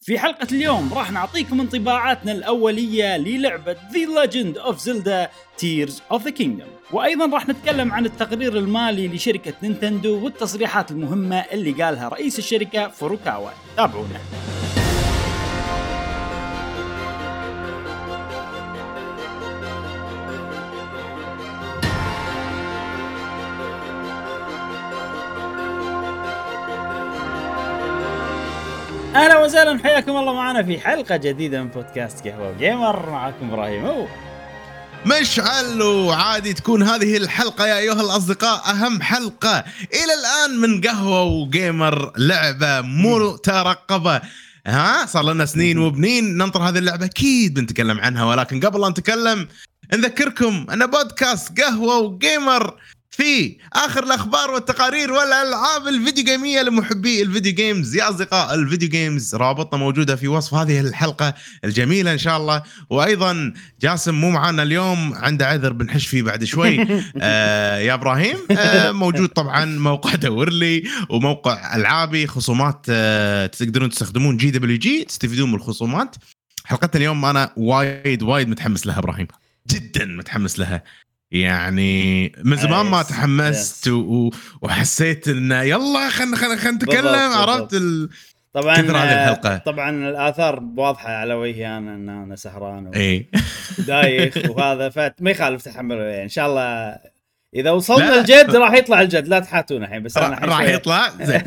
في حلقة اليوم راح نعطيكم انطباعاتنا الأولية للعبة The Legend of Zelda Tears of the Kingdom، وأيضا راح نتكلم عن التقرير المالي لشركة نينتندو والتصريحات المهمة اللي قالها رئيس الشركة فوروكاوا. تابعونا. اهلا وسهلا، حياكم الله معنا في حلقه جديده من بودكاست قهوه جيمر. معكم ابراهيم مشعل، وعادي تكون هذه الحلقه يا ايها الاصدقاء اهم حلقه الى الان من قهوه وجيمر، لعبه مترقبه. صار لنا سنين وبنين ننطر هذه اللعبه، اكيد بنتكلم عنها، ولكن قبل ان نتكلم نذكركم ان بودكاست قهوه وجيمر في آخر الأخبار والتقارير والألعاب الفيديو جيمية لمحبي الفيديو جيمز. يا أصدقاء الفيديو جيمز رابطنا موجودة في وصف هذه الحلقة الجميلة إن شاء الله. وأيضا جاسم مو معنا اليوم، عنده عذر بنحش فيه بعد شوي. يا إبراهيم موجود طبعا موقع دورلي وموقع ألعابي، خصومات تقدرون تستخدمون GWG تستفيدون من الخصومات. حلقتنا اليوم أنا وايد متحمس لها إبراهيم، جدا متحمس لها. يعني من زمان ما تحمست وحسيت انه يلا خلينا نتكلم. عرفت طبعا هذه الحلقه طبعا الاثار واضحه على وجهي انا سهران ودايخ وهذا فما يخالف تحمله. يعني ان شاء الله اذا وصلنا الجد راح يطلع الجد، لا تحاتونا الحين، بس انا راح يطلع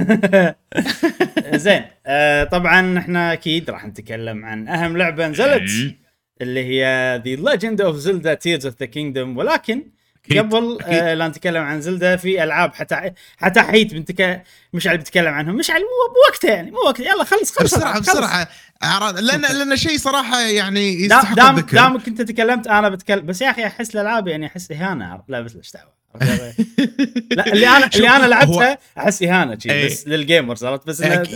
زين. طبعا احنا اكيد راح نتكلم عن اهم لعبه نزلت اللي هي The Legend of Zelda Tears of the Kingdom. ولكن قبل لا نتكلم عن زلدا، في ألعاب حتى حيت مش على بتكلم عنهم، مش على وقتها، يعني مو وقت. يلا خلص بسرعة لأن شيء صراحة يعني يستحق الذكر. دامك انت تكلمت انا بتكلم، بس يا اخي احس الألعاب يعني احس إهانة. لا بس ليش دعوة. لا اللي انا لعبتها احس إهانة بس للجيمرز، عرفت؟ بس انت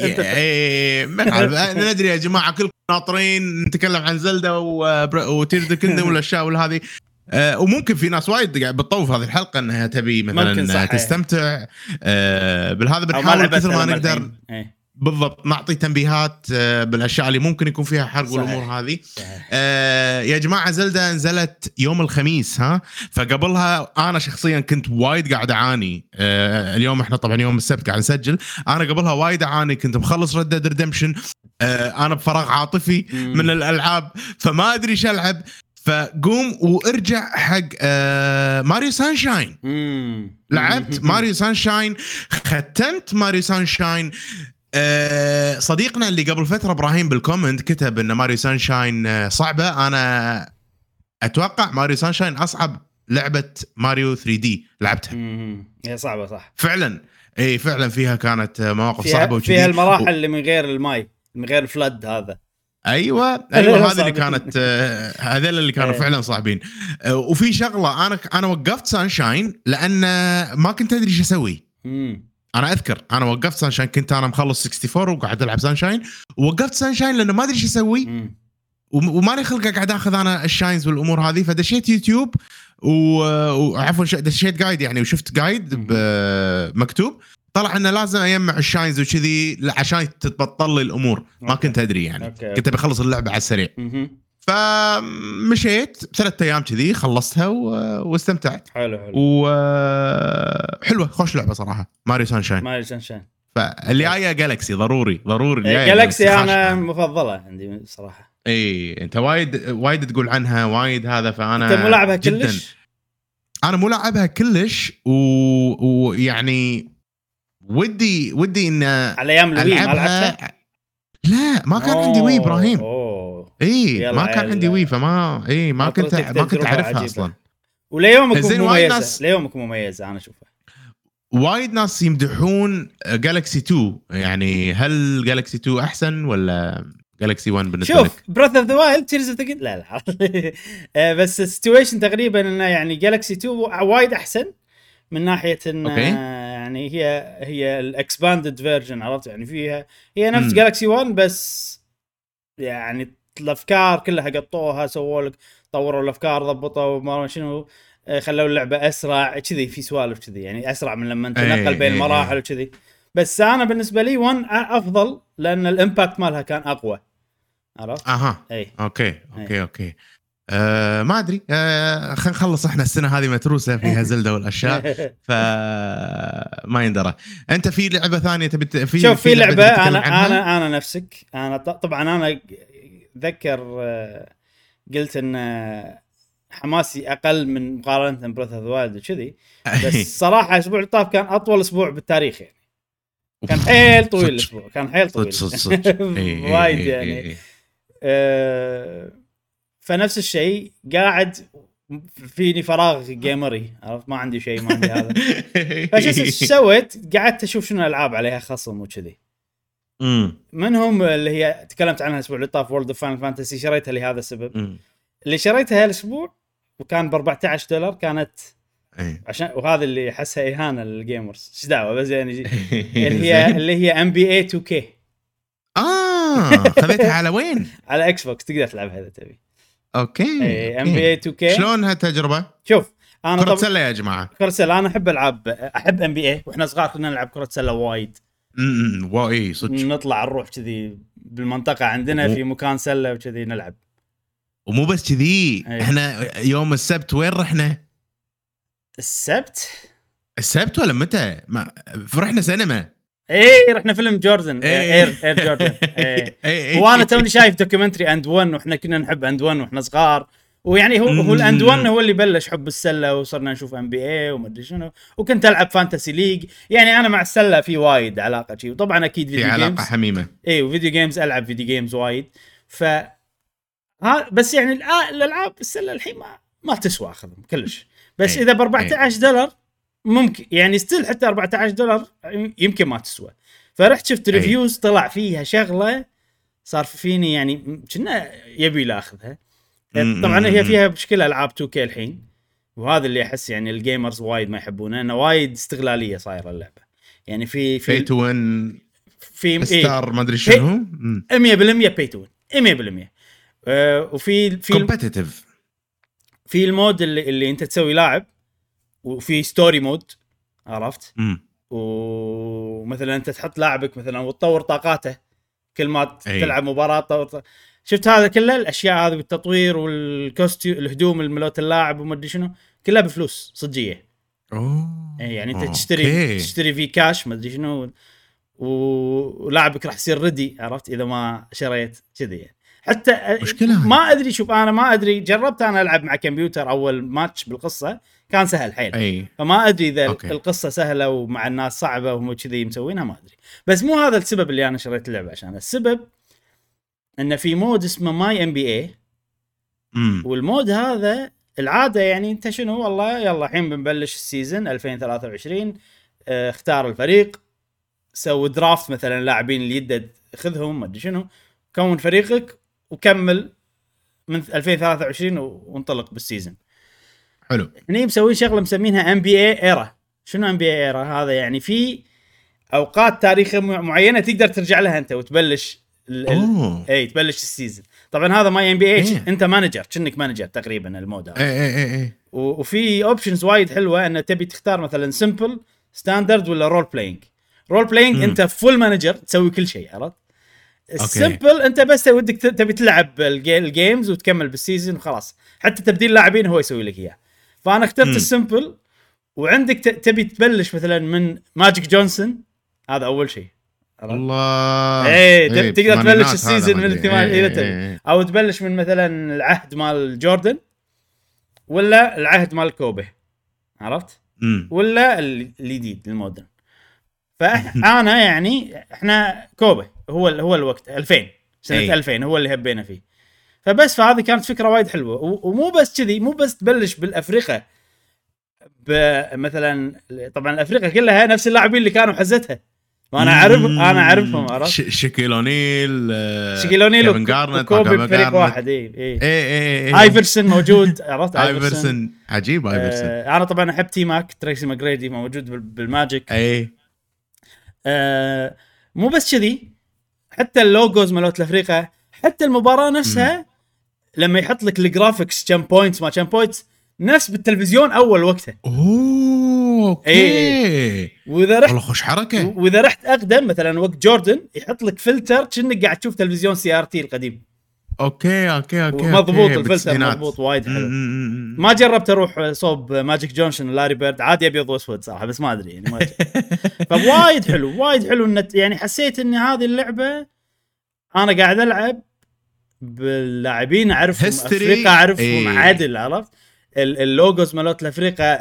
ندري يا جماعة كلكم ناطرين نتكلم عن زلدا وتيرز ذا كيندم والاشياء والهذه. وممكن في ناس وايد قاعد بتطوف هذه الحلقه انها تبي مثلا تستمتع بالهذا. بنحاول كثر ما نقدر بالضبط نعطي تنبيهات بالاشياء اللي ممكن يكون فيها حرق والامور هذه. يا جماعه زلدا نزلت يوم الخميس، فقبلها انا شخصيا كنت وايد قاعد اعاني. اليوم احنا طبعا يوم السبت قاعد نسجل، انا قبلها وايد اعاني، كنت مخلص Red Dead Redemption. انا بفراغ عاطفي من الالعاب، فما ادري ايش العب، فقوم وارجع حق ماريو سانشاين. لعبت ماريو سانشاين، ختمت ماريو سانشاين. صديقنا اللي قبل فترة إبراهيم بالكومنت كتب إن ماريو سانشاين صعبة. أنا أتوقع ماريو سانشاين أصعب لعبة ماريو 3D لعبتها. هي صعبة صح فعلا. فعلا فيها كانت مواقف صعبة، فيها المراحل اللي من غير الماي، من غير الفلد هذا. ايوه هذه اللي كانت هذول اللي كانوا فعلا صعبين. وفي شغله انا وقفت سانشاين لان ما كنت ادري ايش اسوي. انا اذكر انا وقفت سانشاين، كنت انا مخلص 64 وقاعد العب سانشاين، ووقفت سانشاين لانه ما ادري ايش اسوي وما لي خلق قاعد اخذ انا الشاينز والامور هذه. فدشيت يوتيوب وعفوا دشيت جايد يعني، وشفت جايد مكتوب طلع انه لازم اجمع الشاينز وكذي عشان تتبطل لي الامور. ما كنت ادري يعني. كنت بخلص اللعبه على السريع. فمشيت 3 ايام كذي خلصتها واستمتعت. حلو حلوه خوش لعبه صراحه ماريو سانشاين. فاللي جايه جالكسي ضروري جالكسي انا مفضله عندي صراحه. انت وايد تقول عنها وايد هذا، فانا انت مو لعبها كلش. انا مو لعبها كلش ويعني ودي ان على ايام الوي ما لعبتها. لا ما كان عندي وي ابراهيم. ما كان عندي وي، فما ما كنت اعرفها اصلا. وليومك مميزه انا اشوفها. وايد ناس يمدحون جالكسي 2. يعني هل جالكسي 2 احسن ولا جالكسي 1 بالنسبه لك؟ شوف براذ اوف ذا وايلد تيرز اوف ذا لا بس السيتويشن تقريبا انه يعني جالكسي 2 وايد احسن من ناحيه ان يعني هي الاكسباندد فيرجن، عرفت؟ يعني فيها هي نفس جالكسي 1 بس يعني الافكار كلها قطوها، سووا لك طوروا الافكار، ضبطوا ما شنو، خلوا اللعبه اسرع كذي، في سوالف كذي يعني اسرع من لما تنقل بين المراحل وكذي. بس انا بالنسبه لي 1 افضل لان الامباكت مالها كان اقوى. عرفت؟ اوكي ما ادري، خلينا نخلص احنا السنه هذه متروسه فيها زلده والاشياء فما يندرى. انت في لعبه ثانيه تبي شوف في لعبه انا نفسك، انا طبعا انا اتذكر قلت ان حماسي اقل من مقارنه بروث اوف ذا وايلد وكذي، بس صراحه الاسبوع اللي طاف كان اطول اسبوع بالتاريخ يعني، كان حيل طويل الاسبوع، كان حيل طويل وايد يعني. فنفس الشيء قاعد فيني فراغ جيمري، عرفت؟ ما عندي شيء، ما عندي هذا. فايش سويت؟ قعدت اشوف شنو العاب عليها خصم وكذي. منهم اللي هي تكلمت عنها الاسبوع اللي طاف، وورلد اوف فاينل فانتسي، شريتها لهذا السبب. اللي شريتها هالاسبوع وكان ب $14 كانت عشان، وهذا اللي احسها اهانه للجيمرز، ايش دعوه، بس يعني اللي هي NBA 2K. خذيتها على وين؟ على اكس بوكس، تقدر تلعبها اذا تبي. اوكي NBA 2K. شلونها التجربه؟ شوف انا كرة سله يا جماعه، كرة سله انا احب NBA، واحنا صغار كنا نلعب كرة سله وايد. واي صدق، نطلع نروح كذي بالمنطقه عندنا في مكان سله وكذي نلعب. ومو بس كذي، احنا يوم السبت وين رحنا؟ السبت ولا متى؟ ما فرحنا سينما. رحنا فيلم جوردن، اير جوردن. وانا توني شايف دوكيومنتري اند 1، واحنا كنا نحب اند 1 واحنا صغار، ويعني هو الاند 1 هو اللي بلش حب السله، وصرنا نشوف NBA وما ادري شنو، وكنت العب فانتسي ليج. يعني انا مع السله في وايد علاقه شيء، وطبعا اكيد فيديو جيمز، علاقه حميمه. وفيديو جيمز، العب فيديو جيمز وايد. بس يعني الالعاب السله الحين ما تسوى اخذهم كلش. بس اذا $14 ممكن يعني ستيل، حتى $14 يمكن ما تسوى. فرحت شفت ريفيوز طلع فيها شغله صار فيني يعني كنا يبي لا اخذها. طبعا هي فيها مشكله العاب 2K الحين، وهذا اللي احس يعني الجيمرز وايد ما يحبونه، انه وايد استغلاليه صايره اللعبه. يعني في تو وين، في ستار ما ادري شنو، 100% بي تو وين 100%. وفي كومبيتيتيف، في المود اللي انت تسوي لاعب، وفي ستوري مود، عرفت؟ ومثلا انت تحط لاعبك مثلا وتطور طاقاته كل ما تلعب مباراه. شفت هذا كله الاشياء هذه بالتطوير والكوستيوم، الهدوم الملوت اللاعب وما ادري شنو، كلها بفلوس صجيه. يعني انت تشتري في كاش ما ادري شنو، ولاعبك راح يصير ردي، عرفت؟ اذا ما شريت كذي يعني. حتى ما ادري، شوف انا ما ادري، جربت انا العب مع كمبيوتر اول ماتش بالقصه كان سهل حيل. فما ادري اذا القصه سهله ومع الناس صعبه وهم كذي مسوينها، ما ادري. بس مو هذا السبب اللي انا شريت اللعبه عشان. السبب انه في مود اسمه ماي ام بي اي، والمود هذا العاده يعني انت شنو، والله يلا الحين بنبلش السيزن 2023، اختار الفريق، سوي درافت مثلا لاعبين اللي يدد خذهم ما ادري شنو، كون فريقك وكمل من 2023 وانطلق بالسيزن. حلو. هني مسوين شغله مسمينها ام بي اي ايرا. شنو ام بي اي ايرا هذا؟ يعني في اوقات تاريخيه معينه تقدر ترجع لها انت وتبلش تبلش السيزن. طبعا هذا ما ام بي اي انت مانجر، كأنك مانجر تقريبا المود هذا. وفي اوبشنز وايد حلوه، ان تبي تختار مثلا سمبل، ستاندرد، ولا رول بلاينج. انت فول مانجر تسوي كل شيء، عرفت؟ السمبل انت بس ودك تبي تلعب الجيمز وتكمل بالسيزن وخلاص، حتى تبديل لاعبين هو يسوي لك اياه. فانا اخترت السمبل، وعندك تبي تبلش مثلا من ماجيك جونسون، هذا اول شيء. الله تقدر تبلش السيزن من 8 الى تبي، او تبلش من مثلا العهد مال جوردن، ولا العهد مال كوبي، عرفت؟ ولا الجديد المودرن. فانا يعني احنا كوبي هو الوقت 2000 سنه 2000 هو اللي هبينا فيه. فهذه كانت فكره وايد حلوه. ومو بس كذي، مو بس تبلش بالافريقيا مثلا. طبعا الافريقيا كلها نفس اللاعبين اللي كانوا حزتها، ما انا اعرفهم، عرفت؟ شيكيل اونيل كيفن جارنت، كوبي بفريق واحد. ايفرسون موجود، عرفت؟ ايفرسون عجيب. ايفرسون انا طبعا احب تي ماك، تريسي ماجريدي موجود بالماجيك. مو بس كذي، حتى اللوجوز مالت افريقيا، حتى المباراه نفسها لما يحط لك الجرافيكس كم بوينتس ما كم بوينتس نفس بالتلفزيون اول وقتها. اوكي. واذا رحت والله خوش حركه. واذا رحت اقدم مثلا وقت جوردن، يحط لك فلتر كأنك قاعد تشوف تلفزيون CRT القديم. اوكي مضبوط الفلتر مضبوط وايد حلو. ما جربت اروح صوب ماجيك جونسون ولاري بيرد، عادي ابيض واسود صراحه بس ما ادري يعني فوايد حلو وايد حلو النت. يعني حسيت ان هذه اللعبه انا قاعد العب باللاعبين اعرفهم، افريقيا اعرفهم عادل، عرفت اللوجوز مالت الافريقيا،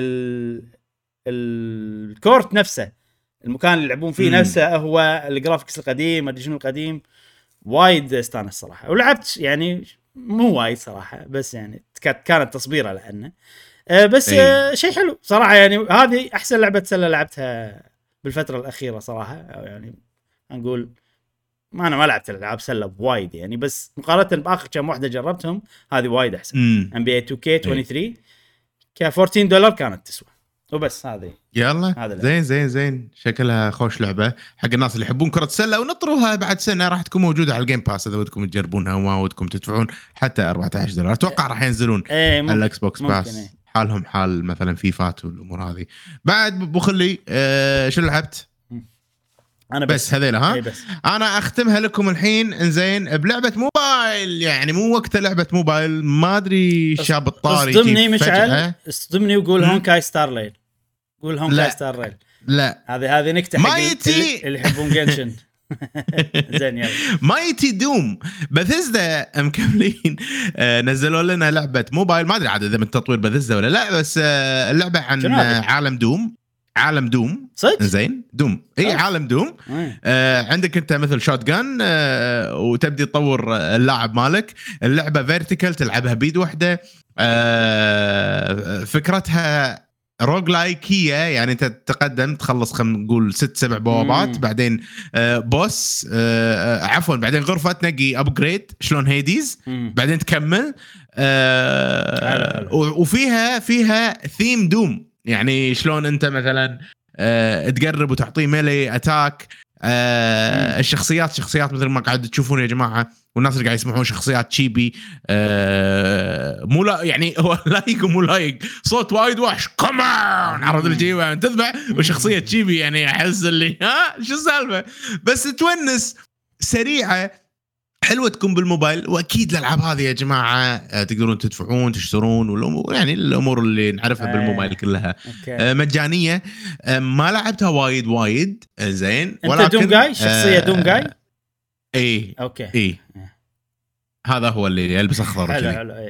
الكورت نفسه، المكان اللي يلعبون فيه نفسه، هو الجرافيكس القديم ما ادري شنو القديم، وايد استانس صراحه. ولعبت يعني مو وايد صراحه بس يعني كانت تصبيره لانه بس شيء حلو صراحه. يعني هذه احسن لعبه سله لعبتها بالفتره الاخيره صراحه. يعني نقول انا ما لعبت العاب سله بوايد يعني، بس مقارنه باخر كم واحده جربتهم هذه وايد احسن. NBA 2K23 $14 كانت تسوى وبس. هذه يلا زين شكلها خوش لعبه حق الناس اللي يحبون كره السله، ونطروها بعد سنه راح تكون موجوده على الجيم باس اذا ودكم تجربونها وما ودكم تدفعون حتى $14. اتوقع راح ينزلون على الاكس بوكس باس حالهم حال مثلا فيفات والامور هذه. بعد ابو خلي شنو لعبت؟ انا بس هذيلا ها بس. انا اختمها لكم الحين انزين بلعبه موبايل، يعني مو وقت لعبه موبايل، ما ادري شاب الطاري اصدمني مشعل، اصدمني وقول هونكاي ستار ريل، قول هونكاي ستار ريل. لا هذه نكته حق اللي يحبون جنشن. زين يلا مايتي دوم. بثيسدا مكملين نزلوا لنا لعبه موبايل، ما ادري عاد اذا من تطوير بثيسدا ولا لا، بس اللعبه عن عالم دوم صدق زين دوم عالم دوم. عندك انت مثل شوت جان وتبدي تطور اللاعب مالك. اللعبه فيرتيكال تلعبها بيد واحده. فكرتها روج لايكيه، يعني انت تتقدم تخلص خلينا نقول 6-7 بوابات بعدين بوس عفوا بعدين غرفه تنقي ابجريد شلون هيديز بعدين تكمل. وفيها ثيم دوم، يعني شلون انت مثلا تقرب وتعطيه ميلي اتاك. الشخصيات مثل ما قاعد تشوفون يا جماعه، والناس اللي قاعد يسمعون شخصيات تشيبي مو لا يعني هو لايق ومو لايق، صوت وايد وحش كمان عرض الجيوه يعني تذبح، وشخصيه تشيبي يعني احس اللي شو السالفه، بس تونس سريعه حلوه تكون بالموبايل. واكيد الالعاب هذه يا جماعه تقدرون تدفعون تشترون، والامور يعني الامور اللي نعرفها بالموبايل كلها مجانيه. ما لعبتها وايد زين، ولكن دوم جاي شخصيه دوم جاي اوكي هذا هو اللي يلبس اخضر حلو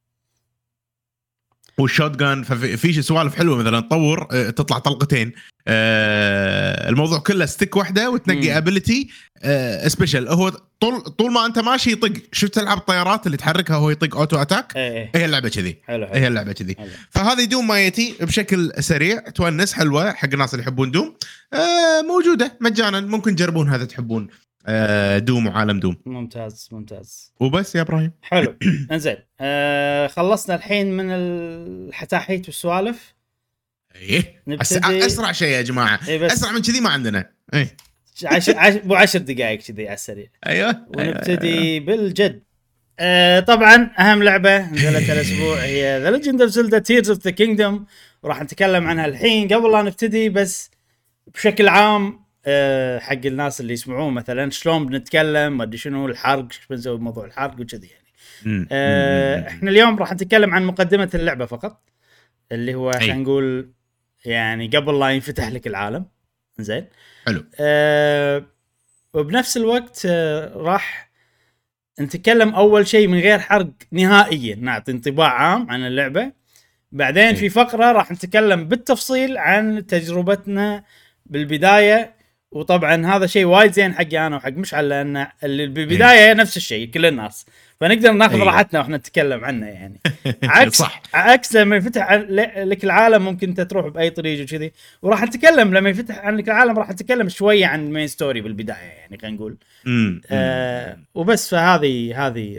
والشوت جان. ففي سوالف حلوه مثلا تطور تطلع طلقتين. الموضوع كله ستيك واحده وتنقي ابيليتي سبيشل. هو طول ما انت ماشي يطق، شفت العاب الطيارات اللي تحركها هو يطق اوتو اتاك؟ هي اللعبه كذي. هي اللعبه كذي. فهذه دوم مايتي بشكل سريع تونس، حلوه حق الناس اللي يحبون دوم. موجوده مجانا، ممكن تجربون هذا تحبون دوم وعالم دوم. ممتاز وبس يا ابراهيم. حلو انزين خلصنا الحين من الحتاحيت والسوالف. اسرع شيء يا جماعه، اسرع من كذي ما عندنا. مو 10 دقائق كذي على السريع. ايوه ونبتدي بالجد. طبعا اهم لعبه نزلت الاسبوع هي The Legend of Zelda Tears of the Kingdom، وراح نتكلم عنها الحين. قبل لا نبتدي بس بشكل عام حق الناس اللي يسمعون مثلا شلون بنتكلم ما ادري شنو الحرق، شو بنسوي بموضوع الحرق وكذي يعني. احنا اليوم راح نتكلم عن مقدمه اللعبه فقط، اللي هو خلينا نقول يعني قبل لا ينفتح لك العالم. زين حلو. وبنفس الوقت راح نتكلم اول شيء من غير حرق نهائيا، نعطي انطباع عام عن اللعبه. بعدين في فقره راح نتكلم بالتفصيل عن تجربتنا بالبدايه. وطبعا هذا شيء وايد زين حقي انا وحق مشعل، لان اللي بالبدايه نفس الشيء كل الناس، فنقدر ناخذ راحتنا واحنا نتكلم عنه يعني. عكس لما يفتح لك العالم ممكن انت تروح باي طريق وكذي، وراح نتكلم لما يفتح عنك العالم راح نتكلم شويه عن المين ستوري بالبدايه يعني خلينا نقول. وبس. فهذه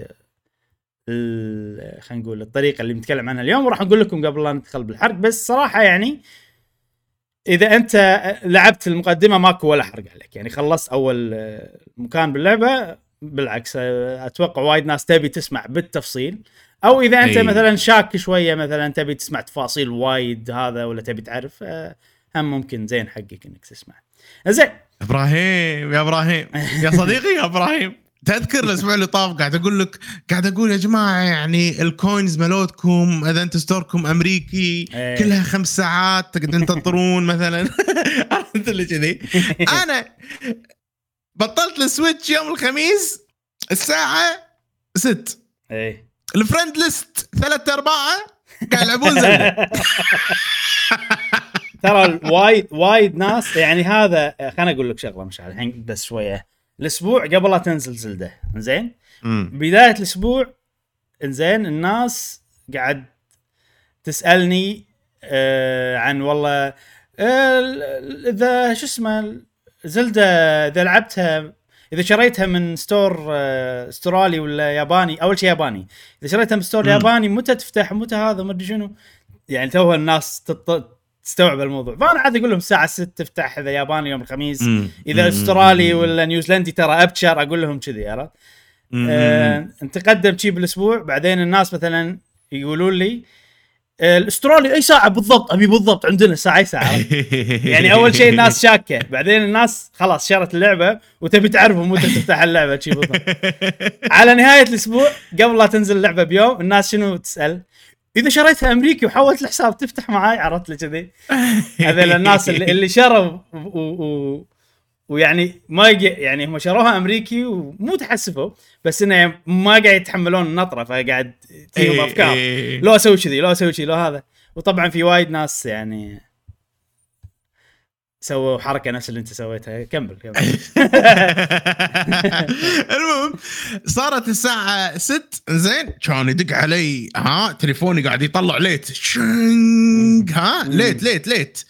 خلينا نقول الطريقه اللي بنتكلم عنها اليوم، وراح نقول لكم قبل لا ندخل بالحرق. بس صراحه يعني اذا انت لعبت المقدمه ماكو ولا حرق عليك، يعني خلصت اول مكان باللعبه. بالعكس اتوقع وايد ناس تبي تسمع بالتفصيل، او اذا انت مثلا شاك شويه مثلا تبي تسمع تفاصيل وايد هذا ولا تبي تعرف، هم ممكن زين حقك انك تسمع. زين ابراهيم يا صديقي يا ابراهيم تذكر الاسبوع اللي طاف قاعد اقول يا جماعه يعني الكوينز مالتكم اذا انت ستوركم امريكي كلها 5 ساعات تقدرون تنطرون مثلا. انت اللي كذي. انا بطلت السويتش يوم الخميس الساعه 6. الفريند ليست 3/4 قاعد يلعبون زلدة. ترى وايد ناس يعني هذا. خليني اقول لك شغله مش الحين بس شويه. الاسبوع قبل لا تنزل زلدة زين بدايه الاسبوع زين الناس قاعد تسالني عن والله اذا شو اسمه زلدة اذا لعبتها اذا شريتها من ستور استرالي ولا ياباني. اول شيء ياباني. اذا شريتها من ستور ياباني متى تفتح متى هذا ما ادري شنو يعني توها الناس تستوعب الموضوع. فانا عاد اقول لهم الساعه 6 تفتح اذا ياباني يوم الخميس. اذا استرالي ولا نيوزيلندي ترى ابشر اقول لهم كذي عرفت. انت قدم شيء بالاسبوع بعدين الناس مثلا يقولون لي الاسترالي اي ساعه بالضبط ابي بالضبط عندنا ساعه يعني اول شيء الناس شاكه بعدين الناس خلاص شرت اللعبه وتبي تعرفوا متى تفتح اللعبه شيء بالضبط. على نهايه الاسبوع قبل لا تنزل اللعبه بيوم الناس شنو تسال اذا شريتها امريكي وحولت الحساب تفتح معاي عرفت لي كذي. هذول الناس اللي شروا ويعني ما يعني هم شروها امريكي ومو تحسفوا بس انه ما قاعد يتحملون النطره فقاعد تجيهم افكار لو اسوي كذي لو اسوي شيء لو هذا. وطبعا في وايد ناس يعني سووا حركه نفس اللي انت سويتها. كمل. المهم صارت الساعه 6 زين كان يدق علي تليفوني قاعد يطلع ليت ليت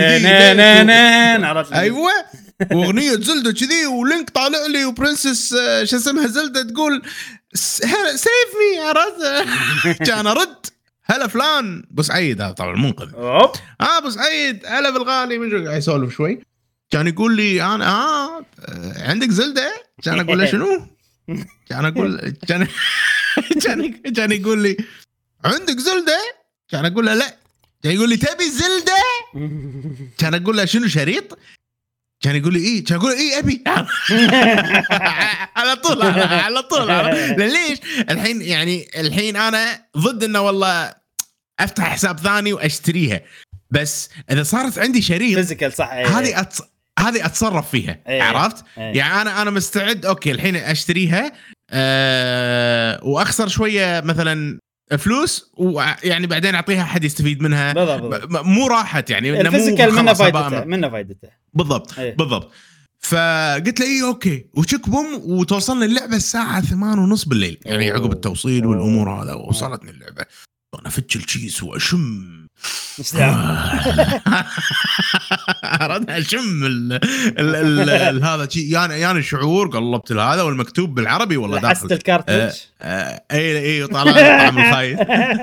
ايوه واغنيه زلدة كذي ولينك طالع لي وبرنسس شو اسمها زلدة تقول سيف مي عرفت. كان ارد هلا فلان ابو سعيد هذا طبعا المنقذ ابو سعيد هلا بالغالي من قاعد يسولف شوي. كان يقول لي انا عندك زلدة. كان اقول له شنو. كان اقول كان يقول لي عندك زلدة. كان اقول له لا. كان يقول لي تبي زلدة. كان اقول له شنو شريط. كان يقول لي ايه. كان اقول ايه ابي. على طول ليش الحين انا ضد انه والله افتح حساب ثاني واشتريها بس اذا صارت عندي شريط فيزيكال صح. هذه اتصرف فيها عرفت. يعني انا مستعد اوكي الحين اشتريها واخسر شويه مثلا فلوس ويعني بعدين اعطيها احد يستفيد منها. مو راحت يعني الفيزيكال منه فايدته بالضبط. فقلت له ايه اوكي وشك بوم وتوصلنا اللعبه الساعه 8:30 بالليل يعني عقب التوصيل والامور هذا وصلتني اللعبه. انا فتش الشيس واشم أردت أشم هذا شيء يعني شعور قلبت هذا والمكتوب بالعربي والله داخل حست الكارتج اي طالع طعم الخايس.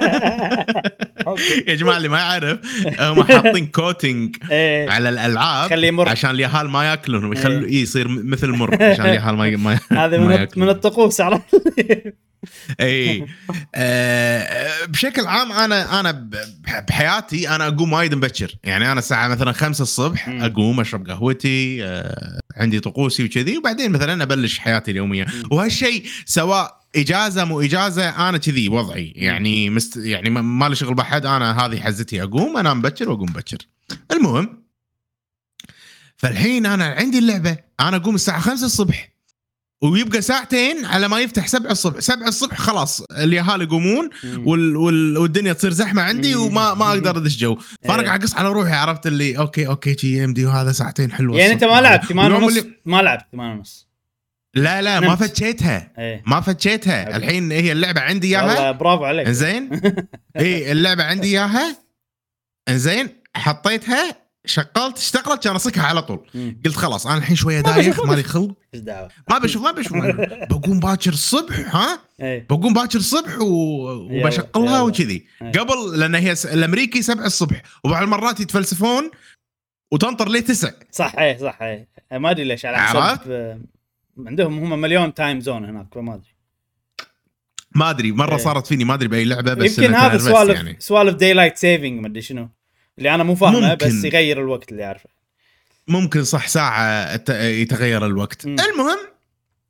يا جماعة اللي ما يعرف هم حاطين كوتينج على الألعاب عشان اليهال ما يأكلون ويخلوا يصير مثل مر عشان اليهال ما هذا من الطقوس عرفت. اي بشكل عام انا بحياتي انا اقوم وايد مبكر يعني انا الساعه مثلا 5 الصبح اقوم اشرب قهوتي عندي طقوسي وكذي وبعدين مثلا ابلش حياتي اليوميه. وهالشيء سواء اجازه مو اجازه انا كذي وضعي يعني يعني ما لي شغل بحد. انا هذه حزتي اقوم انام مبكر واقوم مبكر. المهم فالحين انا عندي اللعبه انا اقوم الساعه 5 الصبح ويبقى ساعتين على ما يفتح 7 الصبح. 7 الصبح خلاص اليهال يقومون والدنيا تصير زحمه عندي وما اقدر ادش جو. فانا قاعد اقص على روحي عرفت اللي اوكي جي ام دي وهذا ساعتين حلوه. يعني انت ما لعبت 8:30 ما لعبت 8:30 لا ما فتشيتها ما فتشيتها. الحين هي اللعبه عندي اياها والله برافو عليك زين. اي اللعبه عندي اياها زين حطيتها شغلت اشتغلت كان اصكها على طول. قلت خلاص انا الحين شويه دايخ مالي خلق ما بشوف بقوم باكر الصبح بقوم باكر الصبح وبشغلها وكذي قبل لان هي الامريكي 7 الصبح وبعض المرات يتفلسفون وتنطر ليه 9 صح ما ادري ليش على حسب عندهم هم مليون تايم زون هناك ما ادري مره صارت فيني ما ادري باي لعبه بس يمكن هذا سوالف دايلايت سيفنج ما ادري شنو اللي انا مو فاهمه بس يغير الوقت اللي عارفه ممكن صح ساعه يتغير الوقت. المهم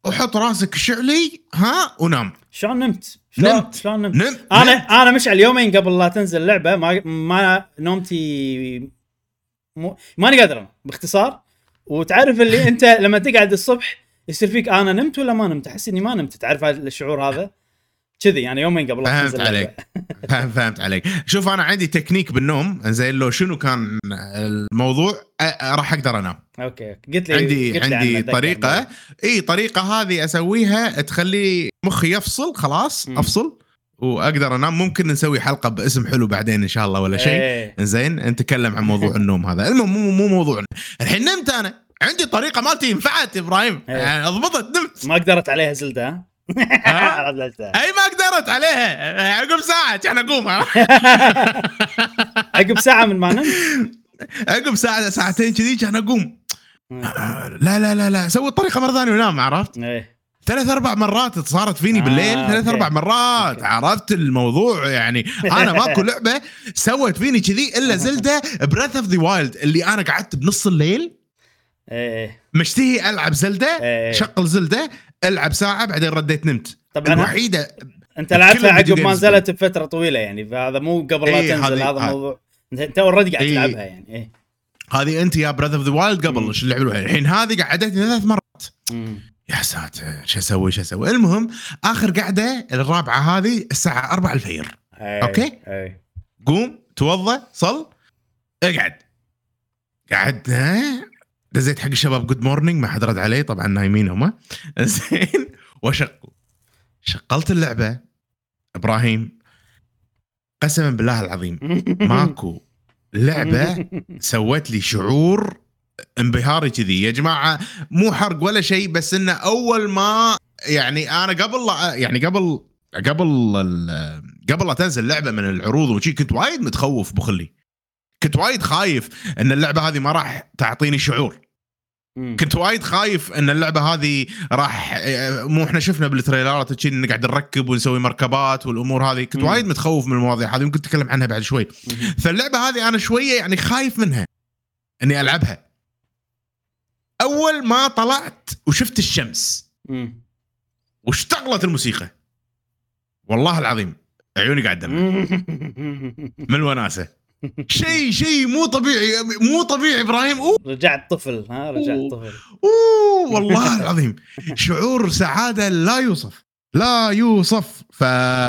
وحط راسك شعلي ها ونام. شلون نمت؟ نمت. انا مشعل يومين قبل لا تنزل اللعبه ما نومتي ماني قادر انام باختصار. وتعرف اللي انت لما تقعد الصبح يصير فيك انا نمت ولا ما نمت، احس اني ما نمت، تعرف الشعور هذا كذي يعني يومين قبل لا تنزل عليك. فهمت عليك. شوف انا عندي تكنيك بالنوم زين، لو شنو كان الموضوع راح اقدر انام. اوكي قلت لي عندي طريقه طريقه هذه اسويها تخلي مخي يفصل خلاص. افصل واقدر انام. ممكن نسوي حلقه باسم حلو بعدين ان شاء الله ولا شيء زين نتكلم عن موضوع النوم هذا. المهم مو موضوعنا الحين. نمت انا عندي طريقه مالتي نفعت ابراهيم يعني اضبطت. نمت ما قدرت عليها زلده اي ما قدرت عليها. عقب ساعه كان اقوم عقب ساعه من ما نمت عقب ساعتين كذي كان اقوم. لا سوي الطريقه مره ثانيه ونام. عرفت 3-4 مرات صارت فيني بالليل 3-4 مرات. عرفت الموضوع يعني. انا ماكو لعبه سوت فيني كذي الا زلدة بريث اوف ذا وايلد اللي انا قعدت بنص الليل مشتهي العب زلدة. شغل زلدة العب ساعه بعدين رديت نمت. طبعا الوحيده انت لعبتها عقب ما نزلت بفتره طويله يعني، فهذا مو قبل لا تنزل. هذا موضوع انت اوريدي قاعد تلعبها يعني. هذه انت يا بريث اوف ذا وايلد قبل ايش اللعبه الحين هذه قعدتني 3 مرات. يا ساتر شو اسوي. المهم اخر قعده الرابعه هذه الساعه 4 الفجر. اوكي قوم توضى صل اقعد دزيت حق الشباب جود مورنينج ما حد رد علي طبعا نايمين هم زين. شغلت اللعبه ابراهيم قسما بالله العظيم ماكو لعبه سوت لي شعور انبهاري كذي يا جماعه. مو حرق ولا شيء بس انه اول ما يعني انا قبل لا تنزل لعبه من العروض وشي كنت وايد متخوف بخلي. كنت وايد خايف ان اللعبه هذه ما راح تعطيني شعور. كنت وايد خايف ان اللعبه هذه راح مو احنا شفنا بالتريلرات تشي نقعد نركب ونسوي مركبات والامور هذه. كنت وايد متخوف من المواضيع هذه ممكن نتكلم عنها بعد شوي. فاللعبه هذه انا شويه يعني خايف منها اني العبها. اول ما طلعت وشفت الشمس واشتغلت الموسيقى والله العظيم عيوني قاعد دمع من الوناسه. شيء مو طبيعي ابراهيم. رجعت طفل والله العظيم شعور سعاده لا يوصف. ف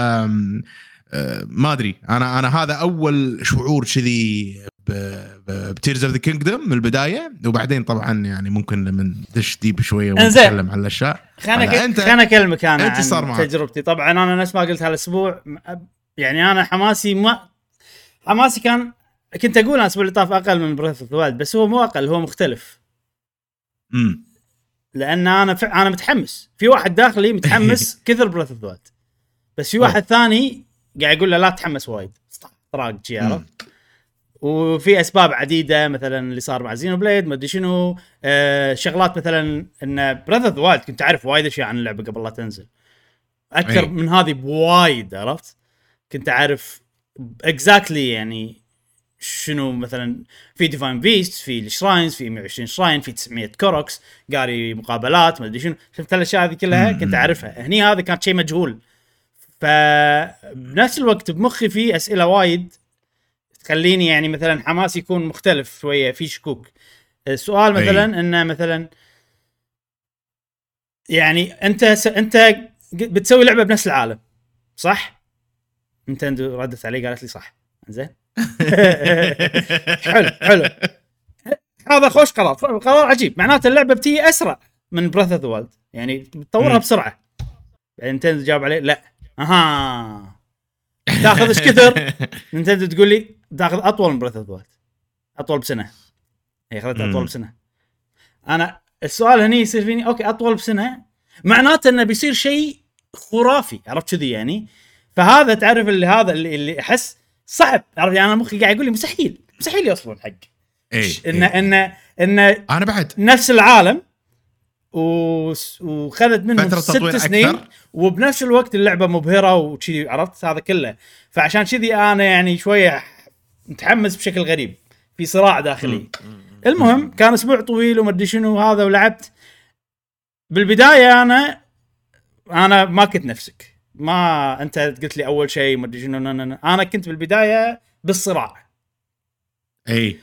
ما ادري انا هذا اول شعور كذي بتيرز اوف ذا كينجدم من البدايه. وبعدين طبعا يعني ممكن لما ندش ديب شويه ونتكلم عن الاشياء. خلنا اكلمك انا عن تجربتي. طبعا انا نفس ما قلت هالاسبوع يعني انا حماسي كنت اقول الاسبوع اللي طاف اقل من بريث اوف ذا وايلد، بس هو مو اقل هو مختلف. لان انا متحمس. في واحد داخلي متحمس كثر بريث اوف ذا وايلد، بس في واحد ثاني قاعد يقول له لا تتحمس وايد طراق شي. عرفت؟ وفي اسباب عديده مثلا اللي صار مع زينو بليد ما ادري شنو. شغلات مثلا ان بريث اوف ذا وايلد كنت اعرف وايد اشياء عن اللعبه قبل لا تنزل اكثر من هذه بوايد. عرفت؟ كنت اعرف اكزاكتلي يعني شنو مثلا في ديفاين بيست، في الشراينز، في 120 شراين، في 900 كوروكس، قاري مقابلات ما ادري شنو. شفت الاشياء هذه كلها كنت اعرفها. هني هذا كان شيء مجهول. فبنفس الوقت بمخي في اسئله وايد تخليني يعني مثلا حماسي يكون مختلف شويه. في شكوك. السؤال مثلا انه مثلا يعني انت بتسوي لعبه بنفس العالم صح؟ نينتندو ردت علي قالت لي صح. زين حلو هذا خوش قرار عجيب. معناته اللعبه بتيجي اسرع من بريث اوف ذا وايلد يعني تطورها بسرعه. نينتندو جاوب عليه لا تاخذ ايش كثر. نينتندو تقول لي تاخذ اطول من بريث اوف ذا وايلد، اطول بسنه. هي اخذتها اطول بسنه. انا السؤال هني يصير فيني اوكي اطول بسنه معناته انه بيصير شيء خرافي. عرفت كذي يعني. فهذا تعرف اللي احس صعب. عرفت يعني انا مخي قاعد يقول لي مستحيل يوصلون حق ان انا بعد نفس العالم وخذت منهم 6 سنين وبنفس الوقت اللعبه مبهره وشي. عرفت هذا كله. فعشان كذي انا يعني شويه متحمس بشكل غريب، في صراع داخلي. المهم كان اسبوع طويل وما ادري شنو هذا ولعبت. بالبدايه انا ما كنت نفسك، ما انت قلت لي اول شيء ما ادري شنو، انا كنت بالبدايه بالصراع. اي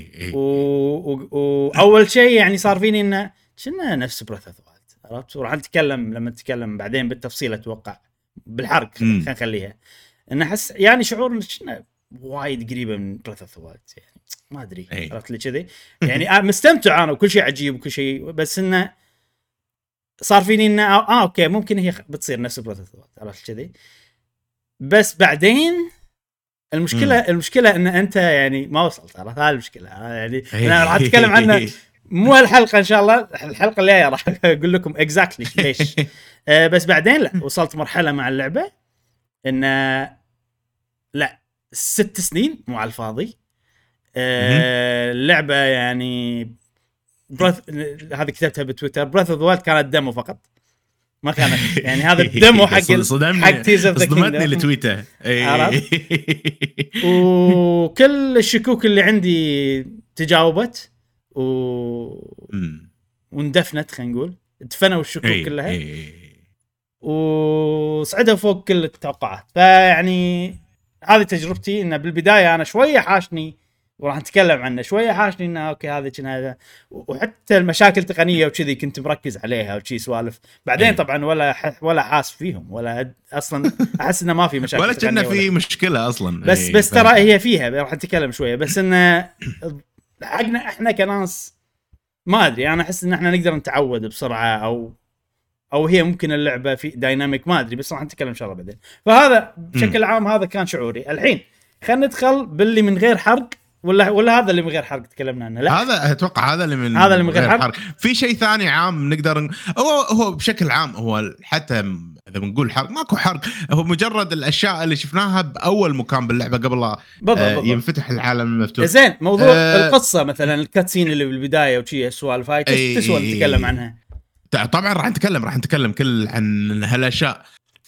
واول شيء يعني صار فيني انه كنا نفس بروث اوف وايلد، عرفت؟ وراح نتكلم لما نتكلم بعدين بالتفصيل اتوقع بالحرق، خلينا نخليها ان احس يعني شعور كنا وايد قريبه من بروث اوف وايلد، يعني ما ادري عرفت لي كذي يعني مستمتع انا وكل شيء عجيب وكل شيء، بس انه صار فيني انه اوكي ممكن هي بتصير نفس بروث اوف وايلد، عرفت كذي. بس بعدين المشكله ان انت يعني ما وصلت، عرفت؟ هذه المشكله يعني انا راح اتكلم عنها مو هالحلقه ان شاء الله، الحلقه الجايه راح اقول لكم اكزاكتلي ليش. بس بعدين لا، وصلت مرحله مع اللعبه ان لا 6 سنين مو على الفاضي. اللعبه يعني هذه كتبتها بتويتر، براث اوف ذا وايلد كانت ديمو فقط، ما كانت يعني هذا الديمو حق تيز اوف ذا كينجدم. صدمتني التويتر وكل الشكوك اللي عندي تجاوبت واندفنت، خلينا نقول دفنوا الشكوك كلها وصعدوا فوق كل التوقعات. فيعني هذه تجربتي، ان بالبدايه انا شويه حاشني وراح نتكلم عنه شويه، حاشني انه اوكي هذا كان هذا، وحتى المشاكل التقنيه وكذي كنت مركز عليها وشي سوالف. بعدين طبعا ولا حاس فيهم ولا اصلا احس انه ما في مشاكل ولا كنا في مشكله اصلا. بس ترى هي فيها، راح نتكلم شويه. بس انه حقنا احنا كناس ما ادري، انا احس ان احنا نقدر نتعود بسرعه او هي ممكن اللعبه في دايناميك ما ادري، بس راح نتكلم ان شاء الله بعدين. فهذا بشكل عام هذا كان شعوري. الحين خلينا ندخل باللي من غير حرق، ولا هذا اللي من غير حرق تكلمنا عنه؟ لا هذا اتوقع هذا اللي من غير حرق. في شيء ثاني عام نقدر هو بشكل عام، هو حتى اذا بنقول حرق ماكو حرق، هو مجرد الاشياء اللي شفناها باول مكان باللعبه قبل ينفتح العالم المفتوح. زين موضوع القصه مثلا الكاتسين اللي بالبدايه وشي السوالف هاي تسوى نتكلم عنها. طبعا راح نتكلم كل عن هالاشياء.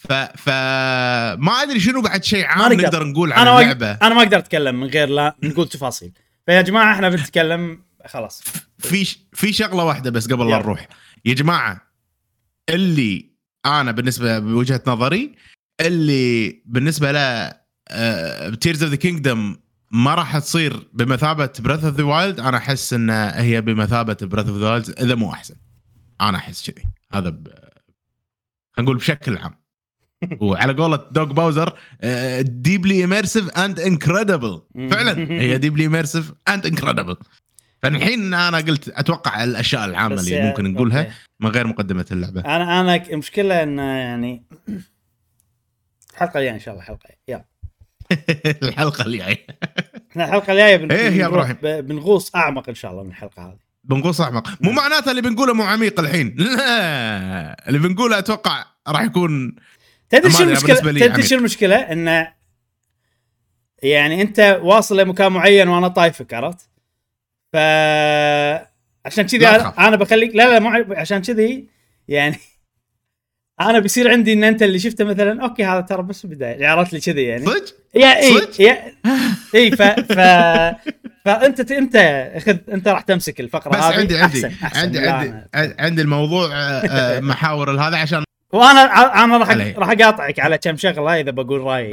ما ادري شنو بعد شيء عام نقدر نقول عن اللعبه. انا ما اقدر اتكلم من غير لا نقول تفاصيل. فيا جماعه احنا بنتكلم خلاص. في شغله واحدة بس قبل لا نروح يا جماعه، اللي انا بالنسبه بوجهه نظري اللي بالنسبه ل تيرز اوف ذا كينجدم ما راح تصير بمثابه براث اوف ذا وايلد، انا احس ان هي بمثابه براث اوف ذا وايلد اذا مو احسن. انا احس كذي، هذا نقول بشكل عام. وعلى قولة دوغ باوزر ديبلي اميرسيف اند انكريدبل، فعلا هي ديبلي اميرسيف اند انكريدبل. فالحين انا قلت اتوقع الاشياء العامه اللي ممكن نقولها من غير مقدمه اللعبه. انا المشكله ان يعني الحلقه الجايه ان شاء الله يلا الحلقه الجايه احنا الحلقه الجايه بنغوص اعمق ان شاء الله من الحلقه هذه. بنغوص اعمق مو معناته اللي بنقوله مو عميق الحين، لا اللي بنقوله اتوقع راح يكون. تدري شو المشكله ان يعني انت واصل لمكان معين وانا طايفك، عرفت؟ ف عشان كذي انا بخليك لا مو عشان كذي يعني انا بيصير عندي ان انت اللي شفته مثلا اوكي هذا ترى بس البدايه، عرفت لي كذي يعني صدق اي فانت اخذ انت راح تمسك الفقره هذه. عندي الموضوع محاور هذا عشان وانا راح اقاطعك على كم شغله اذا بقول رايي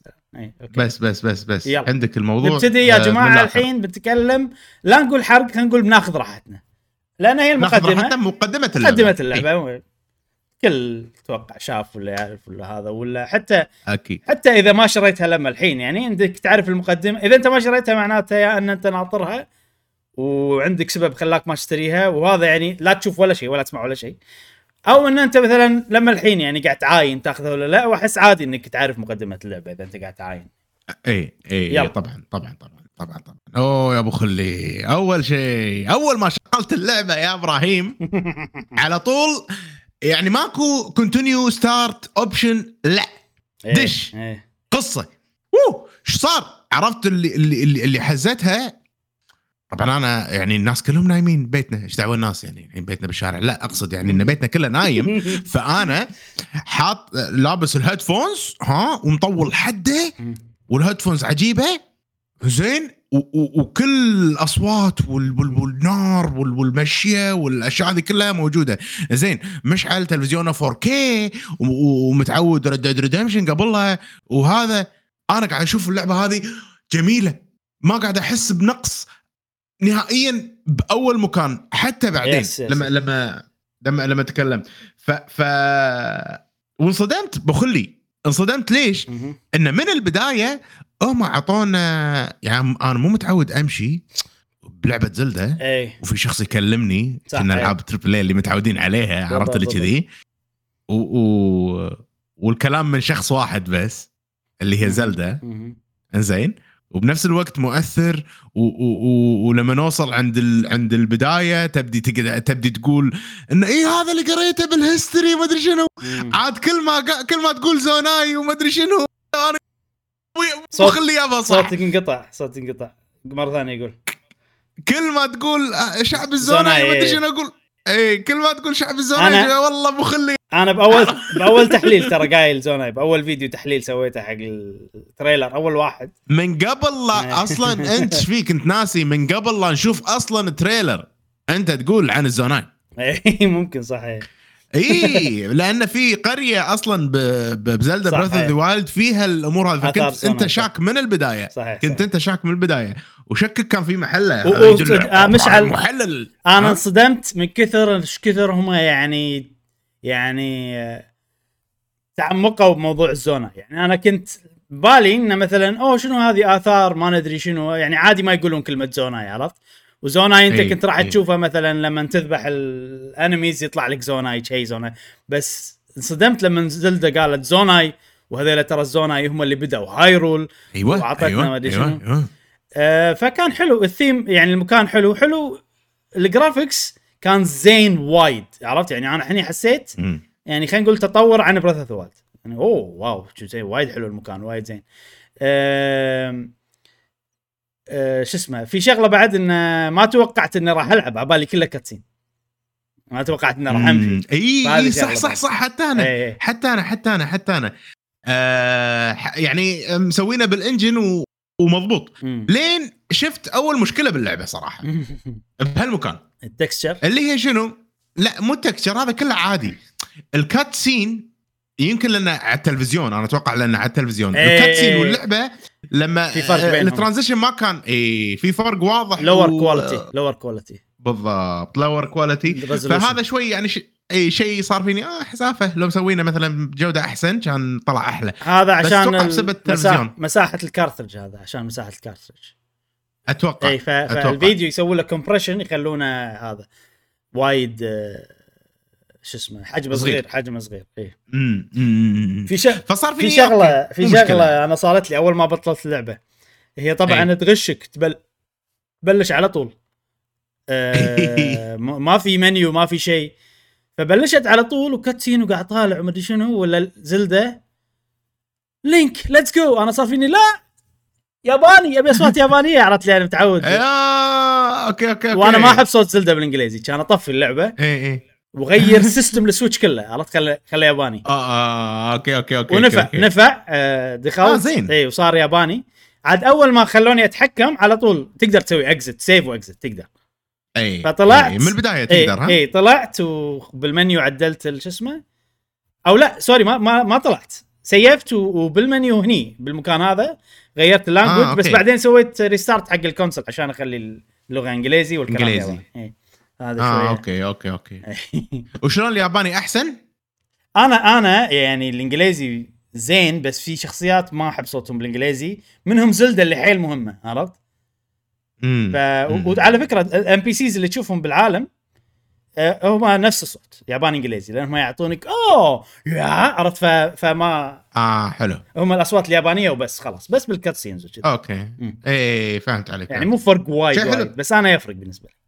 بس عندك الموضوع. نبتدي يا جماعه الحين بنتكلم، لا نقول حرق، نقول بناخذ راحتنا لان هي مقدمه اللعبه كل توقع شاف ولا يعرف ولا هذا ولا حتى أكيد. حتى اذا ما شريتها لما الحين يعني عندك تعرف المقدمه. اذا انت ما شريتها معناته يا ان انت ناطرها وعندك سبب خلاك ما تشتريها، وهذا يعني لا تشوف ولا شيء ولا تسمع ولا شيء، او ان انت مثلا لما الحين يعني قاعد تعاين تاخذها ولا لا، واحس عادي انك تعرف مقدمه اللعبه اذا انت قاعد تعاين. اي طبعا اوه يا ابو خلي، اول شيء اول ما شغلت اللعبه يا ابراهيم على طول يعني ماكو كونتينيو ستارت اوبشن، لا دش قصه ايش صار. عرفت اللي حزتها. طبعا انا يعني الناس كلهم نايمين بيتنا، ايش دعوه الناس يعني بيتنا بالشارع، لا اقصد يعني ان بيتنا كله نايم. فانا حاط لابس الهيدفونز ومطول حده والهيدفونز عجيبه زين، وكل الاصوات والنار والمشيه والاشياء هذه كلها موجوده. زين مشعل تلفزيونه 4K ومتعود ريد ديد ريدمشن قبلها، وهذا انا قاعد اشوف اللعبه هذه جميله، ما قاعد احس بنقص نهائيا باول مكان حتى بعدين. لما اتكلم وانصدمت بخلي، انصدمت ليش؟ ان من البدايه هم عطونا، يعني انا مو متعود امشي بلعبه زلدة وفي شخص يكلمني كنا العاب تريبل اي اللي متعودين عليها، عرفت اللي كذي، والكلام من شخص واحد بس اللي هي زلدة. انزين وبنفس الوقت مؤثر، ولما نوصل عند البدايه تبدي تقول ان ايه هذا اللي قريته بالهيستوري ما ادري شنو، عاد كل ما تقول زوناي وما ادري شنو انا خلي يابا صوتك انقطع مره ثانيه. يقول كل ما تقول شعب الزوناي ما ادري شنو اقول ايه، كل ما تقول شعب الزوناي والله مخلي. انا باول تحليل ترى قايل زوناي، باول فيديو تحليل سويته حق التريلر اول واحد من قبل لا اصلا انت فيك كنت ناسي من قبل لا نشوف اصلا التريلر انت تقول عن الزوناي. اي ممكن صحيح اي لان في قريه اصلا بزلدا براذر اوف ذا وايلد فيها الامور هذه، فكنت انت شاك من البدايه. كنت انت شاك من البدايه وشكك كان في محله مشعل محلل. انا انصدمت من كثر هم يعني تعمقوا بموضوع الزونه. يعني انا كنت بالي انه مثلا شنو هذه اثار ما ندري شنو، يعني عادي ما يقولون كلمه زوناي، عرفت؟ وزوناي انت كنت راح تشوفها مثلا لما تذبح الانميز يطلع لك زوناي شيء زوناي، بس انصدمت لما زلدة قالت زوناي، وهذول ترى الزوناي هم اللي بدأوا هايرول. وعطتنا ما ادري شنو. فكان حلو الثيم، يعني المكان حلو الجرافيكس كان زين وايد، عرفت؟ يعني انا الحين حسيت يعني خلينا نقول تطور عن براذر اوف ذا وايلد، يعني واو شو زين، وايد حلو المكان، وايد زين. شو اسمه، في شغله بعد ان ما توقعت اني راح العب، عبالي كله كاتسين، ما توقعت اني راح امشي. اي صح حتى انا يعني مسوينا بالانجن ومضبوط لين شفت اول مشكله باللعبه صراحه بهالمكان، التكستشر اللي هي شنو؟ لا مو التكستشر، هذا كله عادي. الكاتسين يمكن لأنه على التلفزيون، أنا أتوقع لأنه على التلفزيون الكاتسين واللعبة لما في فرق بينهم، الترانزيشن ما كان في فرق واضح، لور كواليتي بالضبط، لور كواليتي. فهذا شوي يعني شيء صار فيني حسافة، لو مسوينا مثلا بجودة أحسن كان طلع أحلى. هذا عشان مساحة الكارترج، هذا عشان مساحة الكارترج أتوقع. فالفيديو يسوي له كومبريشن يخلونه هذا وايد شو اسمه حجم صغير ايه. فصار في شغله انا صارت لي اول ما بطلت اللعبه، هي طبعا تغشك تبلش على طول ما في منيو ما في شيء، فبلشت على طول وكاتسين وقاعد طالع وما ادري شنو، ولا زلدة لينك ليتس جو. انا صار فيني لا ياباني، ابي اصوات يابانيه، عرفت لي انا متعود. اوكي وانا ما احب صوت زلدة بالانجليزي، كان اطفي اللعبه وغير سيستم السويتش كله، عرفت؟ خلى ياباني. اوكي ونفع دخلت اي وصار ياباني. عاد اول ما خلوني اتحكم على طول تقدر تسوي اكزت سيف واكزت تقدر. فطلعت من البدايه تقدر. اي طلعت وبالمنيو عدلت شو اسمه، او لا سوري ما طلعت، سيفت وبالمنيو هني بالمكان هذا غيرت اللانجوج. بس بعدين سويت ريستارت حق الكونسول عشان اخلي اللغه انجليزي والكلام ياباني. هذا اوكي وشلون الياباني احسن؟ انا يعني الانجليزي زين، بس في شخصيات ما احب صوتهم بالانجليزي، منهم زلدة اللي حيل مهمه، عرفت؟ وعلى فكره الام بي سيز اللي تشوفهم بالعالم هم نفس الصوت ياباني انجليزي، لانهم يعطونك عرفت؟ فما حلو، هم الاصوات اليابانيه وبس، خلاص بس بالكاتسينز وكذا. اوكي اي فهمت عليك، يعني مو فرق وايد بس انا يفرق بالنسبه لي.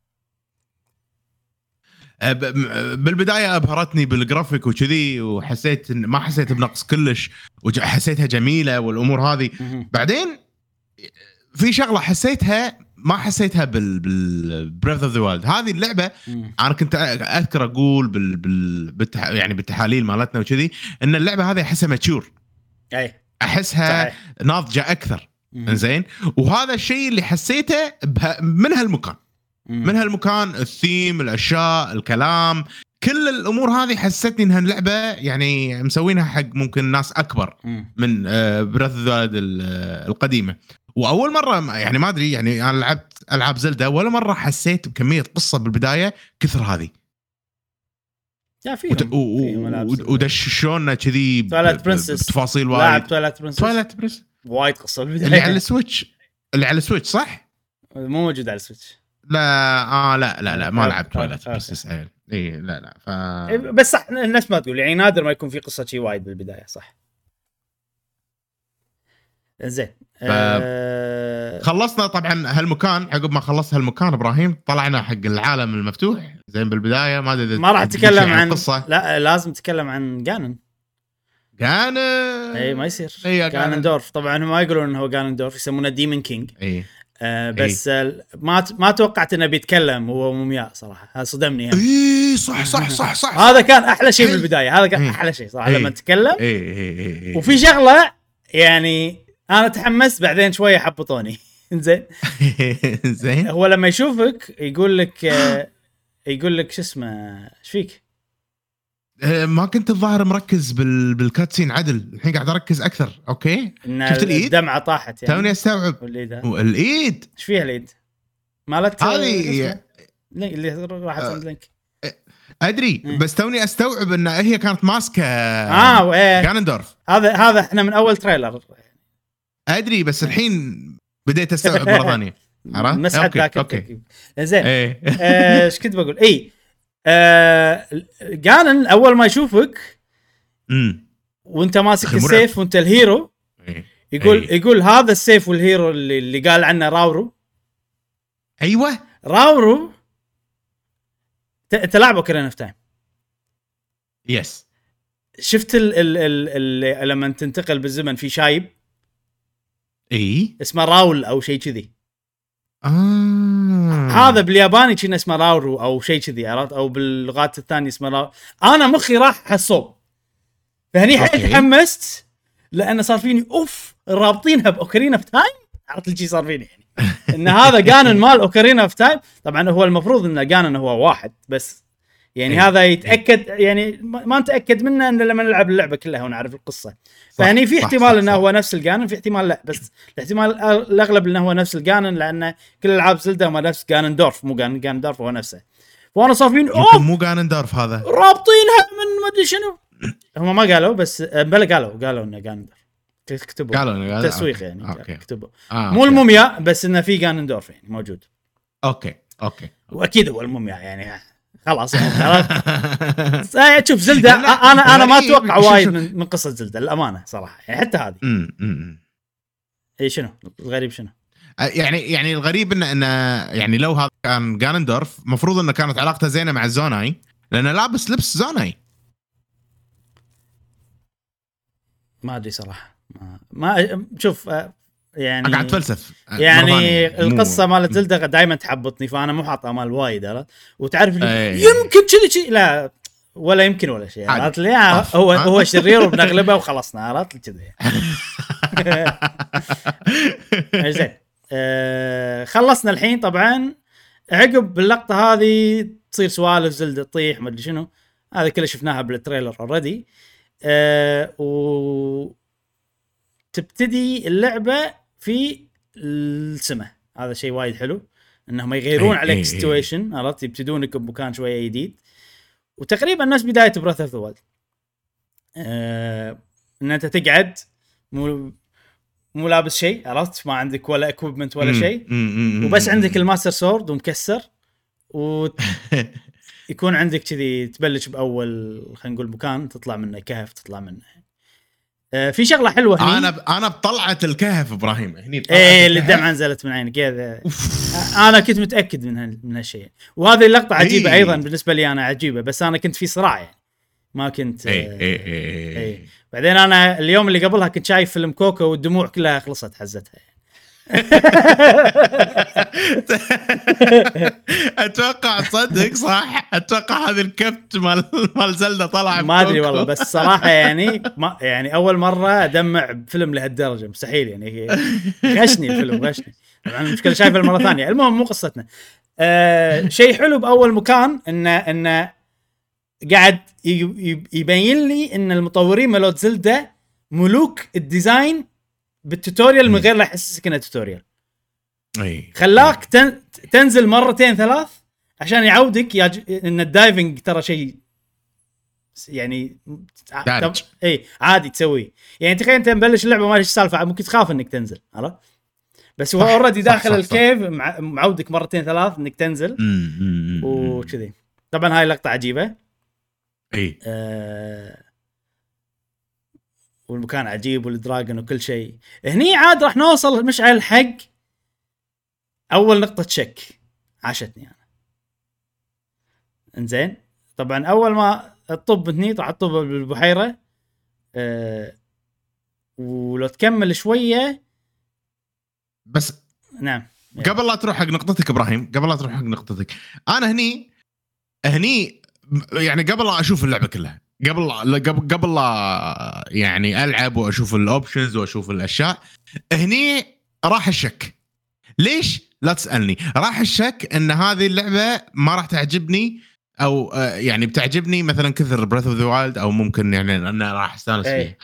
بالبدايه ابهرتني بالجرافيك وكذي، وحسيت ما حسيت بنقص كلش، وحسيتها جميله والامور هذه. بعدين في شغله حسيتها ما حسيتها بالبريث اوف ذا وايلد. هذه اللعبه انا كنت اذكر اقول يعني بالتحاليل مالتنا وكذي ان اللعبه هذه احسها ماتشور، اي احسها ناضجه اكثر، انزين. وهذا الشيء اللي حسيته من هالمكان، من هالمكان، الثيم، الاشياء، الكلام، كل الامور هذه حسيتني انها اللعبه يعني مسوينها حق ممكن ناس اكبر من بريث اوف ذا القديمه. واول مره يعني ما ادري، يعني انا لعبت العاب زلدة ولا مره حسيت بكميه قصه بالبدايه كثر هذه. ودششونا كذي بتفاصيل وايد. لاعب تواليت برنسس وايد قصه بالبدايه اللي على السويتش، اللي على السويتش صح؟ مو موجود على السويتش. لا لا ما لعبت تواليت برنسس. اي لا بس صح الناس ما تقول، يعني نادر ما يكون في قصه شيء وايد بالبدايه صح. زين خلصنا طبعا هالمكان. عقب ما خلصت هالمكان ابراهيم طلعنا حق العالم المفتوح. زين بالبدايه ما راح اتكلم عن قصه، لا لازم تتكلم عن جانن. اي ما يصير جانندورف. طبعا هم ما يقولون انه هو جانندورف، يسمونه ديمون كينج. بس ما توقعت انه بيتكلم هو مومياء صراحه. هذا صدمني يعني. اي صح هذا كان احلى شيء بالبدايه. هذا كان احلى شيء صراحه لما تتكلم. وفي شغله يعني انا تحمست بعدين شويه حبطوني. زين هو لما يشوفك يقول لك شو اسمه ايش فيك. ما كنت الظاهر مركز بالكاتسين عدل. الحين قاعد اركز اكثر. اوكي شفت الايد الدمعه طاحت يعني. توني استوعب الايد. ايش فيها الايد مالت هذه اللي راحت عند لينك. ادري بس توني استوعب ان هي كانت ماسكه جانندورف. هذا احنا من اول تريلر ادري بس الحين بديت استوعب مره ثانيه. عرفت مسحت ذاك. زين ايش كنت بقول. جانن اول ما يشوفك وانت ماسك السيف وانت الهيرو يقول هذا السيف والهيرو اللي قال عنه راورو. ايوه راورو تلعبه كرين اوف تايم. يس شفت لما تنتقل بالزمن في شايب اسمه راول او شيء كذي. هذا بالياباني كان اسمه راورو او شيء كذي عرفت، او باللغات الثانيه اسمه راورو. انا مخي راح حصوب فهني حيل تحمست لان صار فيني رابطينها باوكارينا اوف تايم. عرفت اللي صار فيني يعني ان هذا جانن مال اوكارينا اوف تايم. طبعا هو المفروض ان جانن هو واحد بس يعني هذا يتاكد يعني ما نتاكد منه ان لما نلعب اللعبه كلها ونعرف القصه. فهني في احتمال انه هو نفس الجانن، في احتمال لا، بس الاحتمال الاغلب انه هو نفس الجانن لان كل العاب زلدة ما نفس جانندورف. مو جانندورف هو نفسه. وانا صار فين مو جانندورف هذا رابطينها من ما ادري شنو. هم ما قالوا بس بلا قالوا انه جانندورف. كتبوا تسويق يعني كتبوا مو المومياء بس انه في جانندورف يعني موجود. اوكي واكيد هو المومياء يعني خلاص يعني شوف زلدة انا ما اتوقع وايد من قصه زلدة الامانه صراحه يعني حتى هذه. اي شنو الغريب شنو يعني الغريب انه يعني لو هذا كان جانندورف مفروض انه كانت علاقته زينه مع زوناي لانه لابس لبس زوناي. ما ادري صراحه ما شوف يعني قاعد اتفلسف يعني القصه مالت زلدة دائما تحبطني فانا مو حاط امال وايد عرفت. وتعرف يمكن كذي لا ولا يمكن ولا شيء عرفت لي. هو شرير وبنغلبه وخلصنا عرفت كذا. زين خلصنا الحين. طبعا عقب باللقطه هذه تصير سوالف زلدة تطيح ما ادري شنو. هذا كله شفناها بالتريلر اوريدي. وتبتدي اللعبه في السماء. هذا شيء وايد حلو انهم يغيرون عليك سيتويشن عرفت. يبتدونك بمكان شويه جديد وتقريبا نفس بدايه بريث اوف ذا وايلد. ان انت تقعد مو لابس شيء عرفت. ما عندك ولا اكويبمنت ولا شيء وبس عندك الماستر سورد ومكسر ويكون عندك كذي تبلش باول خلينا نقول مكان تطلع منه كهف تطلع منه. في شغله حلوه هني. انا بطلعت الكهف ابراهيم هني اللي الدمعه نزلت من عينك كذا. انا كنت متاكد من هالشيء. وهذه اللقطه عجيبه ايضا بالنسبه لي انا عجيبه بس انا كنت في صراع يعني ما كنت بعدين انا اليوم اللي قبلها كنت شايف فيلم كوكو والدموع كلها خلصت حزتها يعني. اتوقع تصدق صح، اتوقع هذا الكبت مال زلدة طلع ما ادري والله، بس صراحه يعني ما يعني اول مره ادمع بفيلم لهالدرجه، مستحيل يعني. غشني الفيلم غشني. طبعا المشكله شايفه المره ثانيه. المهم مو قصتنا. شيء حلو باول مكان انه قاعد يبين لي ان المطورين مالوت زلدة ملوك الديزاين بالتوتوريال من غير لا يحسسك انه توتوريال. خلاك تنزل مرتين ثلاث عشان يعودك ان الدايفنج ترى شيء يعني عادي تسويه. يعني تخيل انت مبلش اللعبه ما ليش سالفه، ممكن تخاف انك تنزل، عرفت؟ بس هو اوريدي داخل الكيف معودك مرتين ثلاث انك تنزل وكذي. طبعا هاي لقطه عجيبه. والمكان عجيب والدراجون وكل شيء. هني عاد راح نوصل مشعل حق اول نقطه شك عاشتني انا. انزين طبعا اول ما الطب هني راح تطب بالبحيره. ولو تكمل شويه بس. نعم. قبل لا تروح حق نقطتك ابراهيم، قبل لا تروح حق نقطتك، انا هني يعني قبل لا اشوف اللعبه كلها، قبل لا يعني العب واشوف الاوبشنز واشوف الاشياء، هني راح الشك. ليش؟ لا تسالني. راح الشك ان هذه اللعبه ما راح تعجبني، او يعني بتعجبني مثلا كثر بريث اوف ذا وايلد، او ممكن يعني انا راح استانس فيها.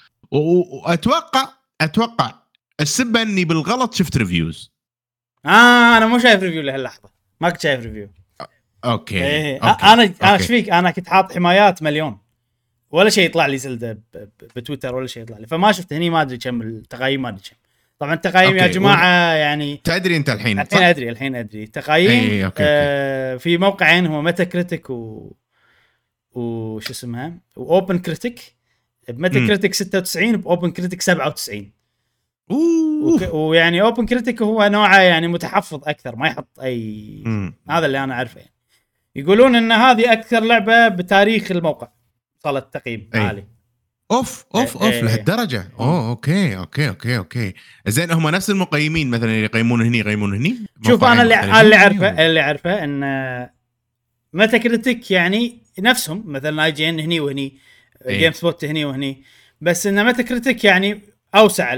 واتوقع السبه اني بالغلط شفت ريفيوز. انا مو شايف ريفيو لهاللحظه، ما كنت شايف ريفيو. اوكي. انا ايش فيك؟ انا كنت حاط حمايات مليون، ولا شيء يطلع لي زلدة بتويتر ولا شيء يطلع لي، فما شفت هني. ما ادري كم التقييم، ما ادري كم. طبعا التقييم يا جماعه يعني تدري انت الحين الحين ادري تقييم. في موقعين، هو ميتا كريتيك وش اسمها واوبن كريتيك. بميتا كريتيك 96، باوبن كريتيك 97. ويعني اوبن كريتيك هو نوعه يعني متحفظ اكثر، ما يحط اي هذا اللي انا اعرفه يعني. يقولون ان هذه اكثر لعبه بتاريخ الموقع وصلت تقييم عالي. اوف لهالدرجه. اوكي. زين هم نفس المقيمين مثلا يقيمون هني. شوف انا اللي عارفه ان ميتا كريتيك يعني نفسهم، مثلا اي جي ان هني وهني، جيم سبوت هني وهني، بس ان ميتا كريتيك يعني اوسع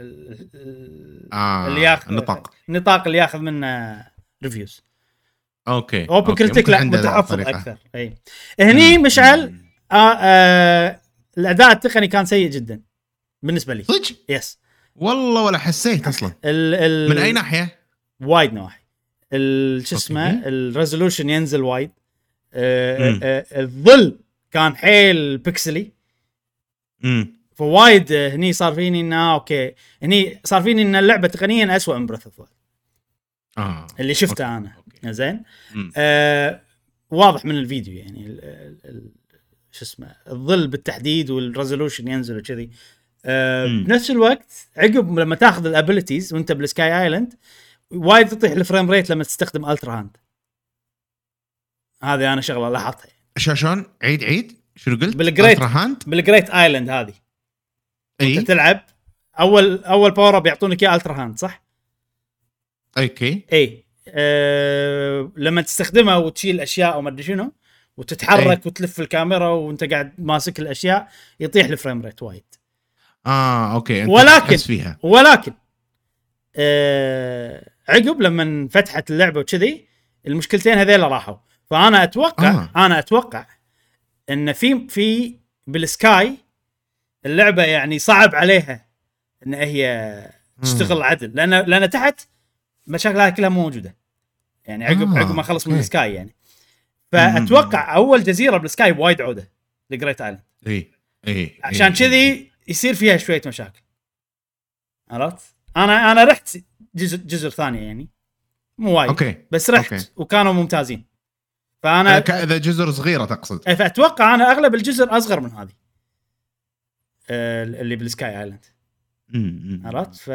اللي ياخذ النطاق اللي ياخذ منه ريفيوز. اوكي. اوبن كريتيك لا متحفظ اكثر. اي هني مشعل الاداء التقني كان سيء جدا بالنسبه لي. صدق؟ يس والله ولا حسيت اصلا. من اي ناحيه؟ وايد نواحي. شو اسمه الريزولوشن ينزل وايد. الظل كان حيل بيكسلي. فوايد هني صار فيني انه اوكي، هني صار فيني ان اللعبه تقنيا اسوأ من بريث اوف اللي شفته انا. زين واضح من الفيديو يعني شو اسمه الظل بالتحديد والريزولوشن ينزل وكذي. بنفس الوقت عقب لما تاخذ الابيليتيز وانت بالسكاي ايلاند وايد تطيح الفريم ريت لما تستخدم الترا هاند. هذه انا شغله لاحظتها. شلون؟ عيد شنو قلت؟ بالجريت ايلاند هذه انت تلعب اول باور اب يعطونك اياه الترا هاند صح؟ اوكي. لما تستخدمها وتشيل اشياء او ما ادري شنو وتتحرك وتلف الكاميرا وانت قاعد ماسك الاشياء يطيح الفريم ريت وايد. اوكي. ولكن عقب لما فتحت اللعبه وكذي المشكلتين هذيلا راحوا. فانا اتوقع ان في بالسكاي اللعبه يعني صعب عليها ان هي تشتغل عدل، لان تحت مشاكلها كلها موجوده يعني عقب ما خلص من السكاي يعني. فاتوقع اول جزيره بالسكاي وايد عوده لجريت ايلاند. عشان كذي يصير فيها شويه مشاكل. عرفت؟ انا رحت جزر ثانيه يعني مو وايد بس رحت وكانوا ممتازين. فانا اذا جزر صغيره تقصد؟ فاتوقع انا اغلب الجزر اصغر من هذه اللي بالسكاي ايلاند. عرفت؟ ف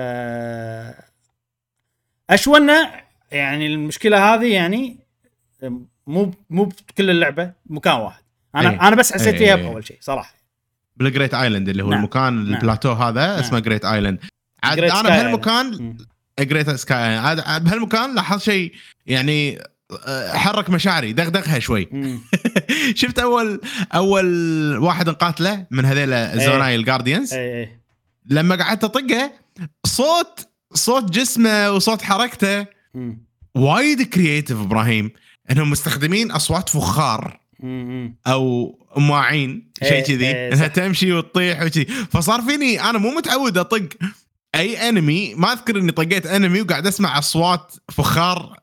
اشونا يعني المشكله هذه يعني مو بكل اللعبه مكان واحد. انا بس حسيت فيها باول شيء صراحه بالجريت ايلاند اللي هو المكان البلاتو هذا اسمه جريت ايلاند. عاد انا بهالمكان جريت سكاي بهالمكان لاحظ شيء يعني حرك مشاعري دغدغها شوي. شفت اول واحد نقاتله من هذيل الزوناي الجارديانز، لما قعدت اطقه صوت جسمه وصوت حركته وايد كرييتيف ابراهيم، انهم مستخدمين اصوات فخار او ماعين شيء كذي انها تمشي وتطيح وكذي. فصار فيني انا مو متعود اطق اي انمي، ما اذكر اني طقيت انمي وقاعد اسمع اصوات فخار.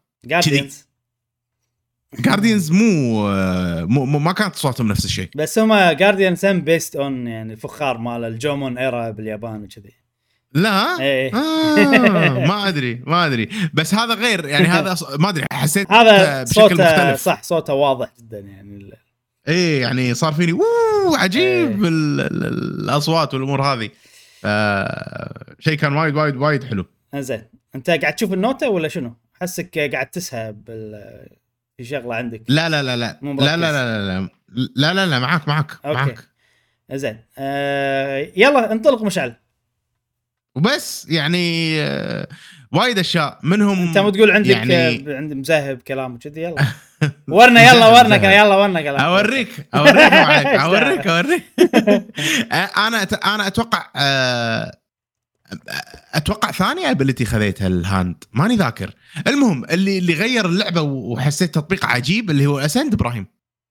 جارديانز مو ما كانت اصواتهم نفس الشيء، بس هما جارديانز هم بيست اون يعني الفخار مال الجومون ايرا باليابان وكذي. لا ما ادري بس هذا غير يعني هذا ما ادري حسيت هذا بشكل مختلف. صح صوته واضح جدا يعني يعني صار فيني عجيب الاصوات والامور هذه. شيء كان وايد حلو. زين انت قاعد تشوف النوتة ولا شنو؟ حسك قاعد تسهب في شغله عندك. لا معاك. زين يلا انطلق مشعل. وبس يعني وايد اشياء منهم. انت مو تقول عندك يعني عند مذهب كلام وكذي؟ يلا ورنا كلام. اوريك انا اتوقع ثاني ابيلتي خذيتها الهاند ماني ذاكر. المهم اللي غير اللعبه وحسيت تطبيق عجيب اللي هو اسند ابراهيم.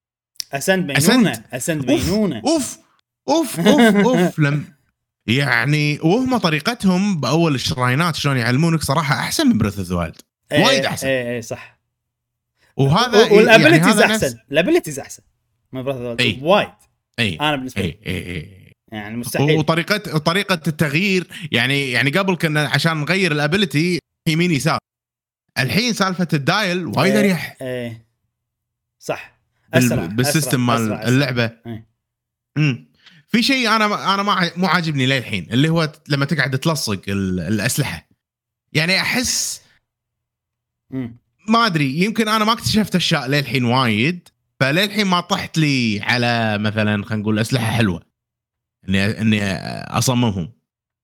اسند بينونه اوف لم يعني وهم طريقتهم باول الشراينات شلون يعلمونك صراحه احسن من بريث اوف ذا وايلد وايد احسن. اي صح. وهذا والابيلتيز يعني احسن الابيلتيز احسن من بريث اوف ذا وايلد وايد. انا بالنسبه لي يعني مستحيل. وطريقه التغيير يعني قبل كنا عشان نغير الابيلتي يمين يسار، الحين سالفه الدايل وايد اريح. صح اسرع بالسيستم مال اللعبه. في شيء انا مو عاجبني للحين اللي هو لما تقعد تلصق الاسلحه، يعني احس ما ادري يمكن انا ما اكتشفت اشياء للحين وايد، فللحين ما طحت لي على مثلا خلينا نقول اسلحه حلوه اني اصممهم.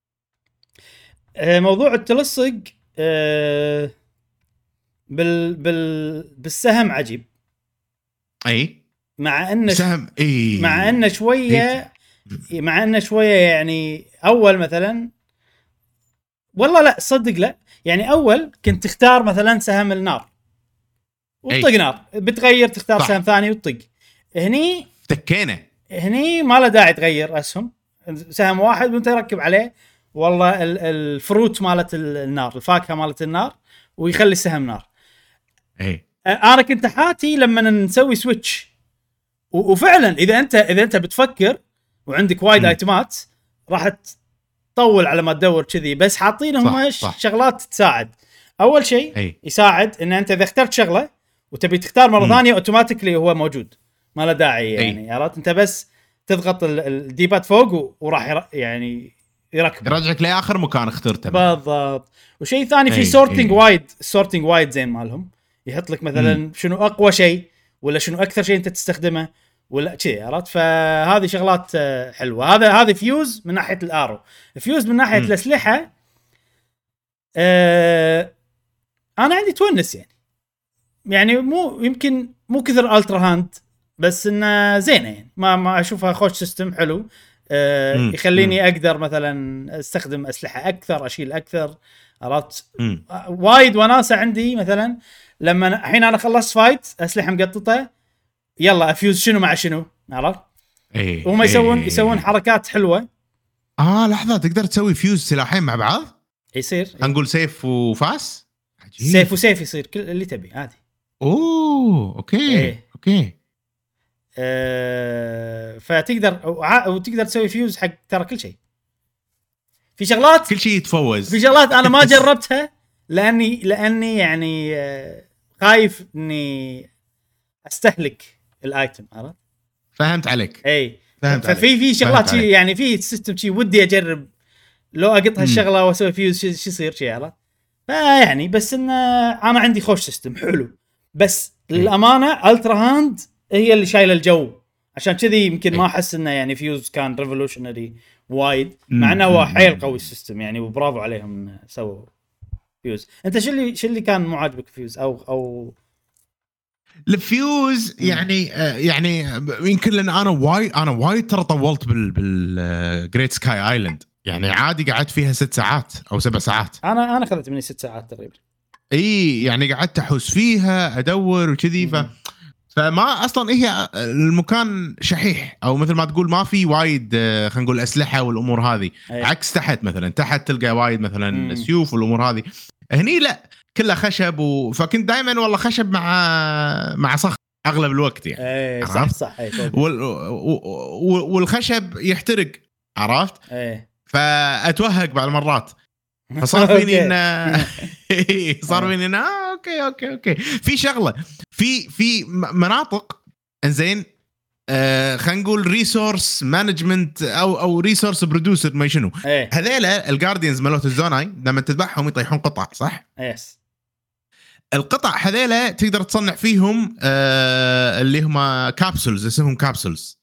موضوع التلصق بالسهم عجيب. اي مع ان سهم مع انه شويه يعني اول مثلا والله لا صدق لا يعني اول كنت تختار مثلا سهم النار وتطق نار، بتغير تختار سهم ثاني وتطق. هني تكينا هني ما له داعي تغير اسهم، سهم واحد وانت تركب عليه والله الفروت مالت النار، الفاكهه مالت النار، ويخلي السهم نار. انا كنت حاتي لما نسوي سويتش وفعلا اذا انت بتفكر وعندك وايد ايتمات راح تطول على ما تدور كذي، بس حاطينهم شغلات تساعد. اول شيء يساعد ان انت اذا اخترت شغله وتبي تختار مره ثانيه اوتوماتيكلي هو موجود، ما له داعي يعني عرفت انت بس تضغط الديباد فوق وراح يعني يركب يرجعك لاخر مكان اخترته بالضبط. وشيء ثاني في سورتنج وايد زين مالهم، يحط لك مثلا شنو اقوى شيء ولا شنو اكثر شيء انت تستخدمه ولا كذي عرفت. فهذه شغلات حلوه. هذا فيوز من ناحيه الارو، فيوز من ناحيه الاسلحه. انا عندي تونس يعني مو يمكن مو كثر الترا هاند، بس انه زينه يعني ما اشوفها خوش سيستم حلو. يخليني اقدر مثلا استخدم اسلحه اكثر، اشيل اكثر عرفت. وايد وناسه عندي مثلا لما الحين انا خلصت فايت اسلحه مقططه، يلا افيوز شنو مع شنو عرفت. وهم يسوون حركات حلوه. لحظه تقدر تسوي فيوز سلاحين مع بعض يصير نقول سيف وفاس. عجيب. سيف وسيف يصير كل اللي تبي عادي. اوكي فتقدر وتقدر تسوي فيوز حق ترى كل شيء. في شغلات كل شيء يتفوز. في شغلات انا ما جربتها لاني يعني خايف اني استهلك الايتم عرفت. فهمت عليك. ففي شغلات يعني في سيستم شيء ودي اجرب لو اقط هالشغله واسوي فيوز شو يصير شيء عرفت. يعني بس ان انا عندي خوش سيستم حلو، بس للامانه الترا هاند هي اللي شايله الجو، عشان كذي يمكن ما احس انه يعني فيوز كان ريفولوشنري وايد، مع انه هو حيل قوي السيستم يعني، وبرافو عليهم سووا فيوز. انت شو اللي كان مو عاجبك فيوز او الفيوز يعني يمكن لان انا وايد ترى طولت بالجريت سكاي ايلاند، يعني عادي قعدت فيها 6 ساعات او 7 ساعات. انا اخذت مني 6 ساعات تقريبا. اي يعني قعدت احوس فيها ادور وكذي، فما اصلا هي المكان شحيح، او مثل ما تقول ما في وايد خلينا نقول اسلحه والامور هذه. عكس تحت مثلا، تحت تلقى وايد مثلا سيوف والامور هذه. هني لا، كلها خشب فكنت دائما والله خشب مع صخر اغلب الوقت يعني. صح والخشب يحترق، عرفت؟ فاتوهق بعض المرات. فصار فيني ان اوكي في شغله في مناطق انزين، خلينا نقول ريسورس مانجمنت او ريسورس برودوسر ما شنو. هذيلا الجارديانز مالوت الزوناي لما تذبحهم يطيحون قطع، صح؟ يس. القطع هذيلا تقدر تصنع فيهم اللي هم كابسولز، اسمهم كابسولز.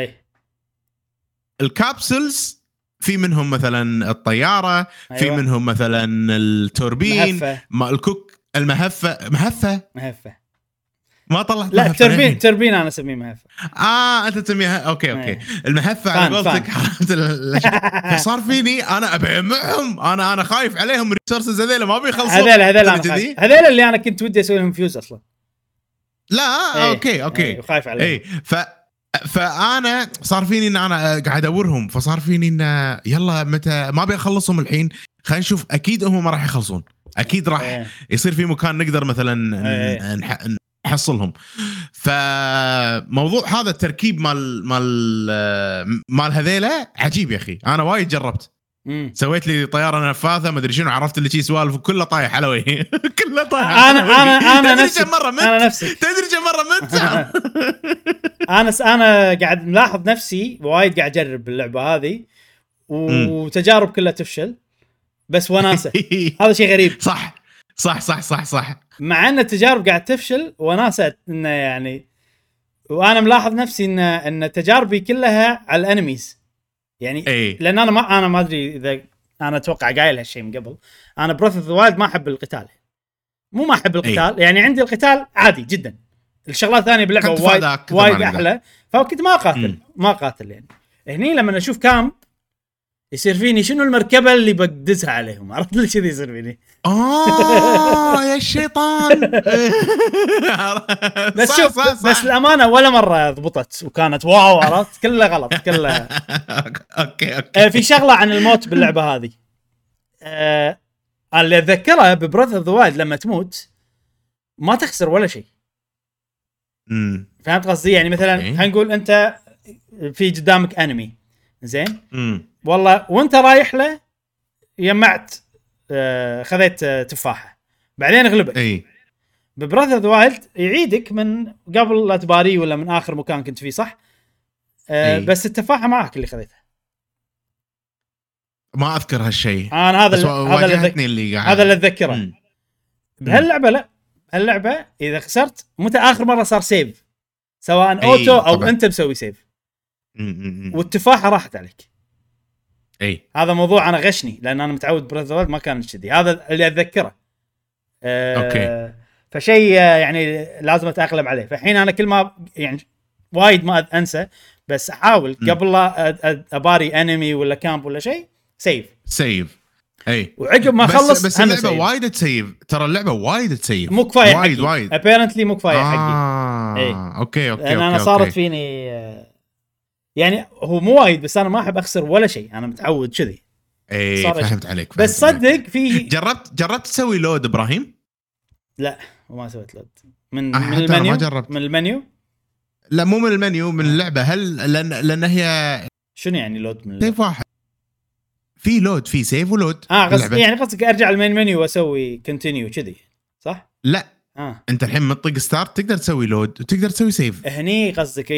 الكابسولز في منهم مثلا الطياره، في منهم مثلا التوربين، الكوك، مهفه ما طلعت. لا توربين انا اسميه مهفه. انت تسميها اوكي. المهفه على قولتك. صار فيني انا ابيعهم، انا خايف عليهم الريسورسز هذول ما بيخلصون. هذول اللي انا كنت ودي اسوي لهم فيوز اصلا. لا اوكي خايف عليهم. فانا صار فيني ان انا قاعد ادورهم، فصار فيني ان يلا متى ما بيخلصهم الحين، خلينا نشوف. اكيد هم ما راح يخلصون، اكيد راح يصير في مكان نقدر مثلا نحصلهم. فموضوع هذا التركيب مال هذيله عجيب يا اخي. انا وايد جربت، سويت لي طياره نفاثه ما ادري شنو، عرفت اللي شي سوالف وكله طايح على وجهي. كله طايح. انا نفسي تدري كم مره مت. انا قاعد ملاحظ نفسي وايد قاعد اجرب اللعبه هذه وتجارب كلها تفشل، بس وناسه. هذا شيء غريب. صح مع ان التجارب قاعد تفشل وناسه انه يعني. وانا ملاحظ نفسي ان تجاربي كلها على الانميز يعني. لان انا ما ادري اذا انا اتوقع قايل هالشيء من قبل. انا بروث اوف ذا وايلد ما احب القتال، مو ما احب القتال يعني عندي القتال عادي جدا. الشغلات الثانيه باللعبه وايد احلى، فكنت ما قاتل يعني. هني لما اشوف كامب يصير فيني شنو المركبه اللي بقدسها عليهم، عرفت ليش كذا يصير فيني؟ يا الشيطان. بس صح. بس الامانه ولا مره ضبطت وكانت واو، عرفت؟ كلها غلط كلها. اوكي في شغله عن الموت باللعبه هذه اللي اتذكرها ببروث اوف ذا وايلد، لما تموت ما تخسر ولا شيء. فهمت قصدي؟ يعني مثلا هنقول انت في قدامك انمي زين، والله وانت رايح له جمعت خذيت تفاحه بعدين غلبك. ببراذر اوف ذا وايلد يعيدك من قبل لا تباري ولا من اخر مكان كنت فيه، صح؟ بس التفاحه معك اللي خذيتها. ما اذكر هالشيء. انا هذا اللي اتذكره. بهاللعبه لا، اللعبه اذا خسرت متى اخر مره صار سيف، سواء اوتو او طبعًا. انت مسوي سيف والتفاحه راحت عليك. هذا موضوع انا غشني، لان انا متعود براذر ما كان كذي. هذا اللي اتذكره. اوكي. فشيء يعني لازم اتاقلم عليه. فالحين انا كل ما يعني وايد ما انسى، بس احاول قبل لا اباري انمي ولا كامب ولا شيء سيف. وعقب ما اخلص بس اللعبه وايد تسيف، ترى اللعبه وايد تسيف، مو كفايه وايد ابيرنتلي مو كفايه حقي. اوكي انا صارت فيني يعني هو مو وايد، بس انا ما احب اخسر ولا شيي، انا متعود كذي. فهمت عليك. بس صدق في جربت تسوي لود ابراهيم؟ لا وما سويت لود من المنيو. من المنيو؟ لا مو من المنيو، من اللعبه. هل لان هي شنو يعني لود من سيف واحد؟ في لود، في سيف ولود. يعني قصدك ارجع المين منيو واسوي كونتينيو كذي، صح؟ لا انت الحين مطق ستارت تقدر تسوي لود وتقدر تسوي سيف. هني قصدك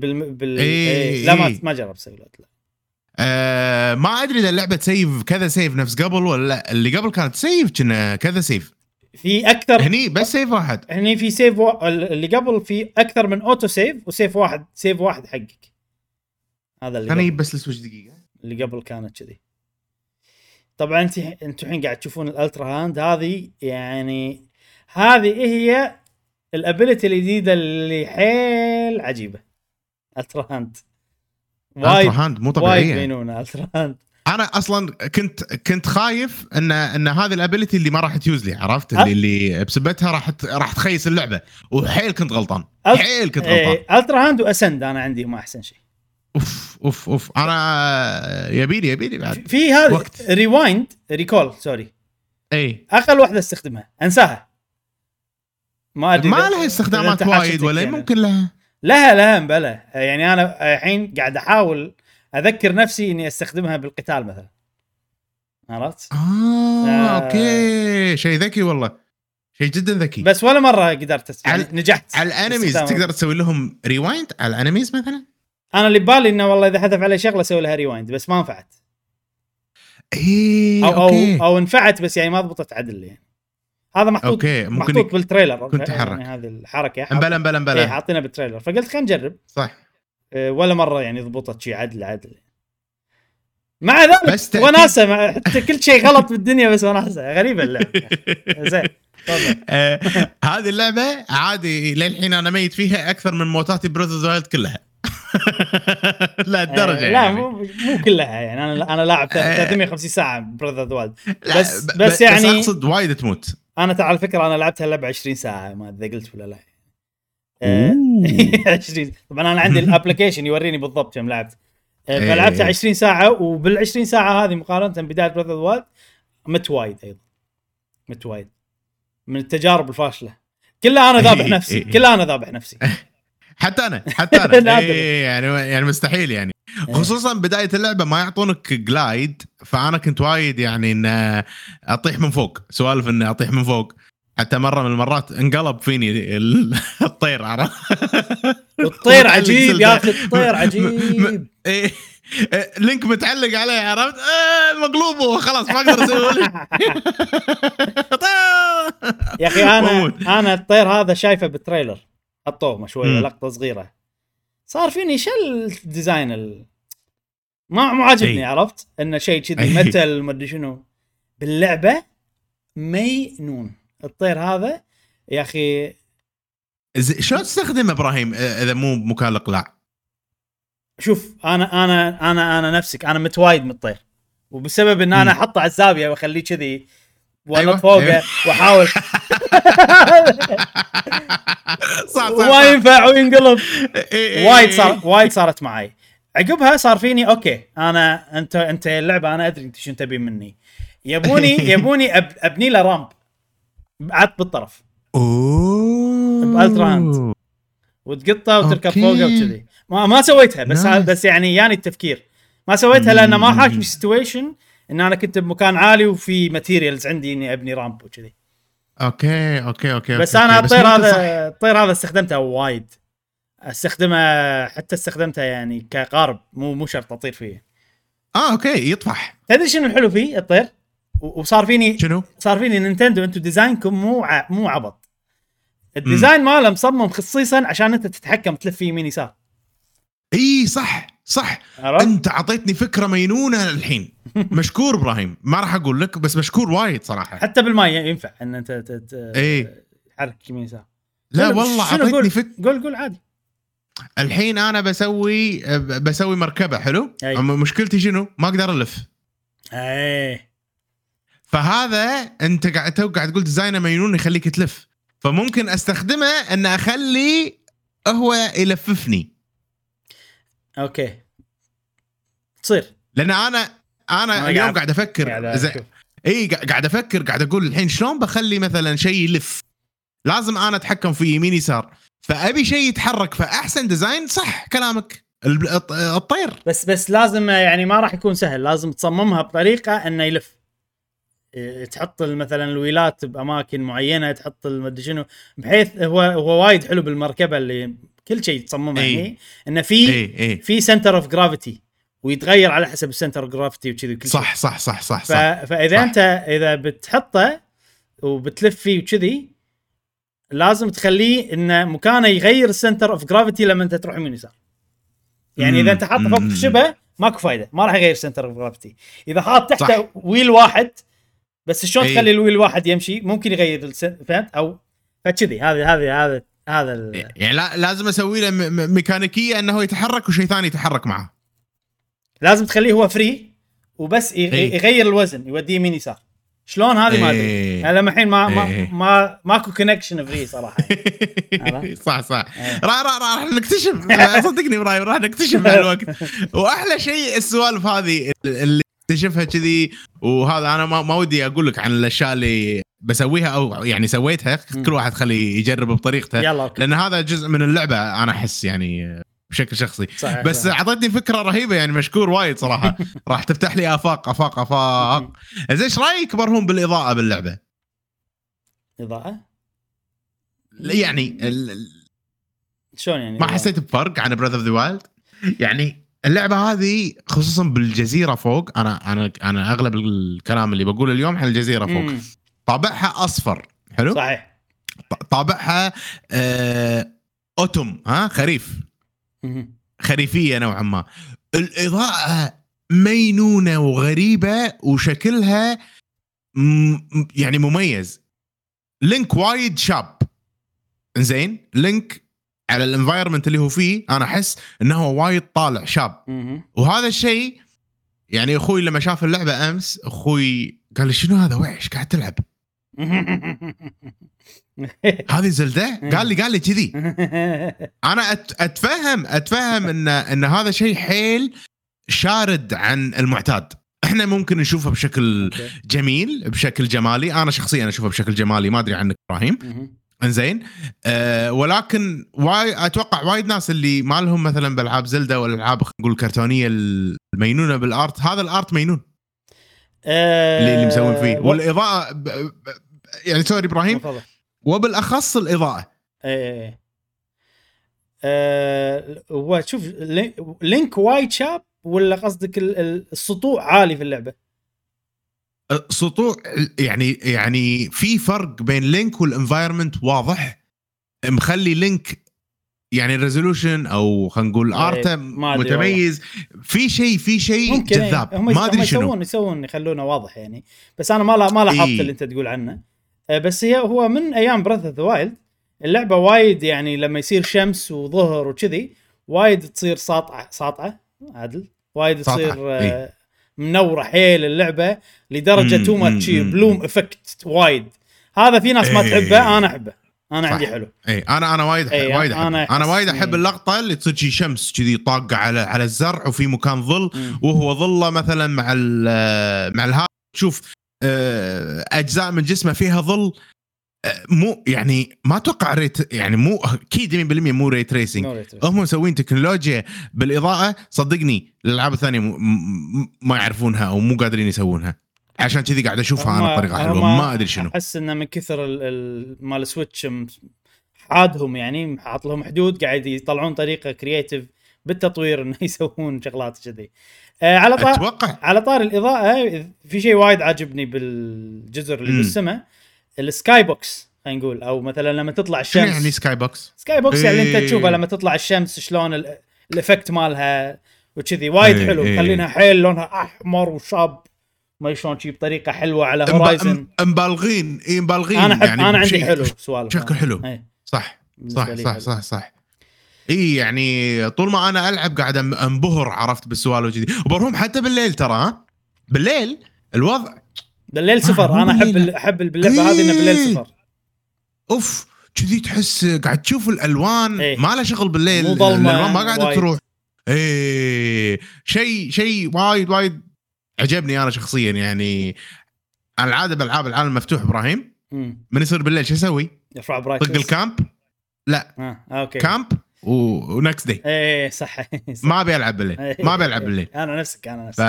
لا ما جربت اسوي لود. لا ما ادري اذا اللعبه تسيف كذا سيف نفس قبل ولا لا. اللي قبل كانت سيف كنا كذا سيف، في اكثر. هني بس سيف واحد. هني في سيف اللي قبل في اكثر من اوتو سيف، وسيف واحد حقك. هذا اللي انا بس السويتش دقيقه. اللي قبل كانت كذي. طبعا انتوا الحين قاعد تشوفون الالترا هاند هذه، يعني هذه هي الابيليتي الجديده اللي حيل عجيبه. الترا هاند الترا هاند مو طبيعيه، وايد بينونه الترا هاند. انا اصلا كنت خايف ان هذه الابيليتي اللي ما راح تيوز لي، عرفت اللي بسبتها راح تخيس اللعبه، وحيل كنت غلطان. حيل كنت غلطان. الترا هاند واسند انا عندي ما احسن شيء. اوف انا يبيلي بعد في هذا ريوايند ريكول سوري، اي اقل واحده استخدمها انساها، ما ادري ما لها استخدامات وايد ولا يعني. ممكن لها بلا يعني انا الحين قاعد احاول اذكر نفسي اني استخدمها بالقتال مثلا، عرفت؟ اوكي شيء ذكي والله، شيء جدا ذكي. بس ولا مره قدرت نجحت على الانميز تقدر تسوي لهم ريوايند على الانميز مثلا. انا اللي ببالي انه والله اذا حذف علي شغله اسوي لها ريوايند، بس ما نفعت. او نفعت بس يعني ما ضبطت عدل يعني. هذا محطوط محطوط بالتريلر كنت يعني هذه الحركه بلا حاطينها بالتريلر، فقلت خلينا نجرب. صح. ولا مره يعني ضبطت شيء عدل. مع ذلك وناسه حتى كل شيء غلط بالدنيا بس وناسه غريبه اللعبه. زين هذه اللعبه عادي للحين انا ميت فيها اكثر من موتاتي براذرز وايلد كلها. لا الدرجه لا يعني. مو كلها يعني انا لاعب 350 ساعه براذرز وايلد بس يعني بس اقصد وايد تموت. انا على فكره انا لعبتها اللعبه 20 ساعه، ما اذا قلت ولا لا. 20 طبعا انا عندي الابلكيشن يوريني بالضبط كم لعبت. فلعبتها 20 ساعه، وبال20 ساعه هذه مقارنه بدايه براذرز وايلد مت وايد من التجارب الفاشله. كلها انا ذابح نفسي حتى انا يعني مستحيل يعني. خصوصا بدايه اللعبه ما يعطونك جلايد، فانا كنت وايد يعني ان اطيح من فوق، سوالف ان اطيح من فوق. حتى مره من المرات انقلب فيني الطير، عرفت؟ الطير عجيب يا اخي، الطير عجيب. لينك متعلق عليه، عرفت؟ مقلوبه خلاص ما اقدر اسوي. يا اخي انا الطير هذا شايفه بالتريلر، حطوه شويه لقطه صغيره، صار فيني شل ديزاين ما عاجبني. عرفت انه شيء كذي متل ما ادري شنو باللعبه. مينون الطير هذا يا اخي. شلون تستخدم ابراهيم اذا مو مكان الاقلاع؟ شوف انا نفسك انا متوايد من الطير، وبسبب ان انا احطه على الزاويه واخليه كذي وانا فوقه واحاول صح ما ينفع وينقلب. وايد صارت معي. عقبها صار فيني اوكي انا انت اللعبه انا ادري انت شو تبي مني. يبوني ابني له رامب عاد بالطرف بالترا هاند وتقطه وتركب فوقه وكذي. ما سويتها بس يعني التفكير ما سويتها لان ما حاشني سيتويشن ان انا كنت بمكان عالي وفي ماتيريالز عندي اني ابني رامب وكذي. اوكي بس انا الطير هذا استخدمته وايد، استخدمته يعني كقارب، مو شرط اطير فيه. اوكي يطفح. تدري شنو الحلو فيه الطير؟ وصار فيني شنو؟ صار فيني نينتندو انتم ديزاينكم مو عبط. الديزاين ماله مصمم خصيصا عشان انت تتحكم تلف فيه يمين يسار. اي صح انت عطيتني فكره مينونه الحين. مشكور ابراهيم، ما راح اقول لك بس مشكور وايد صراحه. حتى بالماء ينفع ان انت تحرك يمين يسار. لا والله عطيتني قول عادي. الحين انا بسوي مركبه حلو. مشكلتي شنو؟ ما اقدر الف. فهذا انت قاعد تقول ديزاينه مينون يخليك تلف، فممكن استخدمه ان اخلي هو يلففني. اوكي تصير. لان انا اليوم قاعد افكر قاعد افكر قاعد اقول الحين شلون بخلي مثلا شيء يلف. لازم انا اتحكم فيه يمين يسار، فابي شيء يتحرك. فاحسن ديزاين صح كلامك الطير. بس لازم يعني ما راح يكون سهل، لازم تصممها بطريقه انه يلف. تحط مثلا الويلات باماكن معينه، تحط المدري شنو، بحيث هو وايد حلو بالمركبه اللي كل شيء تصممه يعني انه في سنتر اوف جرافيتي ويتغير على حسب السنتر اوف جرافيتي وكذي كل صح شيء. صح فاذا صح. انت اذا بتحطه وبتلف فيه وكذي لازم تخليه انه مكانه يغير السنتر اوف جرافيتي لما انت تروح يمين يسار. يعني اذا انت حاطه فوق الخشبه ماكو فايده، ما راح يغير سنتر اوف جرافيتي. اذا حاط تحته ويل واحد بس، شلون تخلي الويل واحد يمشي؟ ممكن يغير فهمت او فكذي. هذا يعني لازم اسوي له ميكانيكيه انه يتحرك وشيء ثاني يتحرك معه. لازم تخليه هو فري وبس يغير الوزن، يوديه يمين يسار. شلون هذه ما ادري انا الحين ما ماكو كونكشن فري صراحه يعني. صح راح نكتشف. صدقني ابراهيم راح نكتشف مع الوقت. واحلى شيء السوالف هذه اللي اكتشفها كذي. وهذا انا ما ودي اقول لك عن الاشياء اللي بسويها او يعني سويتها، كل واحد خليه يجرب بطريقته، لان هذا جزء من اللعبه انا احس يعني بشكل شخصي. بس اعطتني فكره رهيبه يعني، مشكور وايد صراحه. راح تفتح لي افاق. زين ايش رايك برهم بالاضاءه باللعبه؟ اضاءه يعني شلون يعني؟ ما حسيت بفرق عن براذر اوف ذا وايلد؟ يعني اللعبه هذه خصوصا بالجزيره فوق، انا اغلب الكلام اللي بقوله اليوم عن الجزيره فوق. طابعها اصفر حلو، صحيح. طابعها اوتوم، خريف، خريفيه نوعا ما. الاضاءه مينونه وغريبه وشكلها يعني مميز. لينك وايد شاب، زين. لينك على الانفايرمنت اللي هو فيه انا احس انه هو وايد طالع شاب. وهذا الشيء يعني اخوي لما شاف اللعبه امس، اخوي قال لي شنو هذا وحش قاعد تلعب؟ هذه زلدة؟ قال لي كذي. انا اتفهم ان هذا شيء حيل شارد عن المعتاد. احنا ممكن نشوفه بشكل جميل، بشكل جمالي. انا شخصيا اشوفه بشكل جمالي، ما ادري عنك ابراهيم. انزين ولكن اتوقع وايد ناس اللي ما لهم مثلا بالعاب زلدة ولا العاب نقول الكرتونيه المينونه بالارت، هذا الارت مينون اللي مسوين فيه. والاضاءه يعني سوري ابراهيم، وبالاخص الاضاءه. وشوف لينك وايد شاب، ولا قصدك السطوع عالي في اللعبه؟ سطوع يعني في فرق بين لينك والانفايرمنت واضح، مخلي لينك يعني الريزولوشن او خلينا نقول ارته متميز. في شيء جذاب، ما ادري شنو يسوون يخلونه واضح يعني. بس انا ما لاحظت اللي انت تقول عنه. بس هو من ايام براذر اوف ذا وايلد اللعبه وايد يعني لما يصير شمس وظهر وكذي وايد تصير ساطعه عدل، وايد تصير منوره حيل اللعبه لدرجه تو ماتش بلوم افكت وايد. هذا في ناس ما تحبه، انا احبه، انا عندي حلو. انا وايد احب اللقطه اللي تصير شي شمس كذي طاقه على الزرع وفي مكان ظل، وهو ظله مثلا مع الهواء تشوف اجزاء من جسمه فيها ظل. مو يعني ما اتوقع ريت يعني مو اكيد 100% مو ريت ريسنج. هم مسوين تكنولوجيا بالاضاءه صدقني الالعاب الثانيه ما يعرفونها او مو قادرين يسوونها. عشان كذي قاعد اشوفها انا بطريقه حلوه، ما ادري شنو. احس انه من كثر مال سويتش حادهم يعني، حاط لهم حدود، قاعد يطلعون طريقه كرييتيف بالتطوير انه يسوون شغلات كذي. على طار الاضاءه، في شيء وايد عاجبني بالجزر اللي بالسماء، السكاي بوكس خلينا نقول، او مثلا لما تطلع الشمس. يعني سكاي بوكس يعني انت تشوفها لما تطلع الشمس شلون الافكت مالها وكذي وايد حلو. خلينها حيل لونها احمر وشاب، ما شلون شيء بطريقه حلوه على هورايزن. مبالغين انا يعني انا عندي حلو سوالف شكله حلو. صح يعني طول ما انا العب قاعد انبهر، عرفت بالسوالف كذي. وبروم حتى بالليل، ترى بالليل الوضع بالليل صفر. انا احب باللعبه هذه انه بالليل صفر. اوف كذي تحس قاعد تشوف الالوان ما له شغل بالليل، الالوان ما قاعده تروح. شيء وايد عجبني انا شخصيا يعني. انا العاده بالعاب العالم المفتوح ابراهيم من يصير بالليل شو اسوي؟ يرفع برايتنس، طق الكامب. لا اوكي كامب ونكست داي. صح ما ابي العب بالليل، ما ابي العب بالليل. انا نفسك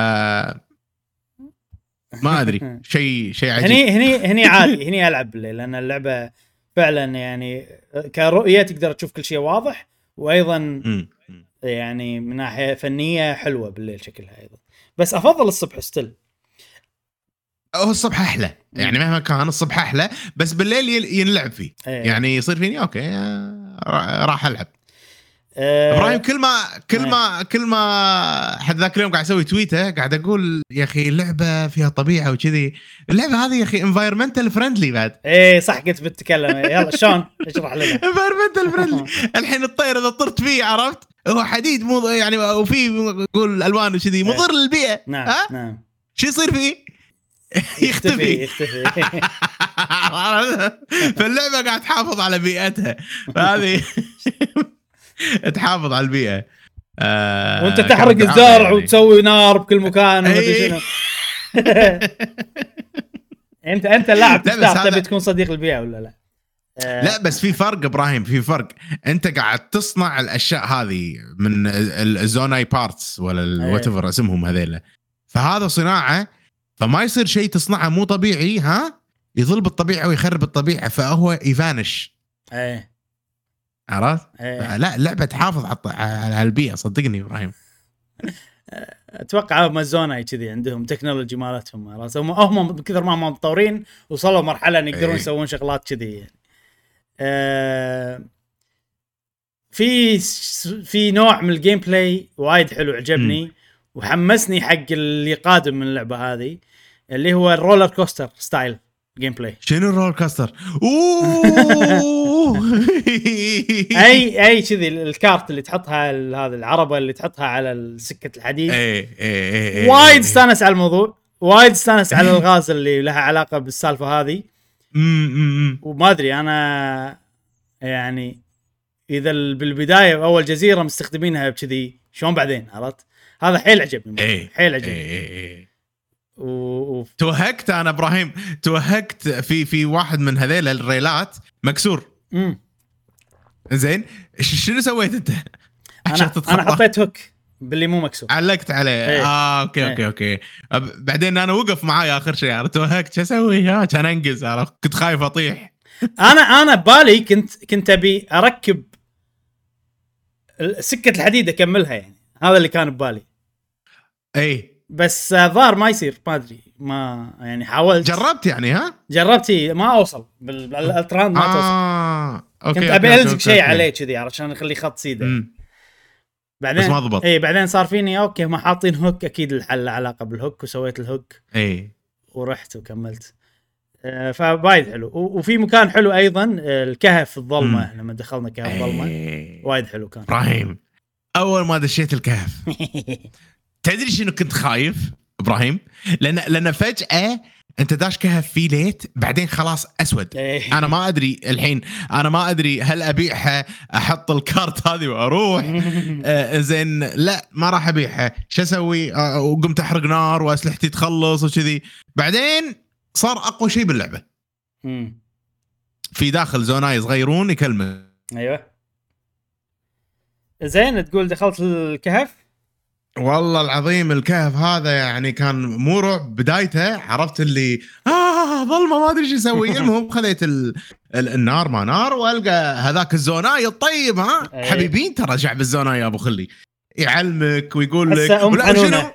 ما ادري شيء عجيب. هني عادي، هني العب بالليل لان اللعبه فعلا يعني كرؤيه تقدر تشوف كل شيء واضح، وايضا يعني من ناحيه فنيه حلوه بالليل شكلها ايضا. بس افضل الصبح ستيل. هو الصبح احلى يعني، مهما كان الصبح احلى، بس بالليل ينلعب فيه. يعني يصير فيني اوكي راح العب. ابراهيم كل ما حد ذاك اليوم قاعد اسوي تويته قاعد اقول يا اخي اللعبه فيها طبيعه وكذي. اللعبه هذه يا اخي انفايرمنتال فريندلي بعد. ايه صح قلت بتتكلم. يلا شلون اشرح لنا. انفايرمنتال فريندلي. الحين الطير اذا طرت فيه عرفت هو حديد مو يعني وفي يقول الوان وكذي مضر للبيئه. نعم شو يصير فيه؟ يختفي. فاللعبه قاعد تحافظ على بيئتها هذه. تحافظ على البيئه. وانت تحرق الزرع يعني. وتسوي نار بكل مكان وما ادري شنو. انت اللاعب تختار تبي تكون صديق البيئه ولا لا؟ لا بس في فرق ابراهيم، في فرق. انت قاعد تصنع الاشياء هذه من الزوناي بارتس ولا الواتيفر اسمهم هذيلا، فهذا صناعه، فما يصير شيء تصنعه مو طبيعي يظل بالطبيعه ويخرب الطبيعه فهو يفانش. عرفت؟ لا اللعبه تحافظ على البيئه صدقني ابراهيم. اتوقع مازوناي كذي عندهم تكنولوجي مالتهم، عرفت؟ هم بكثر ما هم متطورين وصلوا مرحله ان يقدرون يسوون شغلات كذي. في نوع من الجيم بلاي وايد حلو عجبني وحمسني حق اللي قادم من اللعبه هذه، اللي هو الرولر كوستر ستايل جيم بلاي. شنو الرولر كوستر؟ اي كذي الكارت اللي تحطها، هذا العربه اللي تحطها على سكه الحديد. وايد استانس على الموضوع، وايد استانس على الغاز اللي لها علاقه بالسالفه هذه. وما ادري انا يعني اذا بالبدايه اول جزيره مستخدمينها بكذي شلون بعدين، عرفت؟ هذا حيل عجبني. حيل عجبني. توهقت انا ابراهيم، توهقت في واحد من هذيل الريلات مكسور. زين شنو سويت انت؟ انا حطيت هوك باللي مو مكسور، علقت عليه. اوكي بعدين انا وقف معاي اخر شيء، عرفت؟ توهقت شو اسوي؟ كان انجز، عرفت؟ كنت خايف اطيح. انا ببالي كنت ابي اركب سكه الحديد اكملها، يعني هذا اللي كان ببالي. بس ظهر ما يصير، ما ادري، ما يعني حاولت جربت يعني جربت ما اوصل بالالتران ما توصل. كنت ابي الزق شيء عليه كذي عشان اخليه خط سيده. بعدين بس ما ضبط. بعدين صار فيني اوكي ما حاطين هوك، اكيد الحل علاقه بالهوك، وسويت الهوك ورحت وكملت. فوايد حلو. وفي مكان حلو ايضا الكهف الظلمه. لما دخلنا كهف ظلمه وايد حلو كان. ابراهيم اول ما دشيت الكهف تدري شنو كنت خايف ابراهيم؟ لان فجاه انت داش كهف فيه ليت بعدين خلاص اسود. انا ما ادري الحين، انا ما ادري هل ابيعها احط الكارت هذه واروح زين لا ما راح ابيعها، شو اسوي؟ وقمت احرق نار واسلحتي تخلص وكذي. بعدين صار اقوى شيء باللعبه في داخل زوناي صغيرون يكلمه. ايوه زين تقول دخلت الكهف. والله العظيم الكهف هذا يعني كان مو رعب بدايته، عرفت اللي ظلمه ما ادري شو اسوي. المهم خذيت النار ما نار والقى هذاك الزوناي الطيب حبيبين ترى شعب الزوناي يا ابو خلي يعلمك ويقول لك ولا شنو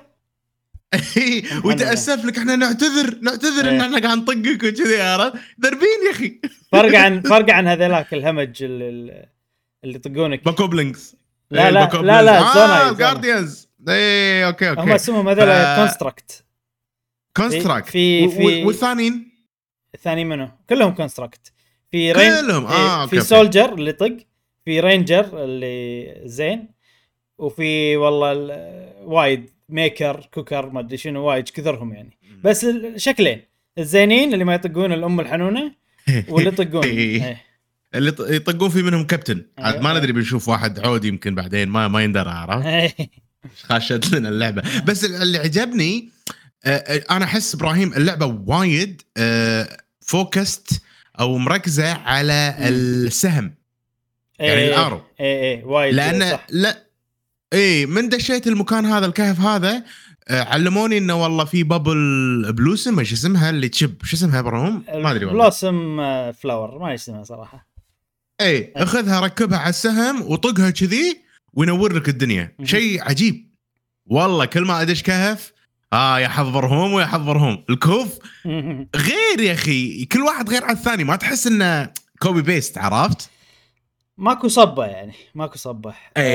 ويتاسف لك احنا نعتذر ان احنا قاعد نطقك وكذي. عرفت؟ دربين يا اخي. فرق عن هذلاك الهمج اللي يطقونك باكوبلينجز. لا زوناي جارديانز. اوكي هم اسمهم هذول كونستراكت. في والثانيين الثاني منه كلهم كونستراكت. في كلهم في سولجر اللي طق، في رينجر اللي زين، وفي والله وايد ميكر كوكر ما ادري شنو، وايد كثرهم يعني. بس شكلين الزينين اللي ما يطقون الام الحنونه واللي يطقون اللي يطقون في منهم كابتن. عاد ما ندري بنشوف واحد عود يمكن بعدين ما يندرى. عرفت؟ خاشت لنا اللعبه. بس اللي عجبني انا احس ابراهيم اللعبه وايد فوكست او مركزه على السهم يعني الارو. وايد لان لا من دشيت المكان هذا الكهف هذا علموني انه والله في بابل بلوسم ايش اسمها اللي تشب، شو اسمها ابراهيم؟ ما ادري والله. بلوسم فلاور ما اسمها صراحه. اخذها ركبها على السهم وطقها كذي وينور لك الدنيا. شيء عجيب والله. كل ما ادش كهف يحضرهم ويحضرهم الكوف غير يا اخي، كل واحد غير عن الثاني، ما تحس انه كوبي بيست. عرفت؟ ماكو صبه يعني ماكو صبه.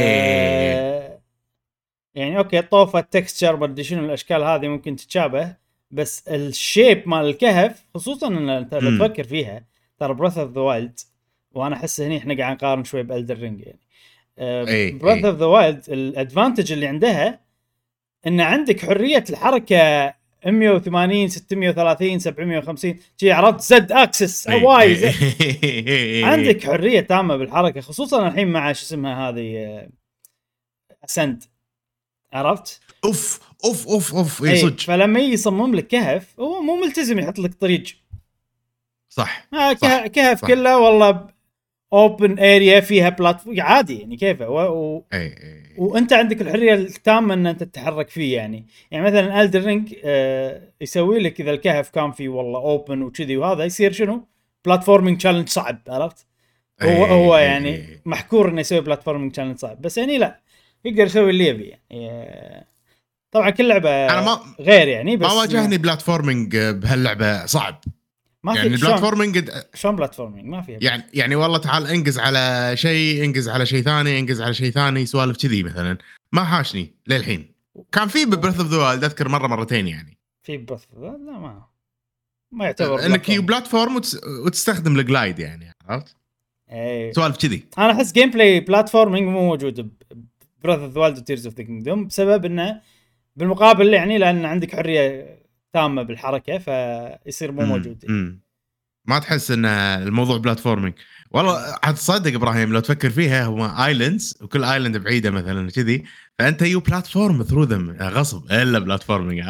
يعني اوكي طوفه التكستشر بدي شنو الاشكال هذه ممكن تتشابه، بس الشيب مال الكهف خصوصا ان انت بتفكر فيها ترى براذ اوف ذا وايلد، وانا احس هني احنا قاعد نقارن شوي بالدر رينج يعني. براذ اوف ذا وايلد الادفانتج اللي عندها ان عندك حريه الحركه 180 630 750 شي، عرفت؟ زد اكسس واي عندك حريه تامه بالحركه، خصوصا الحين مع شو اسمها هذه اسند، عرفت؟ اوف اي صدق. فلما يصمم لك كهف هو مو ملتزم يحط لك طريق، صح كهف صح. كله والله اوبن اريا فيها بلاتفورم عادي يعني كيفه وانت عندك الحريه التامه ان انت تتحرك فيه يعني مثلا الدر رينج يسوي لك اذا الكهف كان فيه والله اوبن وكذي وهذا يصير شنو بلاتفورمينج تشالنج صعب، عرفت؟ هو يعني محكور انه يسوي بلاتفورمينج تشالنج صعب، بس يعني لا يقدر يسوي اللي يبي يعني. طبعا كل لعبه انا غير يعني، بس ما واجهني بلاتفورمينج بهاللعبه صعب ما في يعني. البلاتفورمينج شلون بلاتفورمينج ما فيها يعني والله تعال انقز على شيء، انقز على شيء ثاني، انقز على شيء ثاني، سوالف كذي مثلا ما حاشني للحين. كان في ببريث اوف ذا وايلد اذكر مره مرتين يعني في بث لا ما يعتبر انك بلاتفورم وتستخدم الجلايد يعني، عرفت؟ سوالف كذي. انا احس جيم بلاي بلاتفورمينج مو موجود ببريث اوف ذا وايلد وتيرز اوف ذا كينجدوم بسبب انه بالمقابل يعني لان عندك حريه تامه بالحركه فيصير مو موجود. ما تحس ان الموضوع بلاتفورمينج؟ والله حتصدق ابراهيم لو تفكر فيها هم ايلاندز وكل ايلاند بعيده مثلا كذي، فانت يو بلاتفورم ثرو ذم غصب الا بلاتفورمينج.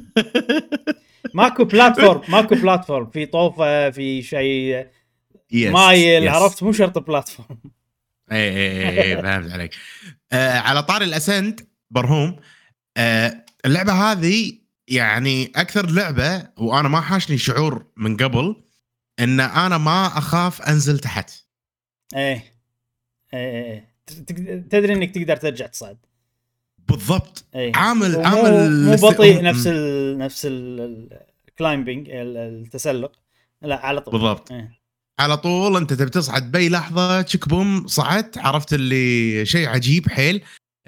ماكو بلاتفورم في طوفه في شيء مايل، عرفت؟ مو شرط بلاتفورم. اي فهمت عليك. على طاري الاسنت برهوم، اللعبه هذه يعني اكثر لعبه وانا ما حاشني شعور من قبل ان انا ما اخاف انزل تحت. ايه تدري انك تقدر ترجع تصعد بالضبط. عامل مو بطيء نفس الكلايمبينج التسلق، لا على طول بالضبط. على طول انت تبي تصعد باي لحظه تشك بوم صعدت، عرفت اللي شيء عجيب حيل.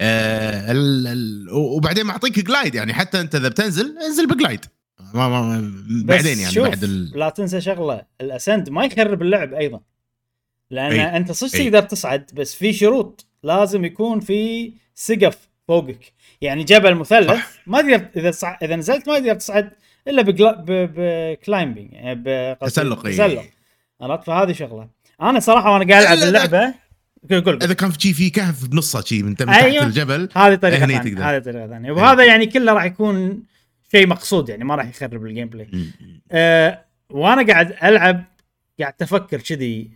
وبعدين معطيك جلايد يعني، حتى انت اذا بتنزل انزل بجلايد بعدين يعني بعد لا تنسى شغله، الاسند ما يخرب اللعب ايضا، لان انت صدق تقدر تصعد بس في شروط، لازم يكون في سقف فوقك يعني جبل مثلث ما تقدر اذا نزلت ما تقدر تصعد الا بكلايمبينج يعني تسلق. عرفت؟ فهذه شغله انا صراحه وانا قاعد العب اللعبه قول اذا كان في كهف بنصه شيء من تحت الجبل، هذه طريقه ثانيه وهذا يعني كله راح يكون شيء مقصود يعني ما راح يخرب الجيم بلاي. وانا قاعد العب قاعد تفكر كذي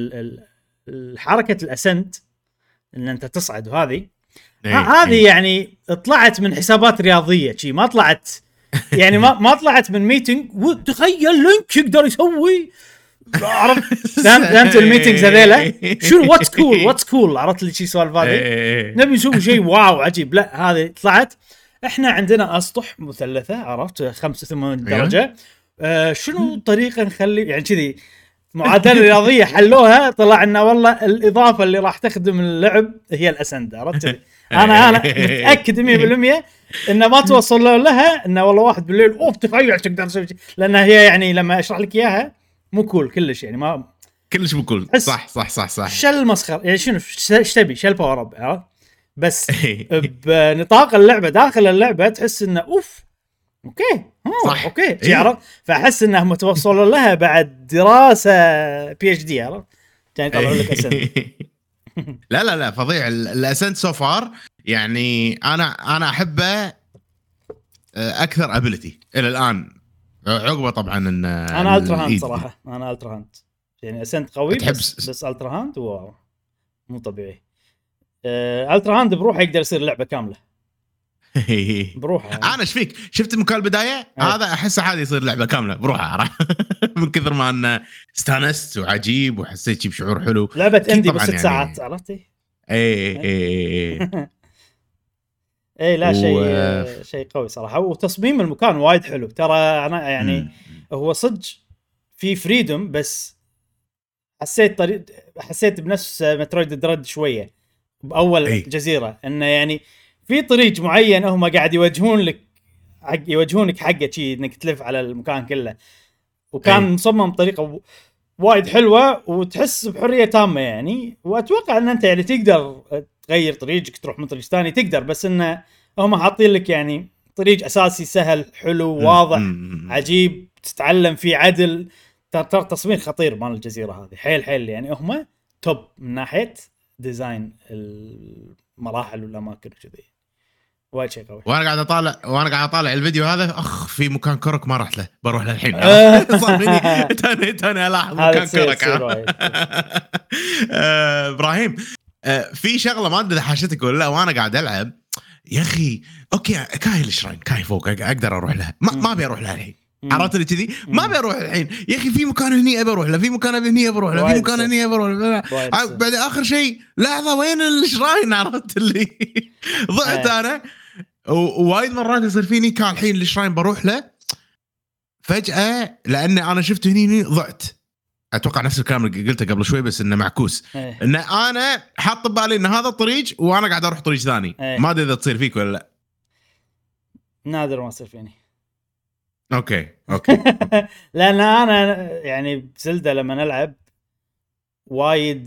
الحركه الاسنت ان انت تصعد، وهذه هذه يعني طلعت من حسابات رياضيه شيء، ما طلعت يعني ما طلعت من ميتنج وتخيل لينك يقدر يسوي، عرفت؟ فهمت الميتينجز هذيلا شنو واتس كول عرفت لي شيء سوالف هذه نبي نسوي شيء واو عجيب. لا هذه طلعت احنا عندنا اسطح مثلثه، عرفت؟ 85 درجه. شنو الطريقه نخلي يعني كذي معادله رياضيه حلوها، طلع لنا والله الاضافه اللي راح تخدم اللعب هي الاسند، عرفت؟ انا متاكد 100% انه ما توصل لها انه والله واحد بالليل اوف تخيل تقدر تسوي، لان هي يعني لما اشرح لك اياها مو كول كلش يعني، ما كلش مو كول. صح شل مسخر يعني شنو ايش تبي شل باور اب، عرفت؟ بس بنطاق اللعبه داخل اللعبه تحس انه اوف اوكي صح اوكي عرفت؟ فاحس انهم متوصلوا لها بعد دراسه بي اتش دي، عرفت؟ كان يطلعوا لك اسنت. لا فظيع الاسنت سو فار يعني. انا احبه اكثر ابيلتي الى الان، عقبه طبعا ان انا الترا هاند صراحه، انا الترا هاند يعني اسنت قوي بس الترا هاند واو مو طبيعي. الترا هاند بروحه يقدر يصير لعبه كامله بروحه يعني. انا ايش فيك شفت مكان البدايه هذا احسه عادي يصير لعبه كامله بروحه من كثر ما انه استانست وعجيب وحسيت شيء بشعور حلو. لعبه اندي بس 6 ساعات عرفتي؟ اي لا شيء قوي صراحه، وتصميم المكان وايد حلو ترى. انا يعني هو صدق في فريدوم، بس حسيت حسيت بنفس مترويد دريد شويه باول أي. جزيره، انه يعني في طريق معين هم قاعد يوجهونك حقه شيء انك تلف على المكان كله، وكان أي. مصمم بطريقه وايد حلوه وتحس بحريه تامه يعني. واتوقع ان انت يعني تقدر تغير طريقك تروح من طريق ثاني تقدر، بس انه هم حاطين لك يعني طريق اساسي سهل حلو واضح عجيب تتعلم فيه عدل. ترى تصميم خطير مال الجزيره هذه، حيل يعني هم توب من ناحيه ديزاين المراحل والاماكن وكذي، وايد شيء قوي. وانا قاعد اطالع الفيديو هذا، اخ في مكان كرك ما رحت له، بروح له الحين. صار فيني تاني الاحظ مكان كرك. ابراهيم، في شغله ما ادري حاشتك ولا لا، وانا قاعد العب يا اخي اوكي كاي الشراين كاي فوق اقدر اروح لها، ما ابي اروح لها الحين. عرفت اللي كذي ما ابي اروح الحين يا اخي. في مكان هني ابي اروح له، في مكان هني ابي اروح له، في مكان هني ابي اروح له. بعد اخر شيء لحظه وين الشراين؟ عرفت اللي ضعت انا. ووايد مرات يصير فيني كان الحين الشراين بروح له فجاه لان انا شفت هني ضعت. اتوقع نفس الكلام اللي قلته قبل شوي بس انه معكوس. ان انا حاط ببالي ان هذا الطريق وانا قاعد اروح طريق ثاني. ما ادري اذا تصير فيك ولا لا. نادر ما تصير فيني. اوكي لان انا يعني بزلدة لما نلعب وايد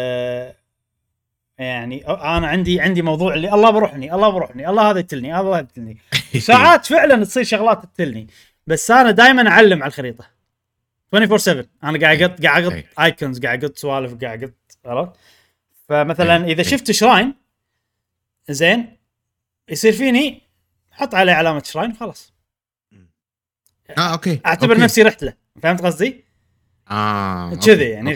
يعني انا عندي موضوع اللي الله بروحني الله هذا يتلني ساعات فعلا تصير شغلات تتلني، بس انا دائما اعلم على الخريطه 24/7. انا قاعد اقط ايكونز، قاعد اقط سوالف، قاعد اقط عرفت. فمثلا اذا شفت شراين زين يصير فيني حط عليه علامه شراين خلاص. اوكي اعتبر نفسي رحت له، فهمت قصدي؟ كذي يعني.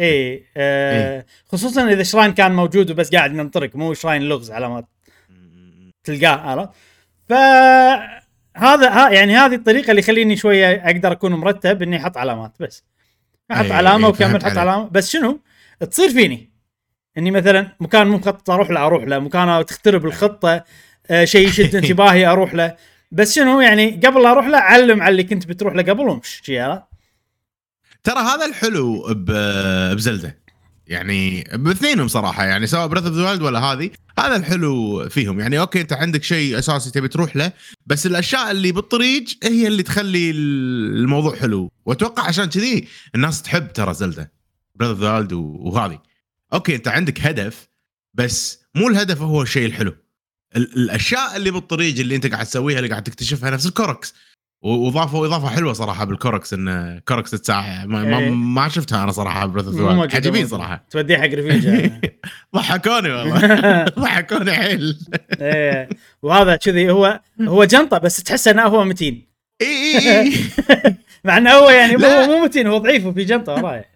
خصوصا اذا شراين كان موجود وبس قاعد ننطرق، مو شراين لغز علامات تلقاه. عرفت؟ فهذا يعني هذه الطريقه اللي يخليني شويه اقدر اكون مرتب اني احط علامات، بس احط علامه وكمل احط علامه. بس شنو تصير فيني اني مثلا مكان مو مخطط اروح له، مكان تخترب الخطه، شيء يشد انتباهي اروح له. بس شنو يعني قبل لا اروح له علم على اللي كنت بتروح له قبل ومش شيء. ترى هذا الحلو بزلدة يعني باثنينهم صراحه، يعني سواء بريث اوف ذا وايلد ولا هذا الحلو فيهم. يعني اوكي انت عندك شيء اساسي تبي تروح له، بس الاشياء اللي بالطريق هي اللي تخلي الموضوع حلو. واتوقع عشان كذي الناس تحب ترى زلدة بريث اوف ذا وايلد. وهذه اوكي انت عندك هدف، بس مو الهدف هو الشيء الحلو. الاشياء اللي بالطريق اللي انت قاعد تسويها اللي قاعد تكتشفها، نفس الكوركس. واضافه اضافه حلوه صراحه بالكوركس، ان كوركس تساعة ما شفتها انا صراحه بريث اوف ذا وايلد، عجيبين صراحه. توديه حق رفيجه. ضحكوني والله. ضحكوني حيل. ايه وهذا كذي هو جنطه بس تحس انه هو متين. اي مع انه هو يعني مو متين، هو ضعيف وفي جنطه وراه.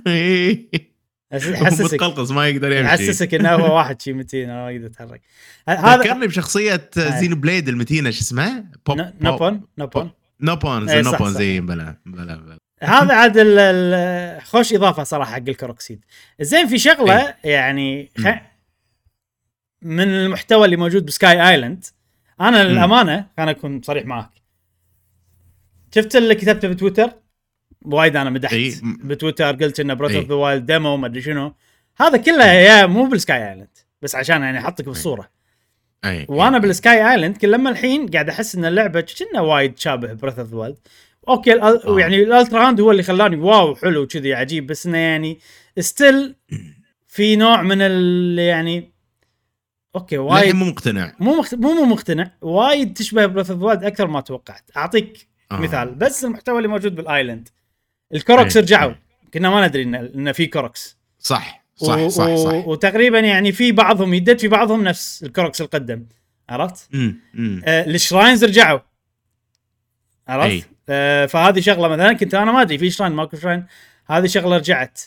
حسسك متقلقص ما يقدر يمشي، حسسك انه هو واحد شيء متين ما يقدر يتحرك. هذا ذكرني بخصيه زين بليد المتينه، شو اسمه؟ نوبون زي بلا هذا عاد خوش اضافه صراحه حق الكروكسيد. زين في شغله يعني من المحتوى اللي موجود بسكاي ايلاند، انا للامانه انا اكون صريح معك، شفت اللي كتبته بتويتر وايد انا مدحت بتويتر، قلت انه بريث اوف ذا وايلد ديمو ما ادري شنو هذا كله، يا مو بالسكاي ايلاند بس عشان يعني احطك بالصوره. وانا بالسكاي ايلاند كل لما الحين قاعد احس ان اللعبه كنا وايد شابه بريث اوف ذا وايلد. اوكي يعني الالترا هاند هو اللي خلاني واو حلو كذي عجيب، بس انه يعني ستيل في نوع من يعني اوكي وايد مو مقتنع وايد تشبه بريث اوف ذا وايلد اكثر ما توقعت. اعطيك مثال بس المحتوى اللي موجود بالايلاند، الكروكس رجعوا، كنا ما ندري ان في كروكس. صح وتقريبا يعني في بعضهم يدد، في بعضهم نفس الكروكس القدم، عرفت؟ الشراينز رجعوا، عرفت؟ فهذه شغله مثلا كنت انا ما ادري في شراين ماكو شراين، هذه شغله رجعت.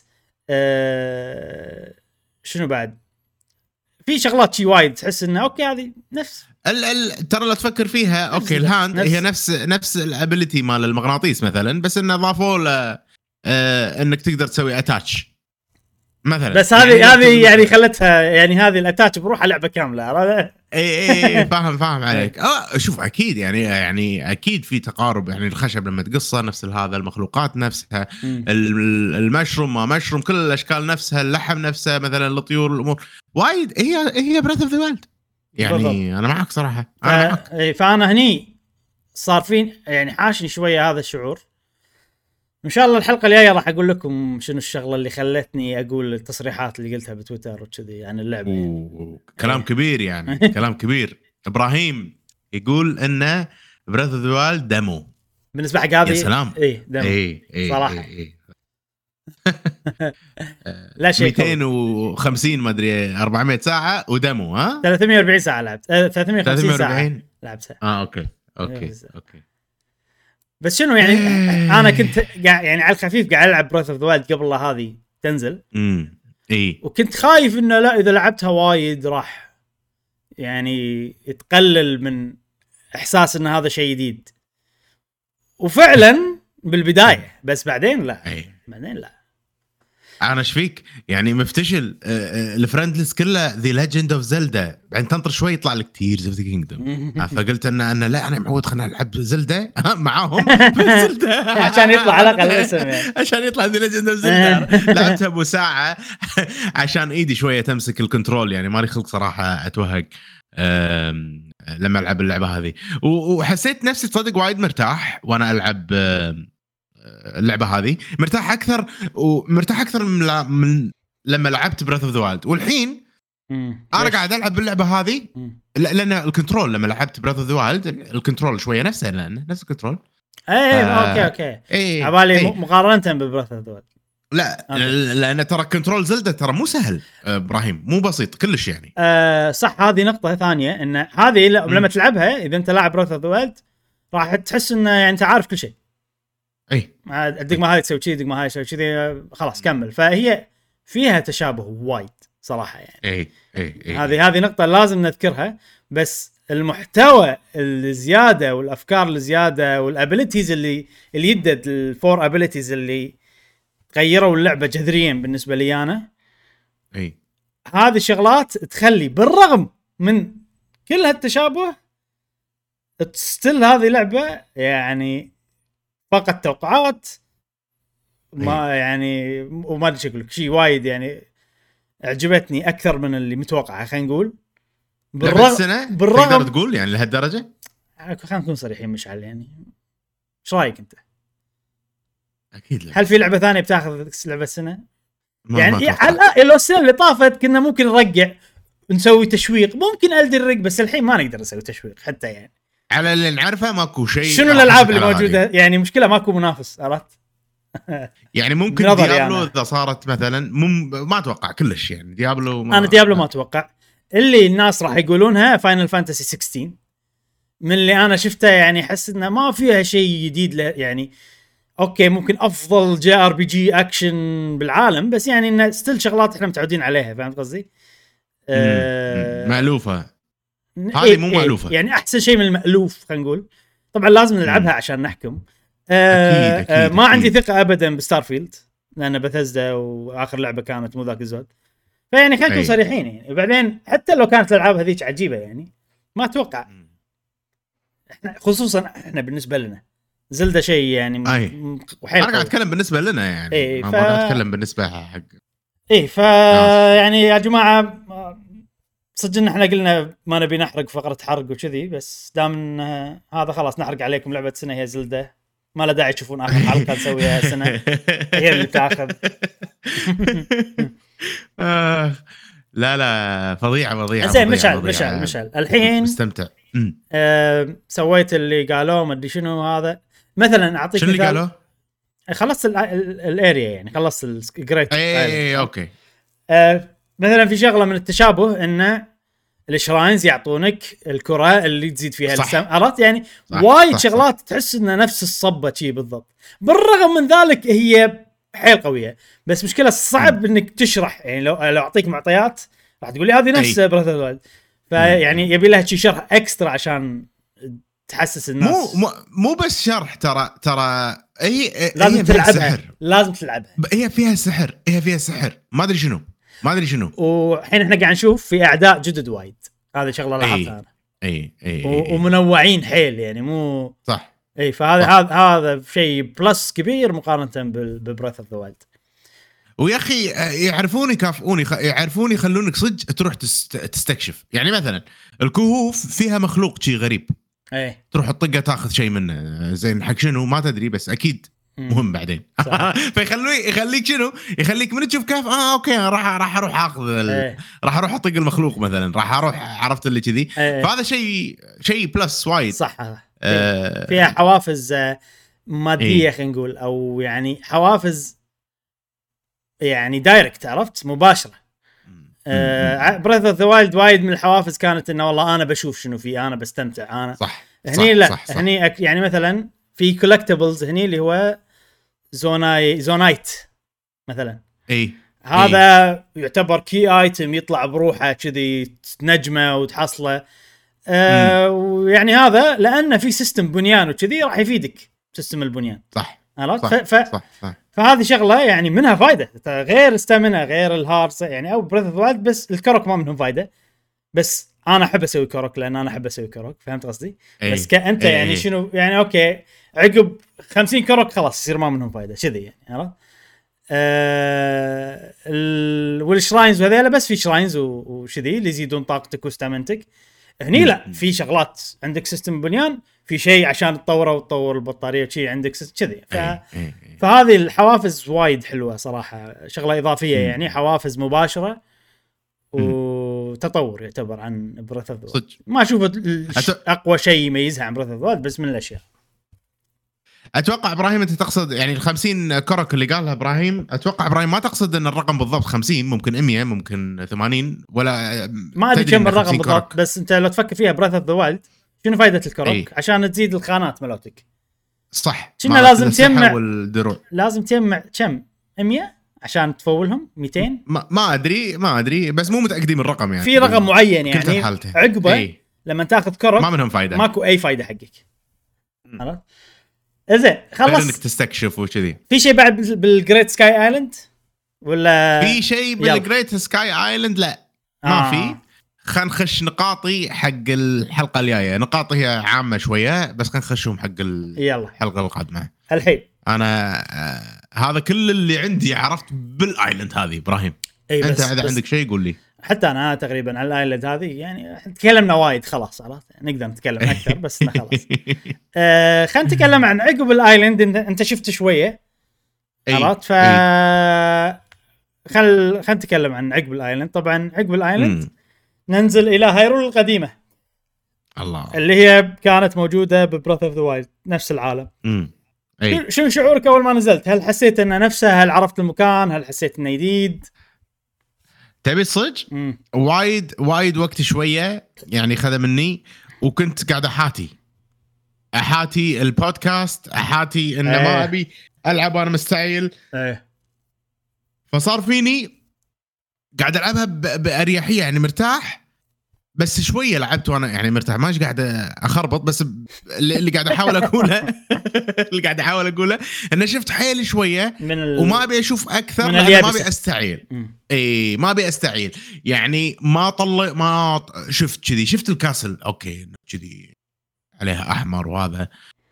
شنو بعد في شغلات شي وايد تحس انه اوكي هذه نفس ترى لا تفكر فيها. اوكي الهاند هي نفس الابيليتي مال المغناطيس مثلا، بس انه اضافوا له انك تقدر تسوي اتاتش مثلا. بس هذه يعني خلتها يعني هذه الاتاتش بروحها لعبه كامله. اي فاهم عليك. شوف اكيد يعني اكيد في تقارب، يعني الخشب لما تقصه نفس هذا، المخلوقات نفسها، المشروم ما مشروم، كل الاشكال نفسها، اللحم نفسه، مثلا الطيور، الامور وايد هي بريث اوف ذا وايلد يعني بالضبط. انا معك صراحه، انا معك. فانا هني صار فين يعني حاشني شويه هذا الشعور. ان شاء الله الحلقه الجايه راح اقول لكم شنو الشغله اللي خلتني اقول التصريحات اللي قلتها بتويتر وكذي عن اللعبه يعني. كلام كبير يعني كلام كبير. ابراهيم يقول انه بريث اوف ذا وايلد دمو بالنسبه حق هذه. يا سلام. دمو صراحه. لا شيء 250 ما ادري 400 ساعه ودمو. 340 ساعه لعبت. 350 ساعه لعبتها. اوكي بس شنو يعني انا كنت يعني على الخفيف قاعد العب بريث اوف ذا وايلد قبل لا هذه تنزل. وكنت خايف انه لا اذا لعبتها وايد راح يعني يتقلل من احساس ان هذا شيء جديد، وفعلا بالبدايه بس بعدين لا. بعدين لا. انا ايش فيك يعني مفتشل الفرندلس كله ذا ليجند اوف زلدا، بعدين تنطر شوي يطلع لك تيرز اوف ذا كينجدوم. فقلت ان لا انا معود خلنا نلعب زلدا معاهم زلدا عشان يطلع على الاقل الاسم يعني. عشان يطلع ذا ليجند اوف زلدا. لعبتها ابو ساعه عشان ايدي شويه تمسك الكنترول، يعني مالي خلق صراحه اتوهق لما العب اللعبه هذه، وحسيت نفسي تصدق وايد مرتاح وانا العب اللعبه هذه. مرتاح اكثر من لما لعبت بريث اوف ذا وايلد. والحين انا قاعد العب باللعبه هذه لان الكنترول لما لعبت بريث اوف ذا وايلد الكنترول شويه نفسه، لان نفس الكنترول. اوكي عبالي مقارنه ببريث اوف ذا وايلد. لا لان ترى كنترول زلدة ترى مو سهل ابراهيم، مو بسيط كلش يعني. صح. هذه نقطه ثانيه، ان هذه لما تلعبها اذا انت لاعب بريث اوف ذا وايلد راح تحس انه يعني انت عارف كل شيء. الدقمه هاي تسوي كذي، الدقمه هاي تسوي كذي، خلاص كمل. فهي فيها تشابه وايد صراحه يعني. هذه نقطه لازم نذكرها. بس المحتوى الزياده والافكار الزياده والابيليتيز اللي يدد الفور ابيليتيز اللي غيروا اللعبه جذريا بالنسبه لي انا. هذه الشغلات تخلي بالرغم من كل هالتشابه تستل هذه لعبه يعني فقط توقعات. ما يعني وما ادري اقول لك شيء وايد يعني عجبتني اكثر من اللي متوقعه. خلينا نقول بالرغم تقدر تقول يعني لهالدرجه. خلينا نكون صريحين مشعل، يعني ايش رايك انت؟ اكيد لا. هل في لعبه ثانيه بتاخذ لعبه السنه؟ يعني لو السنه اللي طافت كنا ممكن نرجع نسوي تشويق، ممكن ألدر رينج، بس الحين ما نقدر نسوي تشويق حتى يعني على اللي نعرفه. ماكو شيء. شنو الالعاب اللي موجوده يعني مشكله ماكو منافس، عرفت؟ يعني ممكن ديابلو اذا صارت مثلا ما اتوقع كلش يعني ديابلو انا ديابلو ما اتوقع. اللي الناس راح يقولونها فاينل فانتسي 16 من اللي انا شفته، يعني احس انه ما فيها شيء جديد يعني اوكي ممكن افضل جي ار بي جي اكشن بالعالم، بس يعني انه ستيل شغلات احنا متعودين عليها. فهمت قصدي؟ مألوفه هذه مو مألوفه يعني احسن شيء من المألوف خلينا نقول. طبعا لازم نلعبها عشان نحكم. أكيد ما عندي ثقه ابدا بستارفيلد لان بثزدا واخر لعبه كانت مو ذاك الزود. فيعني خلينا نكون صريحين يعني. وبعدين حتى لو كانت الالعاب هذيك عجيبه يعني ما اتوقع احنا خصوصا احنا بالنسبه لنا زلدة شيء يعني وحيل. انا قاعد اتكلم بالنسبه لنا يعني ما قاعد اتكلم بالنسبه حق يعني يا جماعه صدقنا احنا قلنا ما نبي نحرق فقره حرق وكذي، بس دام هذا خلاص نحرق عليكم لعبه سنه هي زلدة، ما له داعي تشوفون اخر حلقه نسويها سنه هي اللي بتاخذ. لا فظيعه زين. مشعل الحين مستمتع. سويت اللي قالوا ما ادري شنو هذا مثلا. اعطيك شنو اللي قالوا؟ خلصت الاريا يعني خلصت الجريت. اوكي. مثلا في شغله من التشابه ان الشراينز يعطونك الكره اللي تزيد فيها السم، عرفت يعني وايد شغلات تحس انها نفس الصبه شيء بالضبط. بالرغم من ذلك هي حيل قويه، بس مشكله صعب انك تشرح يعني. لو اعطيك معطيات راح تقول لي هذه نفس بريث اوف ذا وايلد، فيعني يبي لها شيء شرح اكسترا عشان تحسس الناس. مو بس شرح، ترى هي لازم تلعبها. لازم تلعبها. هي فيها سحر ما ادري شنو. وحين احنا قاعد نشوف في اعداء جدد وايد هذه شغله لاحظتها انا. اي ومنوعين حيل يعني مو صح. اي فهذا هذا شيء بلس كبير مقارنه ببريث اوف ذا وايلد. ويا اخي يعرفون يكافئوني يعرفون يخلونك صدق تروح تستكشف. يعني مثلا الكهوف فيها مخلوق شيء غريب، ايه تروح الطقه تاخذ شيء منه زين حق شنو ما تدري بس اكيد مهم بعدين. يخليك شنو يخليك من تشوف كيف اوكي راح اروح اخذ راح اروح اطق المخلوق مثلا، راح اروح عرفت اللي كذي. فهذا شيء بلس وايد صح. فيها حوافز ماديه خلينا نقول، او يعني حوافز يعني دايركت، عرفت مباشره. بريث اوف ذا وايلد وايد من الحوافز كانت انه والله انا بشوف شنو في، انا بستمتع انا صح. هني لا صح. هني يعني مثلا في كولكتبلز هني اللي هو زونايت مثلا. هذا يعتبر كي ايتم يطلع بروحه كذي تنجمه وتحصله. ويعني هذا لانه في سيستم بنيان وكذي راح يفيدك سيستم البنيان. صح. فهذه شغله يعني منها فايده غير استامنا غير الهارس يعني او بريث اوف ذا وايلد. بس الكروك ما منهم فايده، بس انا احب اسوي كروك لان انا احب اسوي كروك، فهمت قصدي؟ بس كأنت يعني شنو يعني اوكي عقب 50 كروك خلاص يصير ما منهم فايده كذي يعني عرفت. والشراينز وهذيلا بس في شراينز وشذي اللي يزيدون طاقتك واستامنتك. هني لا في شغلات عندك سيستم بنيان، في شيء عشان تطوره وتطور البطاريه شيء عندك كذي. فهذه الحوافز وايد حلوه صراحه، شغله اضافيه يعني حوافز مباشره وتطور يعتبر عن بريث اوف ذا. ما اشوف اقوى شيء يميزها عن بريث اوف ذا بس من الاشياء. اتوقع ابراهيم انت تقصد يعني ال50 كرك اللي قالها ابراهيم. اتوقع ابراهيم ما تقصد ان الرقم بالضبط 50، ممكن 100 ممكن 80 ولا ما ادري كم الرقم بالضبط. بس انت لو تفكر فيها بريث اوف ذا وايلد شنو فائده الكروك؟ عشان تزيد الخانات مالتك. صح. كنا لازم تجمع لازم تجمع كم 100 عشان تفولهم 200 ما ادري بس مو متاكدين من الرقم يعني. في رقم معين يعني عقبه لما تاخذ كروك ما منهم فايده، ماكو اي فايده حقك. عرفت زين خلص انك تستكشف وكذي. في شيء بعد بالجريت سكاي ايلاند ولا في شيء بالجريت سكاي ايلاند؟ لا ما في. خلينا نخش نقاطي حق الحلقه الجايه. نقاطي هي عامه شويه بس خلينا نخشهم حق الحلقه القادمه. الحين انا هذا كل اللي عندي عرفت بالايلاند هذه. ابراهيم انت اذا عندك شيء قول لي. حتى انا تقريبا على الايلاند هذه يعني تكلمنا وايد خلاص عرفت نقدر نتكلم اكثر بس خلاص. خلينا نتكلم عن عقب الايلاند. انت شفت شويه عرفت خل نتكلم عن عقب الايلاند. طبعا عقب الايلاند ننزل الى هايرول القديمه الله اللي هي كانت موجوده ببريث اوف ذا وايلد نفس العالم. شنو شعورك اول ما نزلت؟ هل حسيت انه نفسه؟ هل عرفت المكان؟ هل حسيت انه جديد؟ تبي صدق وايد وقت شويه يعني خذ مني، وكنت قاعد احاتي البودكاست، احاتي انه ما ابي العب وانا مستعجل. فصار فيني قاعد العبها باريحيه يعني مرتاح. بس شويه لعبت وانا يعني مرتاح، ماش قاعد اخربط. بس اللي قاعد احاول اقوله انه شفت حيل شويه وما ابي اشوف اكثر لأن ما ابي استعيل. ما ابي استعيل يعني ما شفت كذي. شفت الكاسل اوكي كذي عليها احمر وهذا.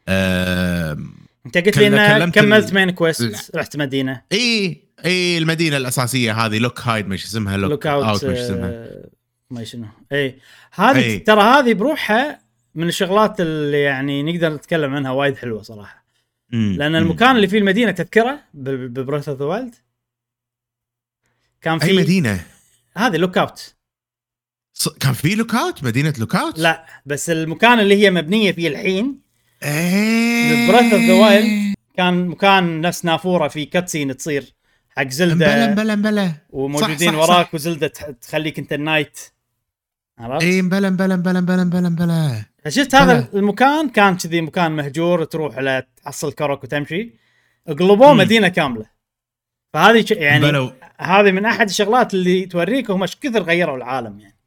انت قلت لي ان كملت مين كويست رحت مدينه. المدينه الاساسيه هذه لوك هايد مش اسمها لوك اوت مش اسمها ما شنو. هذه ترى هذه بروحها من الشغلات اللي يعني نقدر نتكلم عنها وايد حلوه صراحه. لان المكان اللي فيه المدينه تذكره ببريث اوف ذا وايلد كان في مدينه هذه لوك اوت. كان في لوك اوت مدينه لوك اوت. لا بس المكان اللي هي مبنيه فيه الحين ببريث اوف ذا وايلد كان مكان نفس نافوره في كاتسين تصير حق زلدة بلا وموجودين صح وراك وزلدة تخليك انت النايت. عرفت؟ بلا شفت هذا المكان كان كذي مكان مهجور تروح له تحصل كروك وتمشي. قلبوه مدينة كاملة. فهذه يعني هذه من احد الشغلات اللي توريكم ايش كثر غيروا العالم يعني.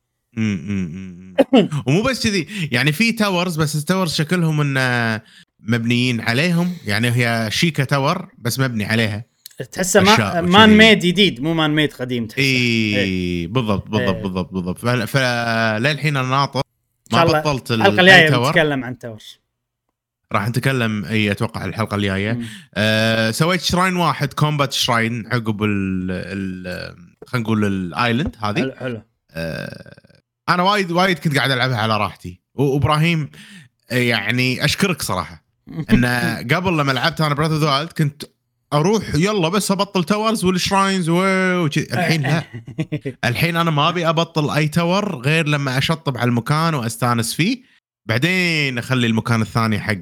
ومو بس كذي يعني في تاورز بس التاورز شكلهم ان مبنيين عليهم يعني هي شيكا تاور بس مبني عليها. تحسه مان ميد جديد مو مان ميد قديم تحسه. اي بالضبط فللحين انا ناطر ما بطلت الحلقه الجايه بنتكلم عن تاور، راح نتكلم اي اتوقع الحلقه الجايه. سويت شراين واحد كومبات شراين عقب خلينا نقول الايلاند هذه حلو. انا وايد كنت قاعد العبها على راحتي. وابراهيم يعني اشكرك صراحه ان قبل لما لعبت انا براذر ذا وايلد كنت اروح يلا بس ابطل تاورز والشراينز الحين لا. الحين انا ما ابي ابطل اي تاور غير لما اشطب على المكان واستانس فيه، بعدين اخلي المكان الثاني حق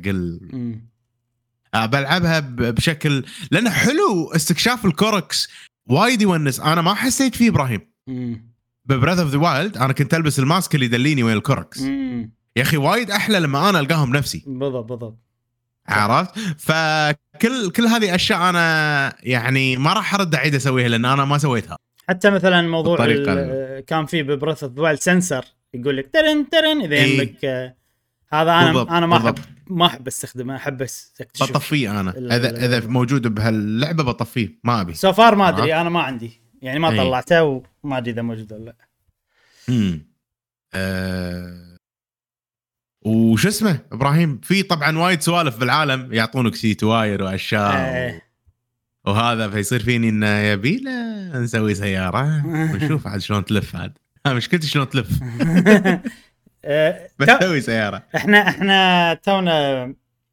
بلعبها بشكل لانه حلو. استكشاف الكوركس وايد يونس، انا ما حسيت فيه ابراهيم. ببراذر اوف ذا وايلد انا كنت البس الماسك اللي يدليني وين الكوركس، يا اخي وايد احلى لما انا القاهم بنفسي. بالضبط عرفت. فكل هذه اشياء انا يعني ما راح ارد اعيد اسويها لان انا ما سويتها. حتى مثلا موضوع كان في ببراذر اوف ذا وايلد سنسر يقول لك ترن اذا يمك هذا انا ما احب استخدمه، احب اكتشف بطفيه انا اذا موجود بهاللعبه بطفيه، ما ابي سوفار ما ادري انا ما عندي يعني ما طلعته وما ادري اذا موجود ولا لا. وش اسمه ابراهيم، في طبعا وايد سوالف بالعالم يعطونك سيت واير واشياء وهذا فيصير فيني انه يبي لا نسوي سياره ونشوف عاد شلون تلف. عاد مشكلتي شلون تلف. بسوي سياره. احنا تونا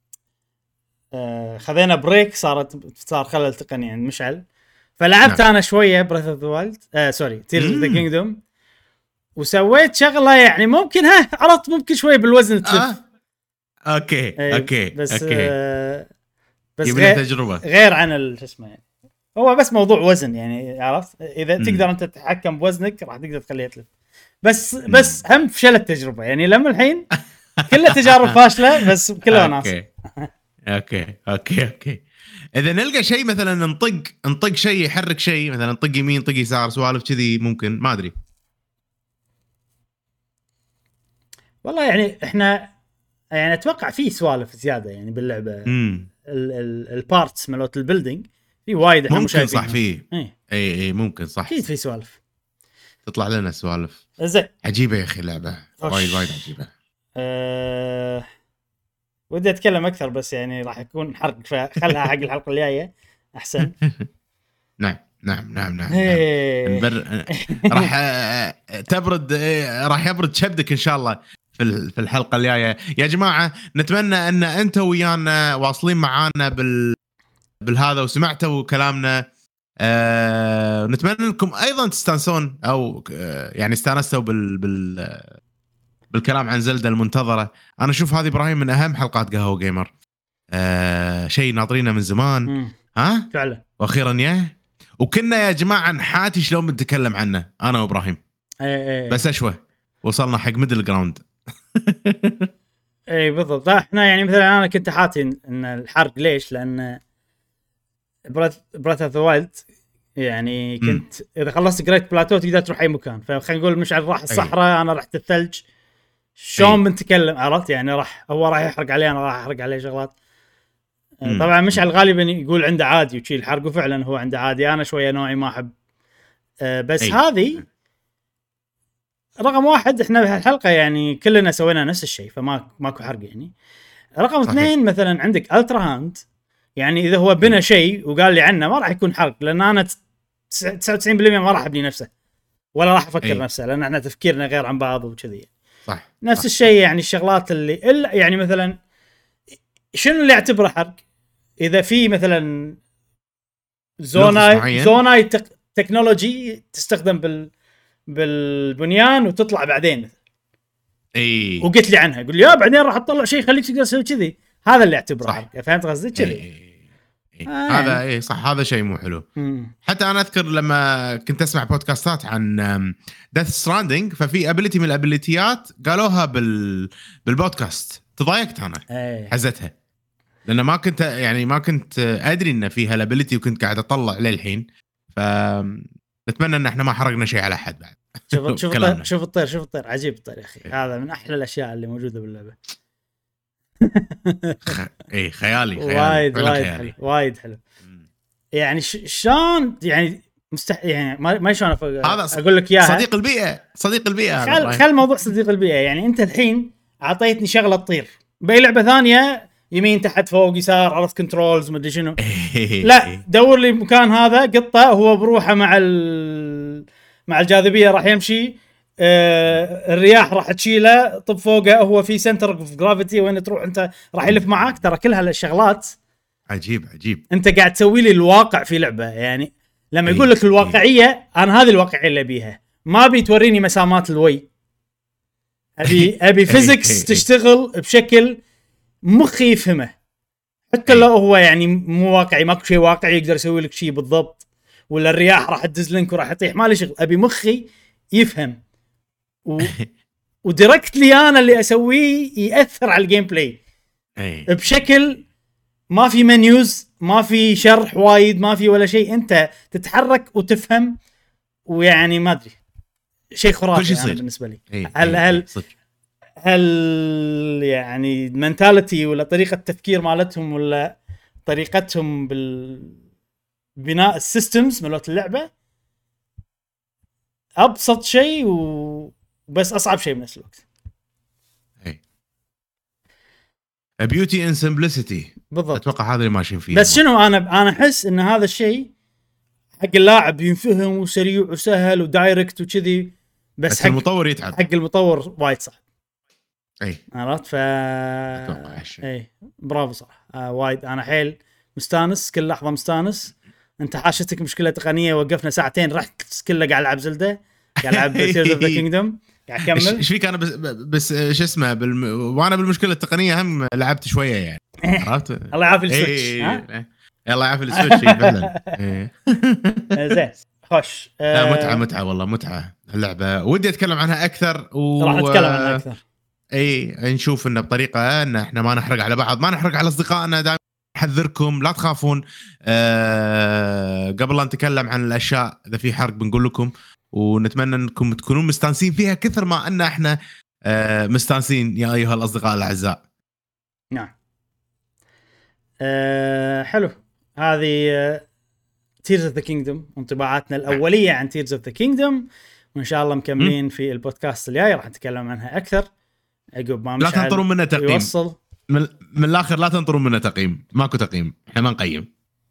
خذينا بريك، صار خلل تقني عند مشعل، فلعبت انا شويه براذر اوف ذا وايلد سوري تيرز اوف ذا كينجدوم، وسويت شغله يعني ممكن عرضت ممكن شويه بالوزن تلف. اوكي بس بس تجربه غير عن شو اسمه يعني. هو بس موضوع وزن يعني، عرفت اذا تقدر انت تتحكم بوزنك راح تقدر تخليه تلف. بس هم فشلت التجربه يعني لما الحين كلها تجارب فاشله بس كلها ناس. اوكي اذا نلقى شيء مثلا نطق شيء يحرك شيء مثلا نطق يمين طق يسار سوالف كذي ممكن ما ادري والله يعني احنا يعني اتوقع في سوالف زياده يعني باللعبه. البارتس مالت البيلدينج في وايد احنا ممكن صح فيه اي ممكن صح اكيد في سوالف تطلع لنا سوالف زين عجيبه يا اخي اللعبه وايد عجيبه. ودي اتكلم اكثر بس يعني راح يكون حرق فخلها حق الحلقه الجايه احسن. نعم راح تبرد راح يبرد شبدك ان شاء الله في الحلقه الجايه يا جماعه. نتمنى ان انتم ويانا واصلين معانا بالهذا وسمعتوا كلامنا. نتمنى انكم ايضا تستانسون او يعني استانستوا بالكلام عن زلدة المنتظره. انا اشوف هذه ابراهيم من اهم حلقات قهوه جيمر، شيء ناطرينه من زمان فعلا واخيرا وكنا يا جماعه نحاتي شلون بنتكلم عنه انا وابراهيم. بس اشوه وصلنا حق ميدل جراوند. اي بالضبط. احنا يعني مثلا انا كنت حاتي ان الحرق ليش، لان براث اوف ذا وايلد يعني كنت اذا خلصت جريت بلاتو تقدر تروح اي مكان، فخلينا نقول مشعل راح الصحراء انا رحت الثلج شلون بنتكلم عرفت يعني هو راح يحرق علي انا راح احرق عليه شغلات. طبعا مشعل غالبا يقول عنده عادي وشي الحرق وفعلا هو عنده عادي، انا شويه نوعي ما احب بس هذه رقم واحد. احنا بهالحلقه يعني كلنا سوينا نفس الشيء فماكو حرق يعني. رقم اثنين مثلا عندك الترا هاند، يعني اذا هو بنى شيء وقال لي عنه ما راح يكون حرق لان انا 99% ما راح ابني نفسه ولا راح افكر نفسه لان احنا تفكيرنا غير عن بعض وكذي. صح نفس الشيء يعني الشغلات اللي يعني مثلا شنو اللي يعتبره حرق اذا في مثلا زوناي تكنولوجي تستخدم بالبنيان وتطلع بعدين وقلت لي عنها قل لي بعدين راح تطلع شيء يخليك تقدر تسوي كذي، هذا اللي اعتبره حرق. فهمت قصدي كذي؟ هذا صح هذا شيء مو حلو. حتى انا اذكر لما كنت اسمع بودكاستات عن ديث ستراندينج ففي ابيليتي من الابيليتيات قالوها بالبودكاست تضايقت انا حزتها لان ما كنت ادري ان فيها الابيليتي وكنت قاعد اطلع للحين. نتمنى ان احنا ما حرقنا شيء على حد بعد. شوف الطير عجيب الطير يا اخي، هذا من احلى الاشياء اللي موجوده باللعبه. خيالي وايد حلو. يعني شلون يعني يعني ما شلون هذا اقول لك اياها. صديق البيئه خل موضوع صديق البيئه. يعني انت الحين اعطيتني شغله تطير باي لعبه ثانيه يمين تحت فوق يسار عرفت كنترولز ما ادري شنو. لا دور لي مكان هذا قطه هو بروحه مع الجاذبيه راح يمشي. الرياح راح تشيله طب فوقه هو في سنتر اوف جرافيتي وين تروح انت راح يلف معاك. ترى كل هالشغلات عجيب انت قاعد تسوي لي الواقع في لعبه. يعني لما يقول لك الواقعيه انا هذه الواقعيه اللي ابيها. ما بيتوريني مسامات الوي. ابي فيزيكس تشتغل بشكل مخي يفهمه حتى لو هو يعني مو واقعي ماكو شيء واقعي يقدر يسوي لك شيء بالضبط ولا الرياح راح تدز لك وراح يطيح مالي شغل. ابي مخي يفهم وديركتلي انا اللي اسويه ياثر على الجيم بلاي بشكل ما في منيوز ما في شرح وايد ما في ولا شيء. انت تتحرك وتفهم ويعني ما ادري شيء خرافي بالنسبه لي. هل يعني المنتاليتي ولا طريقه التفكير مالتهم ولا طريقتهم بالبناء السيستمز مالت اللعبه ابسط شيء وبس اصعب شيء بنفس الوقت. بيوتي ان سمبلسيتي بالضبط. اتوقع هذا اللي ماشيين فيه. بس شنو انا احس ان هذا الشيء حق اللاعب ينفهم وسريع وسهل ودايركت وكذي بس حق المطور يتعب. حق المطور وايد صعب. عرفت اتوقع برافو صراحه. وايد انا حيل مستانس كل لحظه مستانس. انت حاشتك مشكله تقنيه وقفنا ساعتين رحت كله قاعد العب زلده قاعد العب تيرز اوف ذا كينجدوم قاعد اكمل. ايش فيك انا بس شو اسمه وانا بالمشكله التقنيه هم لعبت شويه يعني عرفت. الله يعافي السويتش. الله يعافي السويتش فعلا. زين خوش. متعه والله متعه اللعبه ودي اتكلم عنها اكثر راح نتكلم عنها اكثر. نشوف انه بطريقه ان احنا ما نحرق على بعض ما نحرق على اصدقائنا. دائما احذركم لا تخافون. قبل لا نتكلم عن الاشياء اذا في حرق بنقول لكم ونتمنى انكم تكونون مستانسين فيها كثر ما ان احنا مستانسين يا ايها الاصدقاء الاعزاء. نعم. حلو. هذه تيرز اوف ذا كينجدوم انطباعاتنا الاوليه عن تيرز اوف ذا كينجدوم وان شاء الله مكملين في البودكاست الجاي راح نتكلم عنها اكثر. عقب ما لا تنطرون منا تقييم يوصل من الاخر. لا تنطرون منا تقييم. ماكو تقييم احنا ما نقيم.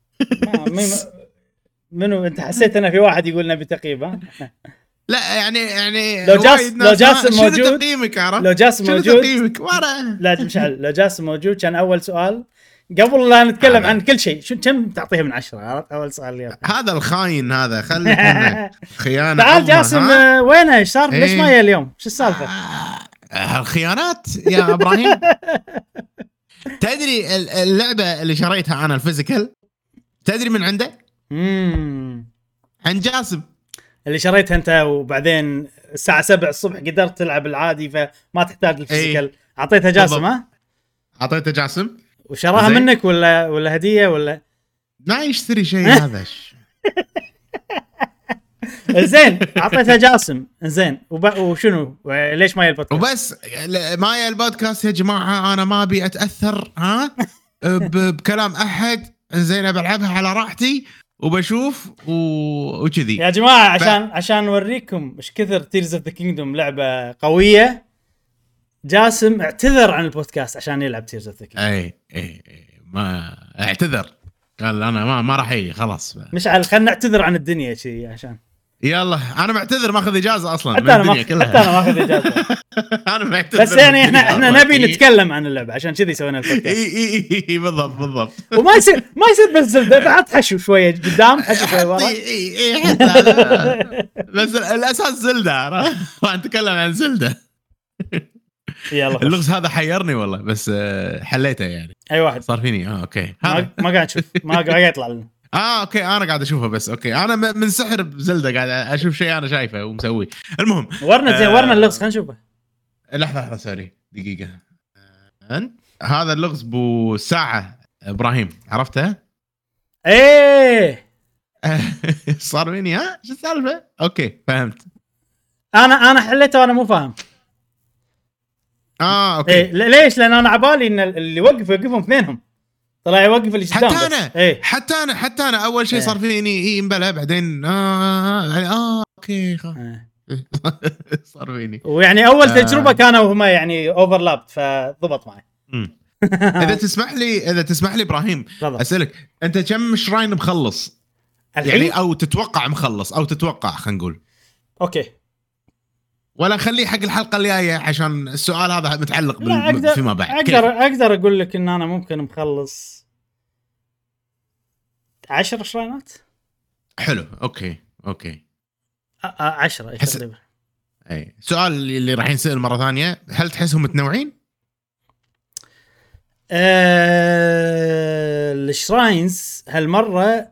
منو انت حسيت انا في واحد يقول نبي تقييم؟ لا يعني لو جاسم موجود تقييمك عرفت. لو جاسم موجود تقييمك لا مشعل. لو جاسم موجود كان اول سؤال قبل لا نتكلم عن كل شيء شو كم تعطيها من 10 عرفت. اول سؤال اليوم هذا الخاين هذا خلي خيانه. تعال جاسم وينه ايش صار ليش ما جاء اليوم شو السالفه؟ الخيانات يا ابراهيم. تدري اللعبه اللي شريتها انا الفيزيكال تدري من عنده؟ عن جاسم اللي شريتها انت وبعدين الساعه 7 الصبح قدرت تلعب العادي فما تحتاج الفيزيكال. اعطيتها جاسم. اعطيته جاسم وشراها منك ولا هديه ولا ما يشتري شيء هذا. زين اعطيتها جاسم زين وشنو ليش ما البودكاست وبس ما البودكاست يا جماعه. انا ما ابي اتاثر بكلام احد. زين بلعبها على راحتي وبشوف وكذي يا جماعه عشان نوريكم ايش كثر تيرز اوف ذا كينجدوم لعبه قويه. جاسم اعتذر عن البودكاست عشان يلعب تيرز اوف ذا كينجدوم. اي ما اعتذر قال انا ما راح اجي خلاص. مش على خلينا نعتذر عن الدنيا شيء عشان يلا انا معتذر ماخذ اجازه اصلا من الدنيا كلها. حتى انا ماخذ اجازه. انا معتذر بس يعني احنا نبي نتكلم عن اللعبه عشان كذي سوينا البودكاست. اي بالضبط. وما يصير بس زلده بعد حشو شويه قدام حشو شويه ورا. بس الاساس زلده راح نتكلم عن زلده. يلا اللغز هذا حيرني والله بس حليته يعني. اي واحد صار فيني اوكي ما قاعد اشوف ما قاعد يطلع لنا. اوكي انا قاعد اشوفه بس اوكي انا من سحر بزلده قاعد اشوف شيء انا شايفه ومسوي. المهم ورنا اللغز خلينا نشوفه. لحظه سوري دقيقه. هذا اللغز بو ساعه ابراهيم عرفته؟ ايه صار فيني شو السالفه؟ اوكي فهمت. انا حليته وانا مو فاهم. اوكي إيه ليش؟ لان انا عبالي ان اللي يوقفهم اثنينهم طلع يوقف اللي قدام. حتى انا اول شيء صار فيني مبلى، بعدين اوكي صار فيني. ويعني اول تجربه كانوا هما يعني اوفرلاب فضبط معي. اذا تسمح لي ابراهيم اسالك، انت كم شراين مخلص يعني، او تتوقع مخلص، او تتوقع خلينا نقول؟ اوكي، ولا خليه حق الحلقه الجايه عشان السؤال هذا متعلق فيما بعد. اقدر اقول لك ان انا ممكن مخلص 10 شراينات. حلو، اوكي 10 تقريبا. اي سؤال اللي راح ينسال مره ثانيه، هل تحسهم متنوعين؟ الشراينز هالمره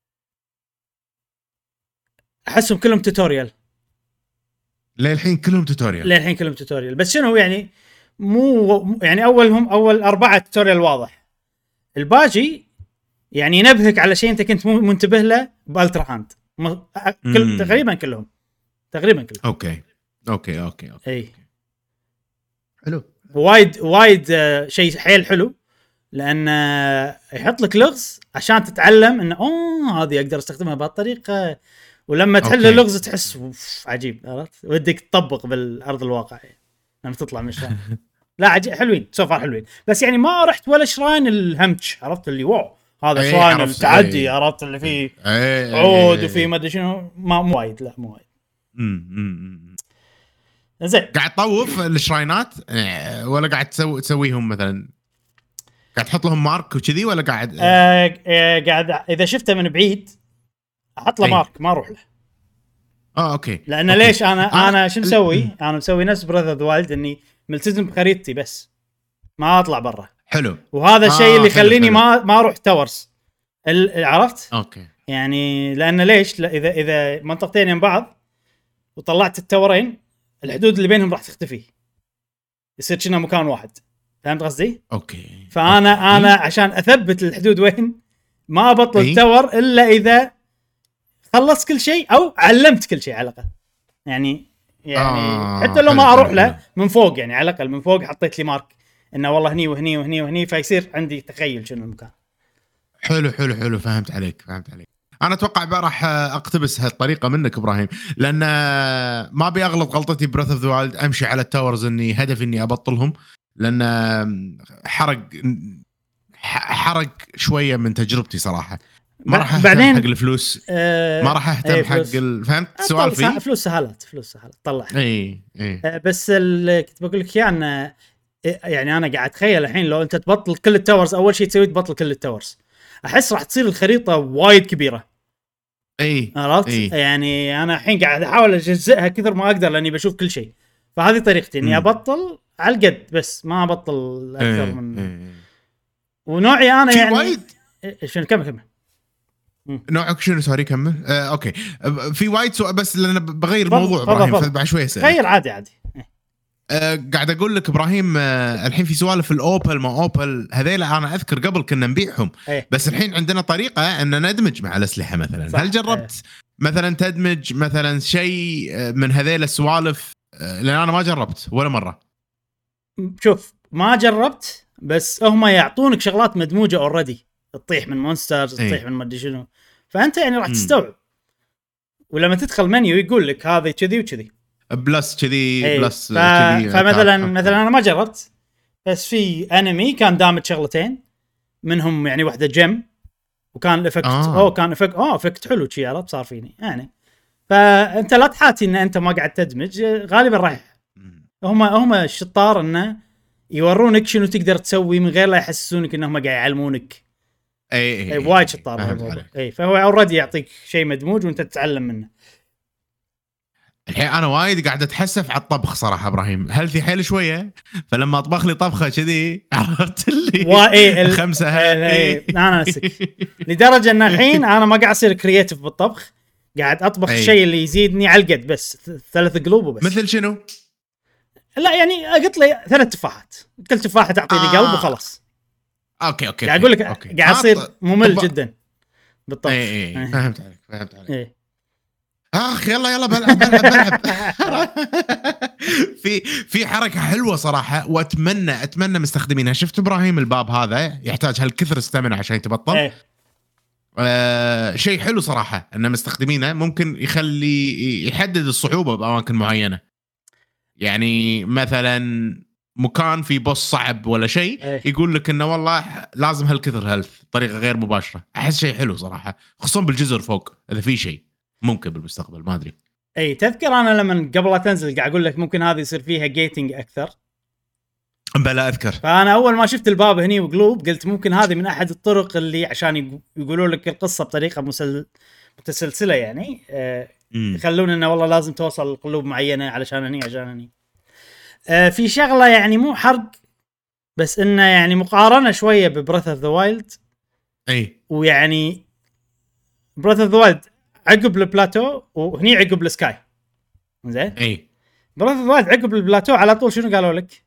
احسهم كلهم توتوريال. للحين كلهم توتوريال. بس شنو يعني، مو يعني اول 4 توتوريال واضح، الباقي يعني ينبهك على شيء انت كنت منتبه له بالترا هاند. تقريبا كلهم. اوكي اي حلو، وايد شيء حيل حلو، لان يحط لك لغز عشان تتعلم انه هذه اقدر استخدمها بهالطريقه، ولما تحل اللغز تحس عجيب، عرفت؟ ودك تطبق بالارض الواقع يعني لما تطلع من الشراين. لا حلوين سوفر حلوين، بس يعني ما رحت ولا شراين الهمتش، عرفت اللي واو هذا شراين التعدي، عرفت اللي فيه عود وفيه ما ادري شنو، مو وايد. لا مو وايد. زين، قاعد تطوف الشراينات ولا قاعد تسويهم مثلا، قاعد تحط لهم مارك وكذي، ولا قاعد قاعد اذا شفته من بعيد احط له مارك ما اروح له. اوكي. لان ليش انا شو مسوي؟ انا مسوي نفس براذر اوف ذا وايلد، اني ملتزم بخريطتي بس ما اطلع برا. حلو. وهذا الشيء اللي يخليني ما اروح تاورز، عرفت؟ اوكي. يعني لان ليش؟ اذا منطقتين يم بعض وطلعت التورين، الحدود اللي بينهم راح تختفي، يصير كنا مكان واحد. فهمت قصدي؟ اوكي. فانا عشان اثبت الحدود وين، ما ابطل التور الا اذا خلصت كل شيء او علمت كل شيء على الاقل. يعني حتى لو ما اروح له من فوق، يعني على الاقل من فوق حطيت لي مارك انه والله هني وهني وهني وهني، فيصير عندي تخيل شنو المكان. حلو فهمت عليك. انا اتوقع بقى راح اقتبس هالطريقه منك ابراهيم، لان ما ابي اغلط غلطتي براذر اوف ذا وايلد، امشي على التاورز اني هدفي اني ابطلهم، لان حرق شويه من تجربتي صراحه. ما راح اهتم حق الفلوس، ما راح اهتم حق فهمت السؤال فيه فلوس سهلات طلع. اي بس اللي كنت بقول لك يعني انا قاعد اتخيل الحين لو انت تبطل كل التاورز، اول شيء تسوي تبطل كل التاورز، احس راح تصير الخريطه وايد كبيره. عرفت؟ يعني انا الحين قاعد احاول اجزئها كثر ما اقدر لاني بشوف كل شيء، فهذه طريقتي اني ابطل على القد، بس ما ابطل اكثر من ونوعي انا يعني وايد. شنو كمل نوعك شنو؟ سوري كمل. اوكي، في وايد سؤال بس لان بغير الموضوع ابراهيم، بعد شوي اسال. غير عادي. قاعد اقول لك ابراهيم، الحين في سوالف الاوبل ما اوبل هذيل، انا اذكر قبل كنا نبيعهم بس الحين عندنا طريقه ان ندمج مع الاسلحه مثلا. هل جربت مثلا تدمج مثلا شيء من هذيل السوالف؟ لان انا ما جربت ولا مره. شوف، ما جربت، بس هم يعطونك شغلات مدموجه اوريدي، تطيح من مونسترز، تطيح من ما ادري شنو، فانت يعني راح تستوعب. ولما تدخل منيو يقول لك هذا كذي وكذي بلس كذي بلس فمثلا انا ما جربت، بس في انمي كان دامج شغلتين منهم، يعني واحده جيم وكان الافكت كان افكت حلو شي، عرفت؟ صار فيني يعني. فانت لا تحاتي ان انت ما قاعد تدمج، غالبا رايح هم الشطار انه يورونك شنو تقدر تسوي من غير لا يحسسونك انهم قاعد يعلمونك. اي وايد شطار. فهو اوريدي يعطيك شيء مدموج وانت تتعلم منه. الحين انا وايد قاعد اتحسف على الطبخ صراحه ابراهيم، هل في حيل شويه، فلما اطبخ لي طبخه كذي عرفت اللي 5 انا نسك لدرجه ان الحين انا ما قاعد اصير كرييتيف بالطبخ، قاعد اطبخ الشيء اللي يزيدني على القد، بس 3 قلوب وبس. مثل شنو؟ لا يعني اقط لي 3 تفاحات، كل تفاحه تعطيني قلب وخلاص. اوكي قاعد اقول لك قاعد اصير ممل جدا بالطبخ. فهمت عليك. يلا بلعب في حركه حلوه صراحه، واتمنى مستخدمينها. شفت ابراهيم الباب هذا يحتاج هالكثر استامينا عشان تبطل. شيء حلو صراحه ان مستخدمينه، ممكن يحدد الصعوبه باماكن معينه. يعني مثلا مكان في بوس صعب ولا شيء، يقول لك انه والله لازم هالكثر هيلث بطريقه غير مباشره. احس شيء حلو صراحه، خصوصا بالجزر فوق اذا في شيء ممكن بالمستقبل، ما ادري. تذكر انا لما قبل لا تنزل قاعد اقول لك ممكن هذه يصير فيها جيتنج اكثر. بلا اذكر. فانا اول ما شفت الباب هني وقلوب قلت ممكن هذه من احد الطرق اللي عشان يقولوا لك القصه بطريقه متسلسله يعني. يخلون انه والله لازم توصل لقلوب معينه علشان هني. في شغله يعني مو حرق، بس انه يعني مقارنه شويه ببريث اوف ذا وايلد. ويعني بريث اوف ذا وايلد عقب البلاتو وهني عقب السكاي، زين. بريث اوف ذا وايلد عقب البلاتو على طول شنو قالوا لك؟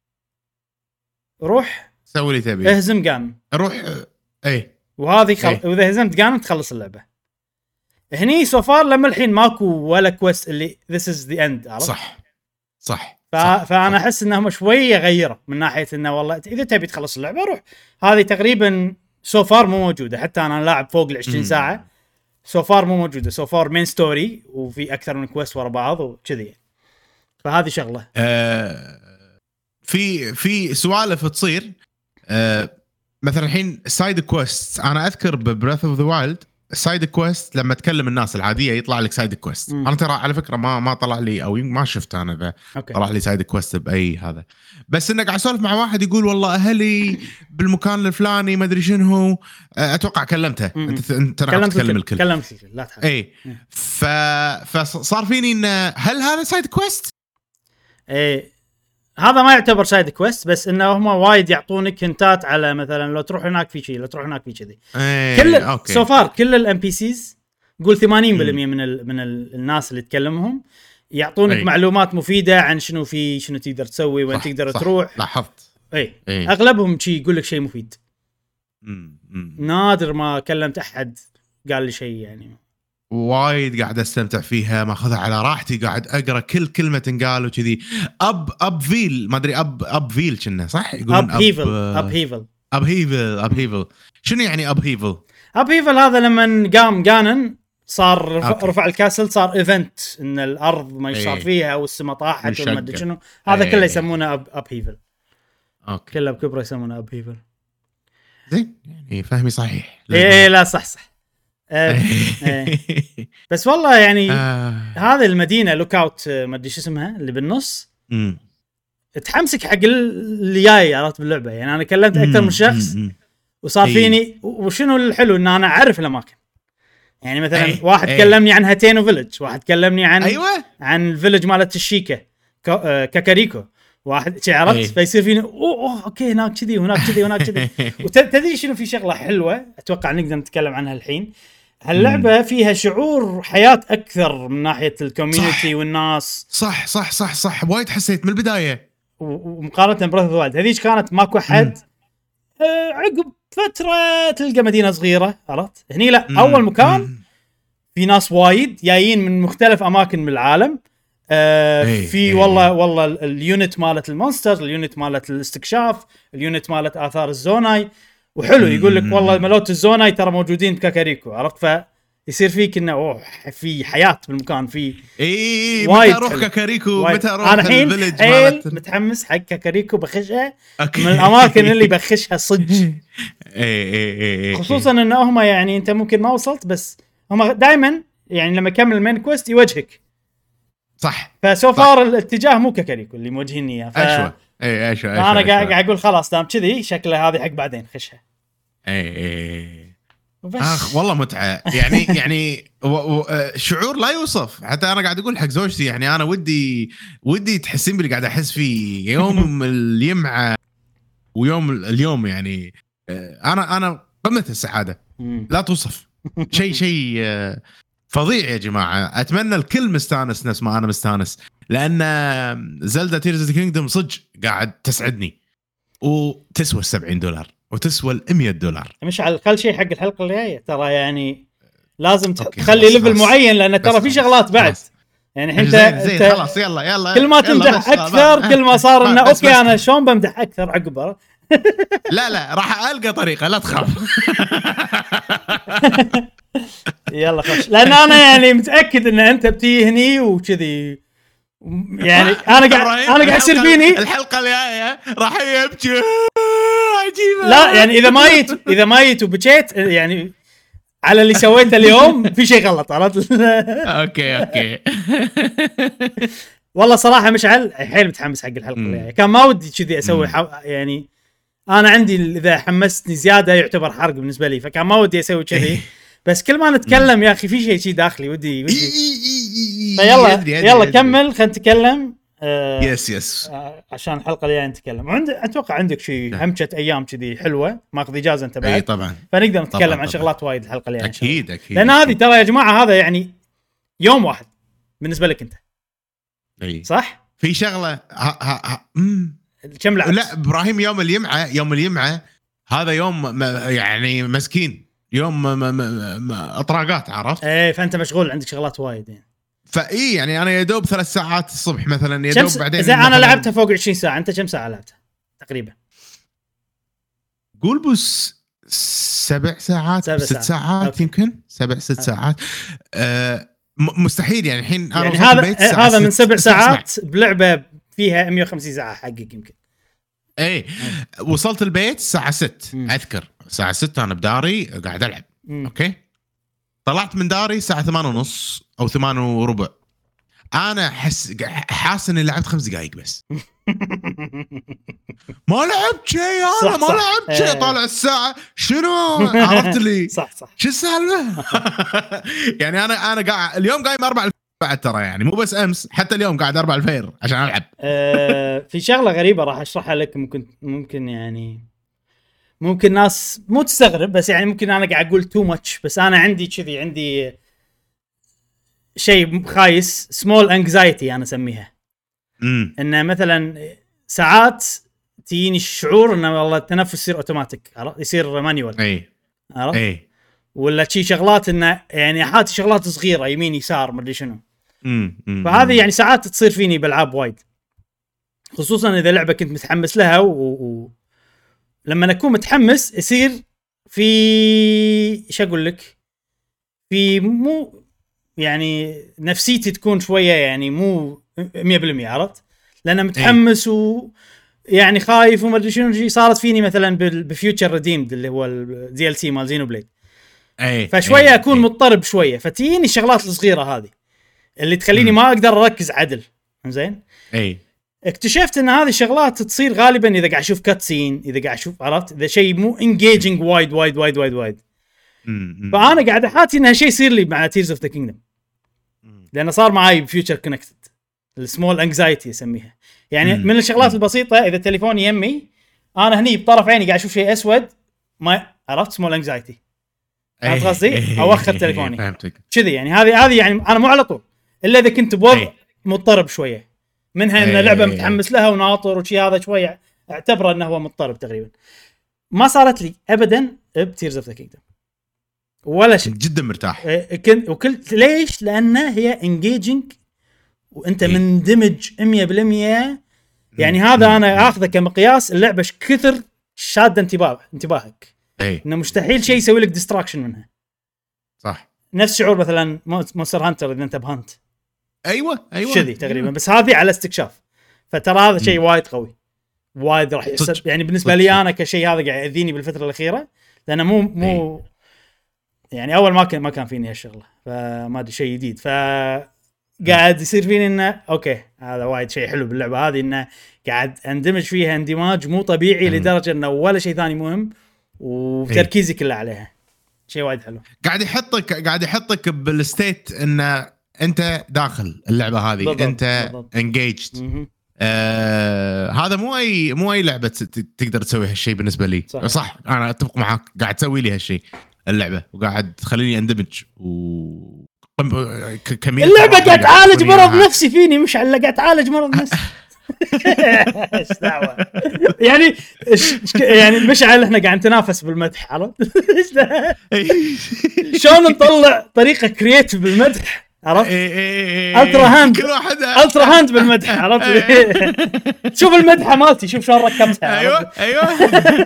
روح سوي لي تبي، اهزم جان، روح. وهذه واذا هزمت جان تخلص اللعبه. هني سوفار لما الحين ماكو ولا كويست اللي this is the end، عرفت؟ صح. فانا احس انهم شويه غيروا من ناحيه انه والله اذا تبي تخلص اللعبه روح. هذه تقريبا سوفار مو موجوده، حتى انا لاعب فوق ال 20 ساعه. سوفار مو موجوده، سوفار مين ستوري وفي اكثر من كويست ورا بعض وكذي. فهذه شغله. في سوالف تصير. مثلا الحين سايد كويست، انا اذكر ببريث اوف ذا وايلد سايد كويست لما تكلم الناس العاديه يطلع لك سايد كويست. انا ترى على فكره ما طلع لي او ما شفت انا ذا طلع لي سايد كويست باي هذا، بس انك قاعد اسولف مع واحد يقول والله اهلي بالمكان الفلاني ما ادري شنو. اتوقع كلمته انت راح تكلم الكل. كلمت الكل لا تحاول. فصار فيني ان هل هذا سايد كويست؟ هذا ما يعتبر سايد كويست، بس انه هم وايد يعطونك هنتات على مثلا لو تروح هناك في شيء، لو تروح هناك في كذي. كل سوفار كل الام بي سيز قول 80% من الناس اللي تكلمهم يعطونك معلومات مفيده عن شنو تقدر تسوي وين تقدر تروح. لاحظت اغلبهم شيء يقول لك شيء مفيد. نادر ما كلمت احد قال لي شيء يعني. وايد قاعد استمتع فيها، ماخذها على راحتي، قاعد اقرا كل كلمه تنقال وكذي. اب فيل ما ادري اب فيل كنا صح يقولون اب هيفل. شنو يعني اب هيفل هذا لما قام جانن صار رفع الكاسل، صار ايفنت ان الارض ما صار فيها والسما طاحت وما ادري شنو. هذا كله يسمونه اب هيفل. كله بكبره يسمونه اب هيفل. زين يعني فهمي صحيح. لا صح بس والله يعني هذه المدينه لوك اوت ما ادري شو اسمها اللي بالنص تحمسك حق اللي جاي، عرفت باللعبه. يعني انا كلمت اكثر من شخص وصار فيني وشنو الحلو ان انا اعرف الاماكن. يعني مثلا واحد كلمني عن هاتينو فيلج، واحد كلمني عن الفيلج مالت الشيكا كاكاريكو، واحد شي عرفت. فيصير فيني اوكي هناك كذي وهناك كذي وهناك كذي. وتدري شنو في شغله حلوه اتوقع نقدر نتكلم عنها الحين. هاللعبه فيها شعور حياه اكثر من ناحيه الكوميونتي والناس. صح وايد حسيت من البدايه. ومقارنه بريث اوف ذا وايلد هذيك كانت ماكو حد. عقب فتره تلقى مدينه صغيره، عرفت. هني لا، اول مكان في ناس وايد جايين من مختلف اماكن من العالم. في والله اليونت مالت المونسترز، اليونت مالت الاستكشاف، اليونت مالت اثار الزوناي. وحلو يقول لك والله ملوت الزوناي ترى موجودين بكاكاريكو، عرفت. فيصير فيك انه في حياه بالمكان. في متى اروح كاكاريكو، متى اروح الفيلج مالت. متحمس حق كاكاريكو، بخشها من الاماكن اللي بخشها صدق. خصوصا انه هم يعني انت ممكن ما وصلت، بس هم دائما يعني لما كمل المين كويست يوجهك صح. فسوفار الاتجاه مو كاكاريكو اللي موجهني اياه. ايوه انا قاعد اقول خلاص دام كذي شكله هذه حق بعدين خشها. والله متعه يعني شعور لا يوصف. حتى انا قاعد اقول حق زوجتي يعني انا ودي تحسين باللي قاعد احس فيه يوم اليمعه ويوم اليوم. يعني انا قمه السعاده لا توصف. شيء فظيع يا جماعه. اتمنى الكل مستانس نفس ما انا مستانس، لان زلدا تيرز اوف ذا كينجدوم صدق قاعد تسعدني. وتسوى $70 وتسوى $100. مش على الاقل شيء حق الحلقه الجايه ترى. يعني لازم تخلي ليفل معين، لان ترى في شغلات بعد خلاص. يعني انت خلاص يلا كل ما تمدح اكثر كل ما صار انه اوكي انا شلون بمدح اكثر عقبه. لا راح القى طريقه لا تخاف. يلا خش، لان انا يعني متاكد ان انت بتيجي هني وكذي يعني انا قاعد يصير فيني الحلقه الجايه راح يبكي عجيبه. لا يعني اذا ما جيت وبكيت يعني على اللي سويته اليوم في شيء غلط، عرفت؟ اوكي والله صراحه مشعل حيل متحمس حق الحلقه يعني. كان ما ودي كذي اسوي يعني انا عندي اذا حمستني زياده يعتبر حرق بالنسبه لي، فكان ما ودي اسوي كذي. بس كل ما نتكلم يا اخي في شيء داخلي ودي يلا كمل خلينا نتكلم. يس عشان الحلقه اللي نتكلم اتوقع عندك شيء همشة ايام كذي حلوه ماخذ اجازه انت بعد. اي طبعا فنقدر نتكلم عن شغلات وايد الحلقه اللي اكيد لان هذه ترى يا جماعه هذا يعني يوم واحد بالنسبه لك انت. اي صح في شغله كم لعبت؟ لا ابراهيم يوم الجمعه هذا يوم يعني مسكين يوم اطراقات عرفت. ايه فانت مشغول عندك شغلات وايد يعني. فاي يعني انا يا دوب 3 ساعات الصبح مثلا يا دوب بعدين اذا انا لعبتها فوق 20 ساعه انت كم ساعه لعبتها تقريبا؟ قول بس 7 ساعات 6 ساعات يمكن 7 6 ساعات. مستحيل يعني الحين انا يعني هذا من 7 ساعات بلعبه فيها 150 ساعه حقك يمكن. ايه وصلت البيت الساعه 6 اذكر الساعه 6 انا بداري قاعد العب. اوكي طلعت من داري الساعه 8:30 او 8:15. انا حاسس اني لعبت 5 دقائق بس. ما لعبت شيء انا ما لعبت شيء. طالع الساعه شنو عرفت لي صح شو السالفه. يعني انا قاعد اليوم قايم 4 بعد ترى يعني مو بس امس حتى اليوم قاعد 4 الفجر عشان العب. في شغله غريبه راح اشرحها لك ممكن يعني ممكن ناس مو تستغرب بس يعني ممكن انا قاعد اقول تو ماتش بس انا عندي شيء خايس سمول انكزايتي انا اسميها. انه مثلا ساعات تجيني الشعور انه والله التنفس يصير اوتوماتيك يصير مانيوال. اي ولا شيء شغلات انه يعني حاتي شغلات صغيره يمين يسار ما ادري شنو. فهذه يعني ساعات تصير فيني بالعاب وايد خصوصا اذا لعبه كنت متحمس لها لما اكون متحمس يصير في ايش اقول لك في مو يعني نفسيتي تكون شويه يعني مو 100% عرفت لان متحمس يعني خايف وما ادري شنو. صارت فيني مثلا بفيوتشر ريديمد اللي هو الدي ال سي مال زينو بليد. فشويه اكون مضطرب شويه فتجيني الشغلات الصغيره هذه اللي تخليني ما اقدر اركز عدل. زين اكتشفت ان هذه الشغلات تصير غالبا اذا قاعد اشوف كاتسين اذا قاعد اشوف عرفت اذا شيء مو انجيجنج وايد. فانا قاعد احاتي انها شيء يصير لي مع تيرز اوف ذا كينجدم لانه صار معي بفيوتشر كونكتد السمول انكزايتي اسميها يعني من الشغلات البسيطه اذا تليفوني يمي انا هني بطرف عيني قاعد اشوف شيء اسود ما عرفت سمول انكزايتي عرفت قصدي اوخر تليفوني كذي يعني هذه يعني انا مو على طول الا اذا كنت بوضع مضطرب شويه منها ان اللعبه متحمس لها وناطر وشي هذا شويه اعتبره انه هو مضطرب تقريبا. ما صارت لي ابدا بتيرز اوف ذا كينجدم ولا شيء جدا مرتاح وكنت ليش لانها هي انجيجنج وانت مندمج 100% يعني هذا انا اخذه كمقياس اللعبه كثر شاده انتباهك انه مستحيل شيء يسوي لك ديستراكشن منها. صح نفس شعور مثلا مونستر هانتر اذا انت بهانت ايوه شذي تقريبا بس هذه على استكشاف. فترى هذا شيء وايد قوي وايد راح يحسب يعني بالنسبه لي انا كشيء هذا قاعد يأذيني بالفتره الاخيره لانه مو يعني اول ما كان فيني هالشغله فما ادري شيء جديد فقاعد يصير فيني انه اوكي هذا وايد شيء حلو باللعبه هذه انه قاعد اندمج فيها اندماج مو طبيعي لدرجه انه ولا شيء ثاني مهم وتركيزي كله عليها شيء وايد حلو. قاعد يحطك بالستيت انه انت داخل اللعبه هذه بالضبط. انت انجيجد. هذا مو اي لعبه تقدر تسوي هالشيء بالنسبه لي. صح انا اتفق معك قاعد تسوي لي هالشيء اللعبه وقاعد تخليني اندمج اللعبه قاعد تعالج مرض نفسي فيني مش على قاعد تعالج مرض نفسي. ايش دعوه يعني يعني مشعل احنا قاعد نتنافس بالمدح، عرفت؟ شلون نطلع طريقه كرييتيف بالمدح، عرفت؟ الترا هاند، كل واحد الترا هاند بالمدح، عرفت؟ شوف المدحه مالتي، شوف شلون ركبتها. ايوه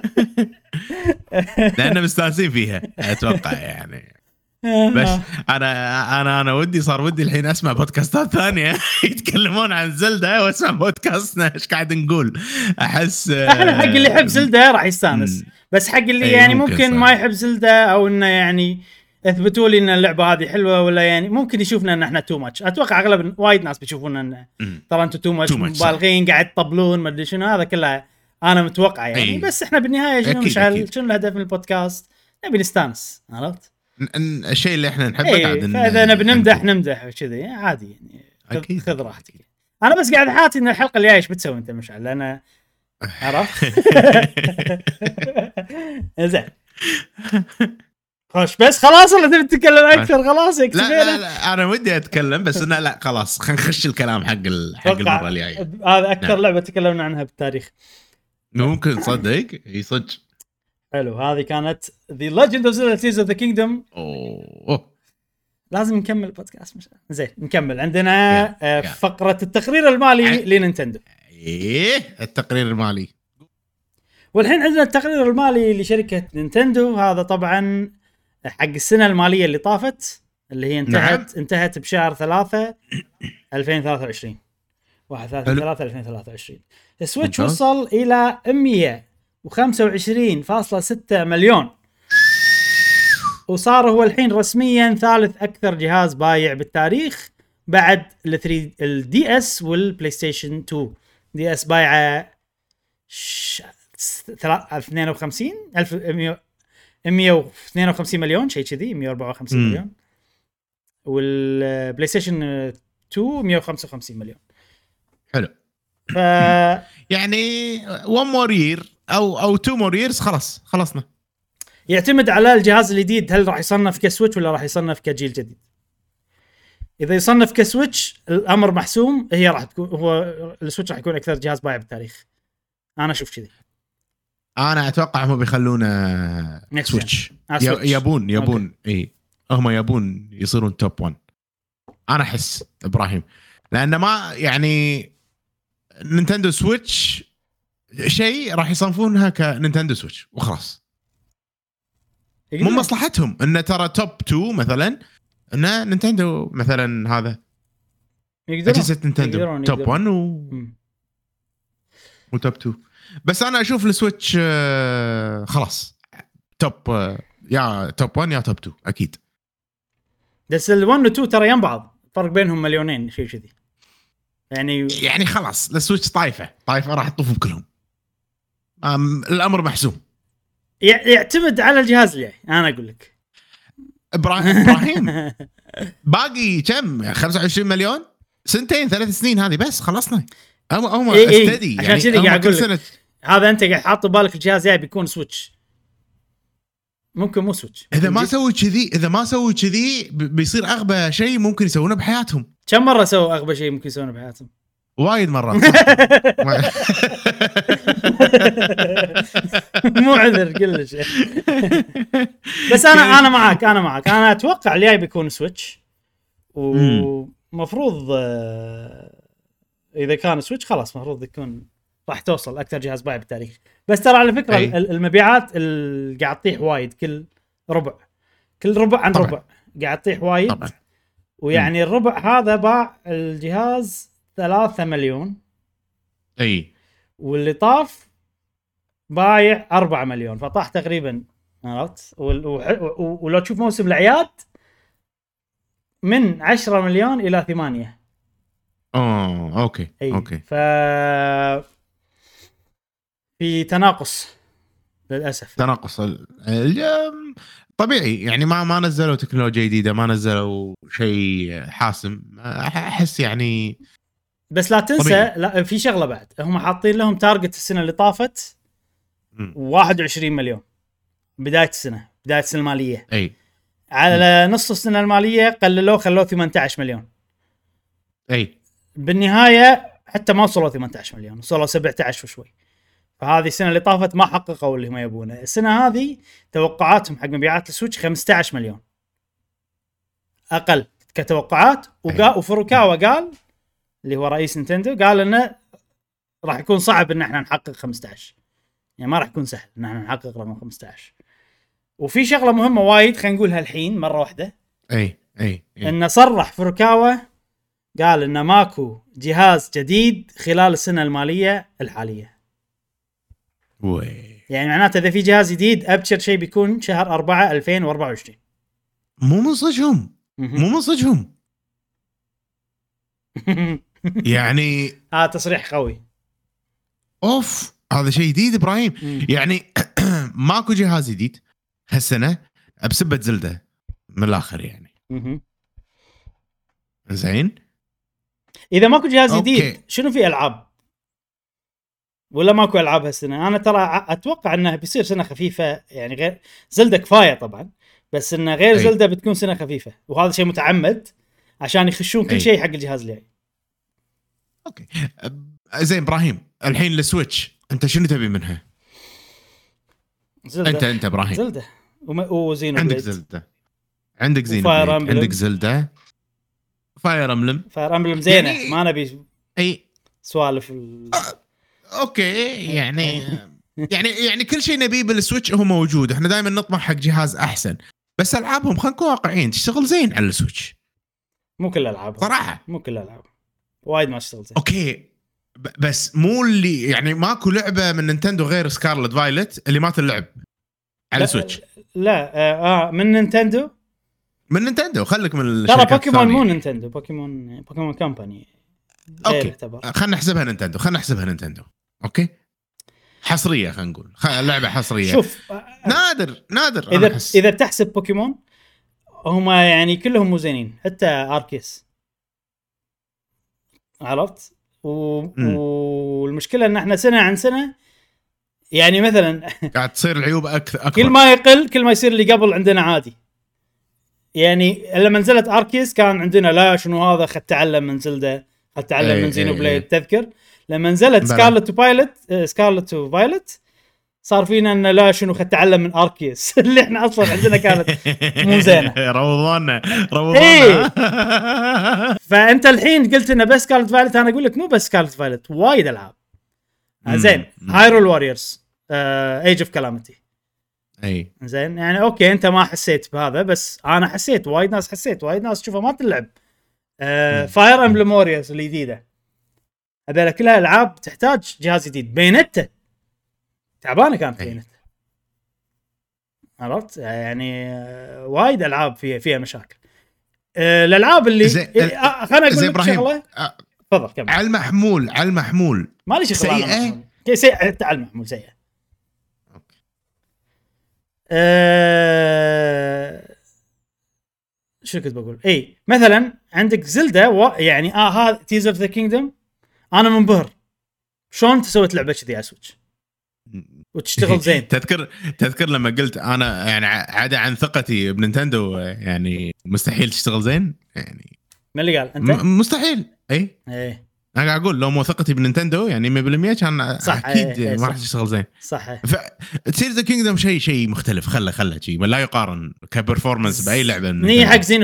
لان مستانسين فيها اتوقع يعني. بس انا ودي صار ودي الحين اسمع بودكاستات ثانيه يتكلمون عن زلدة، واسمع بودكاستنا ايش قاعد نقول. احس احنا حق اللي يحب زلدة راح يستانس، بس حق اللي يعني ممكن ما يحب زلدة، او انه يعني اثبتوا لي ان اللعبه هذه حلوه، ولا يعني ممكن يشوفنا ان احنا تو ماتش. اتوقع اغلب وايد ناس بيشوفونا ان ترى انتم تو ماتش مبالغين قاعد تطبلون ما ادري شنو، هذا كله انا متوقع يعني. بس احنا بالنهايه شنو مشعل، شنو الهدف من البودكاست؟ نبي نستانس، عرفت؟ الشيء اللي احنا نحبه قاعد فاذا نبي نمدح وكذي عادي يعني، خذ راحتك. انا بس قاعد حاتي ان الحلقه الجايه ايش بتسوي انت مشعل، انا عرفت. زين خوش، بس خلاص ولا تبي تتكلم اكثر؟ خلاص لا انا ودي اتكلم بس انه لا خلاص خلينا نخش الكلام حق المره الجايه. هذا اكثر لعبه تكلمنا عنها بالتاريخ ممكن تصدق يصدق. حلو، هذه كانت The Legend of Zelda Tears of the Kingdom. لازم نكمل البودكاست مش زين. نكمل عندنا فقرة التقرير المالي لنينتندو. التقرير المالي. والحين عندنا التقرير المالي لشركة نينتندو. هذا طبعا حق السنة المالية اللي طافت، اللي هي انتهت بشهر 3 2023 1/3/2023. السويتش وصل إلى 125.6 مليون، وصار هو الحين رسميا ثالث أكثر جهاز بايع بالتاريخ بعد الدي اس والبلاي ستيشن 2. دي اس بايعه 152 مليون شيء كذي، 154 مليون، والبلاي ستيشن 2 155 مليون. حلو. يعني 1 مور يير او 2 مور ييرز خلصنا. يعتمد على الجهاز الجديد، هل راح يصنف كسويتش ولا راح يصنف كجيل جديد. اذا يصنف كسويتش الامر محسوم، هي راح تكون هو السويتش راح يكون اكثر جهاز بايع بالتاريخ. انا اشوف كذي. انا اتوقع هم بيخلونه سويتش. يبون اي هم يبون يصيرون توب 1. انا احس ابراهيم، لان ما يعني نينتندو سويتش شيء راح يصنفونها كنينتندو سويتش وخلاص. مو مصلحتهم ان ترى توب 2 مثلا، ان نينتندو مثلا هذا اجهزه نينتندو توب 1 وتوب 2. بس انا اشوف السويتش خلاص توب، يا توب 1 يا توب 2 اكيد. بس ال1 و 2 ترى يم بعض، فرق بينهم مليونين شيء كذي يعني خلاص السويتش طايفه راح تطوف بكلهم. الامر محسوم. يعتمد على الجهاز اللي انا اقول لك. ابراهيم باقي كم 25 مليون 2-3 سنين هذه بس خلصنا. هم استدي عشان كذي يعني قاعد اقول لك هذا انت قاعد حاط بالك الجهاز جاي بيكون سويتش، ممكن مو سويتش. اذا ما سووا كذي بيصير اغبى شيء ممكن يسوونه بحياتهم. كم مره سووا اغبى شيء ممكن يسوونه بحياتهم؟ وايد مرات. مو عذر كلش. بس انا معك انا اتوقع الجاي بيكون سويتش، ومفروض اذا كان سويتش خلاص مفروض يكون راح توصل اكثر جهاز بايع بالتاريخ. بس ترى على فكره المبيعات اللي قاعد تطيح وايد، كل ربع عن طبعًا. ربع قاعد تطيح وايد طبعًا. ويعني الربع هذا باع الجهاز 3 مليون واللي طاف بايع 4 مليون، فطاح تقريبا. عرفت؟ ولو تشوف موسم الأعياد من 10 مليون إلى 8. اوكي. في تناقص للاسف. تناقص طبيعي يعني. ما نزلوا تكنولوجيا جديده، ما نزلوا شيء حاسم. احس يعني. بس لا تنسى طبيعي. لا في شغله بعد، هم حاطين لهم تارجت السنه اللي طافت 21 مليون بدايه السنه الماليه. على نص السنه الماليه خلوه 18 مليون. بالنهايه حتى ما وصلوا 18 مليون، وصلوا 17 وشوي. فهذه السنه اللي طافت ما حققوا اللي هم يبونه. السنه هذه توقعاتهم حق مبيعات السويتش 15 مليون اقل كتوقعات. وفروكاوا قال اللي هو رئيس نينتندو قال انه راح يكون صعب ان احنا نحقق 15، يعني ما راح يكون سهل ان احنا نحقق رقم 15. وفي شغله مهمه وايد خلينا نقولها الحين مره واحده. اي انه صرح فروكاوا قال انه ماكو جهاز جديد خلال السنه الماليه الحاليه. يعني معناته اذا في جهاز جديد ابشر شيء بيكون شهر 4 2024. مو من صجهم يعني تصريح قوي. اوف، هذا شيء جديد ابراهيم. يعني ماكو جهاز جديد هالسنه بسبه زلدة من الاخر يعني. زين، اذا ماكو جهاز جديد شنو في العاب ولا ماكو العاب هالسنه؟ انا ترى اتوقع انها بيصير سنه خفيفه، يعني غير زلدة كفايه طبعا، بس انه غير زلدة بتكون سنه خفيفه، وهذا شيء متعمد عشان يخشون كل شيء حق الجهاز الجاي. اوكي زين ابراهيم، الحين السويتش انت شنو تبي منها؟ زلدة. انت ابراهيم زلدة وزينو عندك بليد. زلدة، عندك زينو بليد، عندك زلدة، فاير امبلم زينه يعني ما نبي اي سوالف اوكي يعني كل شيء نبيه بالسويتش هو موجود. احنا دائما نطمح حق جهاز احسن، بس العابهم خلينا نكون واقعيين تشتغل زين على السويتش. مو كل الالعاب صراحه، مو كل الالعاب وايد ما تشتغل زين. اوكي بس مو اللي يعني ماكو لعبه من نينتندو غير سكارلت فايلت اللي ما تلعب على السويتش. لا من نينتندو خليك من الشركات. ترى بوكيمون مو نينتندو، بوكيمون كامباني. اوكي خلينا نحسبها نينتندو. اوكي حصريه، خلينا نقول لعبه حصريه. شوف نادر اذا بتحسب بوكيمون هما يعني كلهم مو زينين، حتى اركيس عرفت. والمشكله ان احنا سنه عن سنه يعني مثلا قاعد تصير العيوب اكثر. كل ما يقل كل ما يصير اللي قبل عندنا عادي. يعني لما نزلت اركيس كان عندنا لا شنو هذا، خد تعلم من زلدة، خد تعلم من زينو بليد. تذكر لما نزلت سكارلت وفايلت صار فينا ان لا شنو خد تعلم من اركيس اللي احنا اصلا عندنا كانت مو زينه. روضونا فانت الحين قلت انه بس سكارلت فايلت، انا اقول لك مو بس سكارلت فايلت، وايد العاب زين. هايرول واريورز، ايج اوف كلامتي، اي زين. يعني اوكي انت ما حسيت بهذا، بس انا حسيت، وايد ناس تشوفها ما تلعب. فاير امبلم واريورز الجديده، هذول كلها العاب تحتاج جهاز جديد. بينتا تعبانه كانت بينتا، عرفت يعني. وايد العاب فيها مشاكل. الالعاب اللي خليني اقول لك شغله. تفضل كمل. على المحمول ما لي شغله سيئه حتى على المحمول سيئه. شو كنت بقول؟ اي مثلا عندك زلدة يعني هذا تيز اوف ذا كينجدم، انا منبهر شلون انت سويت لعبه كذي على سويتش وتشتغل زين. تذكر لما قلت انا يعني عدا عن ثقتي بنينتندو يعني مستحيل تشتغل زين. يعني من اللي قال انت مستحيل؟ اي انا قاعد اقول لو مو ثقتي بنينتندو يعني 100% كان اكيد ما راح تشتغل زين. صح. فتيرز ذا كينجدم شيء مختلف، خله شيء لا يقارن كبرفورمانس باي لعبه. ني حق زينو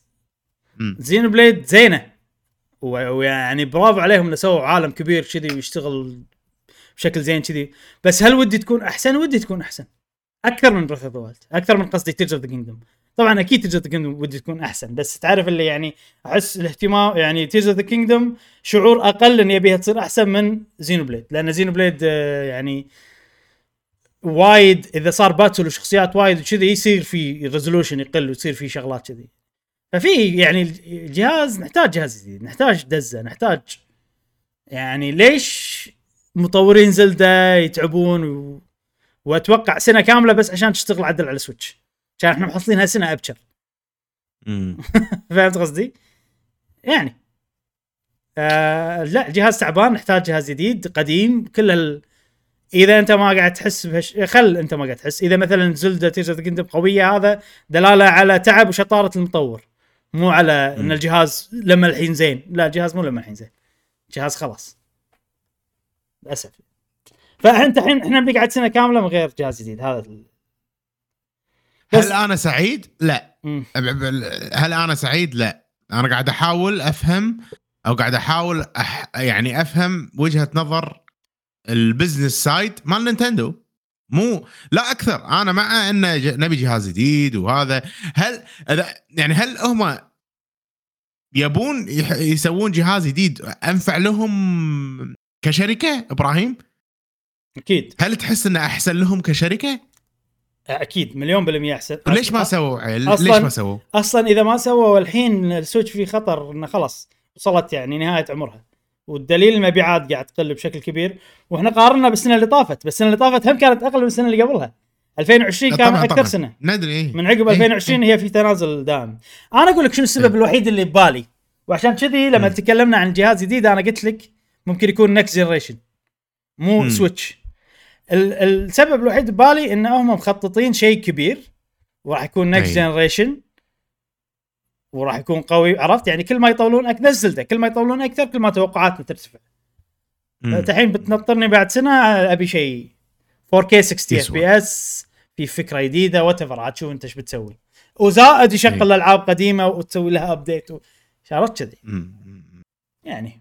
بليد زينه، ويعني برافو عليهم انه سووا عالم كبير كذي ويشتغل بشكل زين كذي. بس هل ودي تكون احسن؟ ودي تكون احسن اكثر من بريث اوف ذا وايلد، اكثر من قصدي تيرز اوف ذا كينجدم. طبعا اكيد تيرز اوف ذا كينجدم ودي تكون احسن، بس تعرف اللي يعني احس الاهتمام يعني تيرز اوف ذا كينجدم شعور اقل ان يبيها تصير احسن من زينو بليد، لان زينو بليد يعني وايد اذا صار باتل وشخصيات وايد وكذي يصير في ريزولوشن يقل ويصير في شغلات كذي. ففي يعني الجهاز نحتاج جهاز جديد، نحتاج دزه، نحتاج يعني ليش مطورين زلدة يتعبون واتوقع سنه كامله بس عشان تشتغل عدل على سويتش، عشان احنا محصلين هالسنه ابشر. فهمت قصدي يعني؟ لا جهاز تعبان، نحتاج جهاز جديد قديم. اذا انت ما قاعد تحس انت ما قاعد تحس. اذا مثلا زلدة تيرز اوف ذا كينجدم قويه، هذا دلاله على تعب وشطاره المطور، مو على ان الجهاز لما الحين زين. لا الجهاز مو لما الحين زين، جهاز خلاص للاسف. فانت الحين احنا بنقعد سنه كامله من غير جهاز جديد. هذا هل انا سعيد؟ لا. هل انا سعيد؟ لا. انا قاعد احاول افهم او قاعد احاول يعني افهم وجهة نظر البزنس سايد مال نينتندو، مو لا اكثر. انا مع ان نبي جهاز جديد وهذا. هل يعني هل هم يبون يسوون جهاز جديد انفع لهم كشركة ابراهيم؟ اكيد. هل تحس انه احسن لهم كشركة؟ اكيد مليون بالمية احسن. ليش ما سووا؟ ليش ما سووا اصلا اذا ما سووا الحين السويتش في خطر انه خلاص وصلت يعني نهايه عمرها، والدليل المبيعات قاعد تقل بشكل كبير. واحنا قارنا بالسنه اللي طافت، بس السنه اللي طافت هم كانت اقل من السنه اللي قبلها. 2020 كان اكثر سنه ندري إيه؟ من عقب 2020 هي في تنازل دائم. انا اقول لك شنو السبب الوحيد اللي ببالي، وعشان كذي لما تكلمنا عن جهاز جديد انا قلت لك ممكن يكون نكست جنريشن مو سويتش. السبب الوحيد ببالي ان هم مخططين شيء كبير وراح يكون نكست جنريشن وراح يكون قوي. عرفت يعني كل ما يطولون اكثر كل ما يطولون اكثر كل ما توقعاتنا ترتفع. الحين بتنطرني بعد سنه ابي شيء 4K 60 FPS في فكره جديده واتفر. عاد شوف انت ايش بتسوي، وزائد يشغل الالعاب قديمه وتسوي لها ابديت شارت كذي يعني.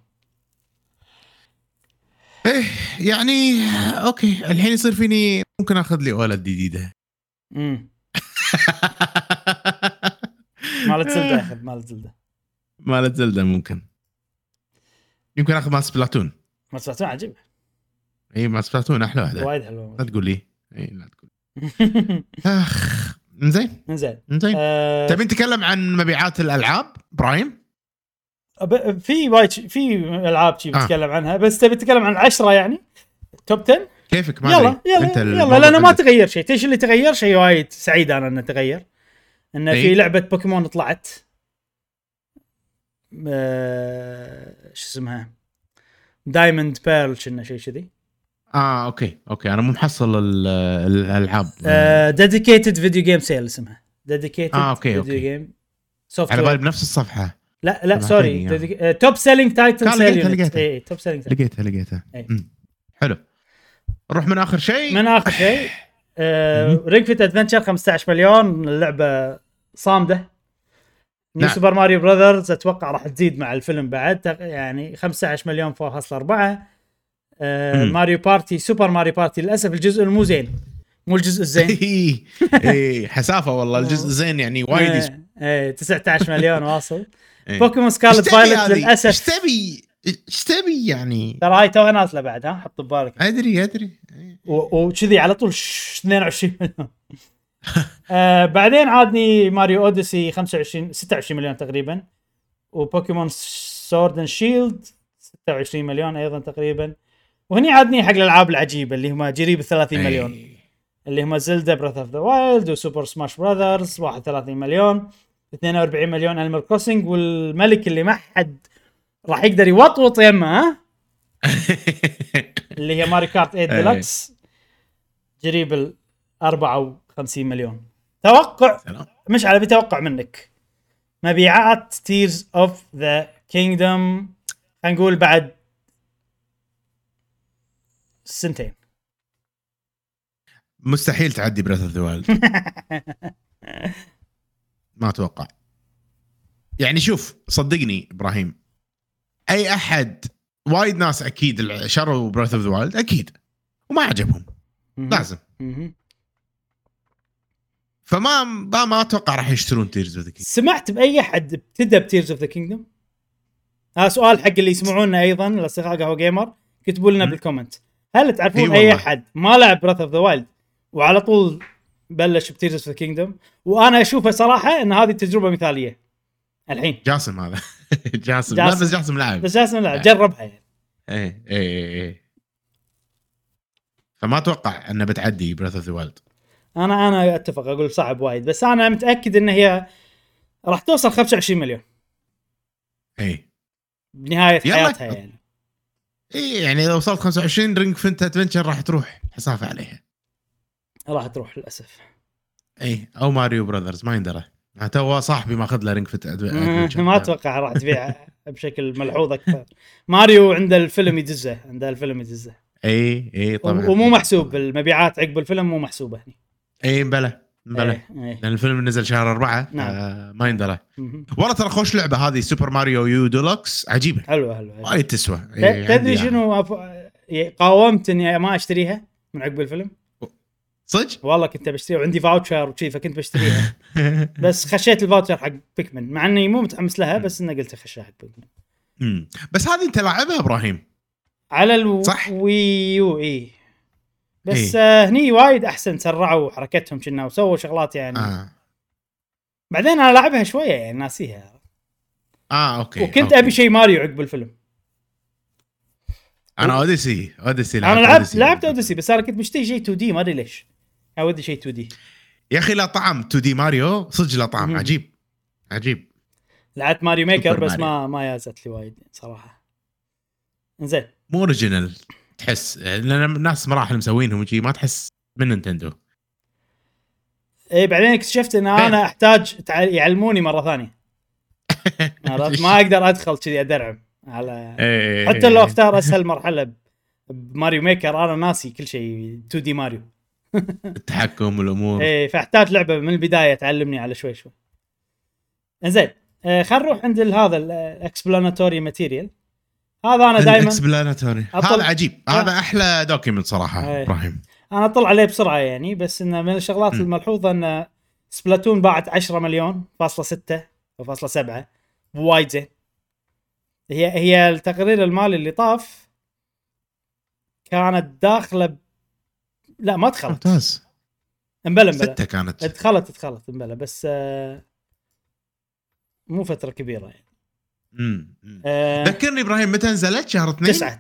ايه يعني اوكي الحين يصير فيني ممكن اخذ لي اولد جديده. مالت زلدة اخذ مالت زلدة ممكن يمكن اخذ مال سبلاتون. مال سبلاتون عجيب. اي مال سبلاتون احلى واحده وايد حلوه. لا تقول لي اي لا تقول. اخ زين. تبي نتكلم عن مبيعات الالعاب ابراهيم؟ في وايد في العاب شي بتكلم عنها، بس تبي تتكلم عن 10 يعني توب 10 كيفك؟ ما يلا لأنه ما تغير شيء. تيش اللي تغير شيء وايد سعيد انا انه تغير، انه في لعبه بوكيمون طلعت شو اسمها دايموند بيرل كنا شيء كذي. اوكي انا مو محصل الالعاب. ديديكيتد فيديو جيم سيل اسمها ديديكيتد فيديو جيم سوفت على بالي بنفس الصفحه. لا سوري توب سيلينج تايتل سيل. اي توب سيلينج لقيتها حلو. نروح من اخر شيء رينج فيت ادفنتشر 15 مليون. اللعبه صامده. نيو سوبر ماريو براذرز اتوقع راح تزيد مع الفيلم بعد يعني 15 مليون 4.4. ماريو بارتي سوبر ماريو بارتي للاسف الجزء المو زين مو الجزء الزين. اي حسافه والله الجزء الزين يعني وايد. 19 مليون واصل. بوكيمون سكارلت فايلت للاسف ايش تبي يعني؟ ترى هاي توها نازله بعد. حط ببالك. ادري وكذي على طول 22 مليون. بعدين عادني ماريو اوديسي 26 مليون تقريبا. وبوكيمون سورد اند شيلد 26 مليون ايضا تقريبا. وهني عادني حق الالعاب العجيبه اللي هم جريب 30 مليون اللي هم زلدا بريث اوف ذا وايلد وسوبر سماش براذرز 31 مليون. 42 مليون انيمال كروسنج. والملك اللي ما حد راح يقدر يوطوط يمه اللي هي ماري كارت 8 ديلكس جريب 54 مليون. توقع مش على بتوقع منك مبيعات تيرز اوف ذا كينجدم هنقول بعد سنتين مستحيل تعدي بريث اوف ذا وايلد. ما اتوقع يعني. شوف صدقني ابراهيم اي احد وايد ناس اكيد شروا بريث اوف ذا وايلد اكيد وما عجبهم لازم. فما اتوقع راح يشترون تيرز اوف ذا كينجدم. سمعت باي حد ابتدى بتيرز اوف ذا كينجدم؟ سؤال حق اللي يسمعونا ايضا الاصدقاء قهوه جيمر كتبوا لنا بالكومنت. هل تعرفون اي احد ما لعب بريث اوف ذا وايلد وعلى طول بلش بتيرز اوف ذا كينجدم؟ وانا اشوفها صراحه ان هذه تجربه مثاليه. الحين جاسم هذا جاسم لا بس جاسم لعب جربها يعني. ايه فما اتوقع انه بتعدي بريث اوف ذا وايلد. انا اتفق اقول صعب وايد بس انا متاكد ان هي راح توصل 25 مليون بنهايه حياتها يعني. يعني اذا وصلت 25 رينج فيت ادفنتشر راح تروح حسافه عليها. راح تروح للاسف. او ماريو براذرز ما يندرى. تو صاحبي ماخذ له رينج فيت ادفنتشر ما اتوقع راح تبيع بشكل ملحوظ اكثر. ماريو عنده الفيلم يدزه، اي طبعا، ومو محسوب المبيعات عقب الفيلم، مو محسوبه هني. اي بلا إيه. لان الفيلم نزل شهر 4. نعم. ما يندرى. والله ترى خوش لعبه هذه سوبر ماريو يو ديلوكس، عجيبه حلوه وايد تسوى. تدري شنو قاومت اني ما اشتريها من عقب الفيلم صدق؟ والله كنت بشتريها وعندي فاوتشر وشي، فكنت بشتريها بس خشيت الفاوتشر حق بيكمن، مع اني مو متحمس لها، بس اني قلت اخشها حق بيكمن. بس هذه انت لاعبها ابراهيم على الويو. اي بس هني وايد احسن، سرعوا حركتهم كنا وسووا شغلات يعني. بعدين انا لعبها شويه يعني ناسيها. اوكي. وكنت ابي شيء ماريو عقب الفيلم. انا اوديسي انا لعبت اوديسي، بس انا كنت مشتري شيء 2 دي، ما ادري ليش اودي شيء 2 دي. يا اخي لا طعم 2 دي ماريو صدق، لا طعم عجيب. لعبت ماريو ميكر بس ما يازت لي وايد صراحه. زين مو اوريجينال تحس، لان الناس مراحل مسوينهم وشي، ما تحس من نينتندو. اي بعدين اكتشفت ان انا احتاج يعلموني مره ثانيه. ما اقدر ادخل كذي ادرعم على حتى لو اختار اسهل مرحله بماريو ميكر، انا ناسي كل شيء 2 دي ماريو. التحكم والامور. اي فاحتاج لعبه من البدايه تعلمني على شوي. زين خلينا نروح عند هذا الاكسبلاناتوري ماتيريال. هذا انا دائما اكسبلاناتوري هذا عجيب. هذا احلى دوكيمنت صراحه ابراهيم. انا اطلع عليه بسرعه يعني، بس انه من الشغلات الملحوظه ان سبلاتون باعت 10 مليون فاصلة 6 او فاصلة 7 وايد زين. هي التقرير المالي اللي طاف كانت داخله لا ما دخلت ممتاز. امبلا 6 كانت دخلت امبلا، بس مو فتره كبيره يعني. ذكرني ابراهيم متى نزلت؟ شهر 2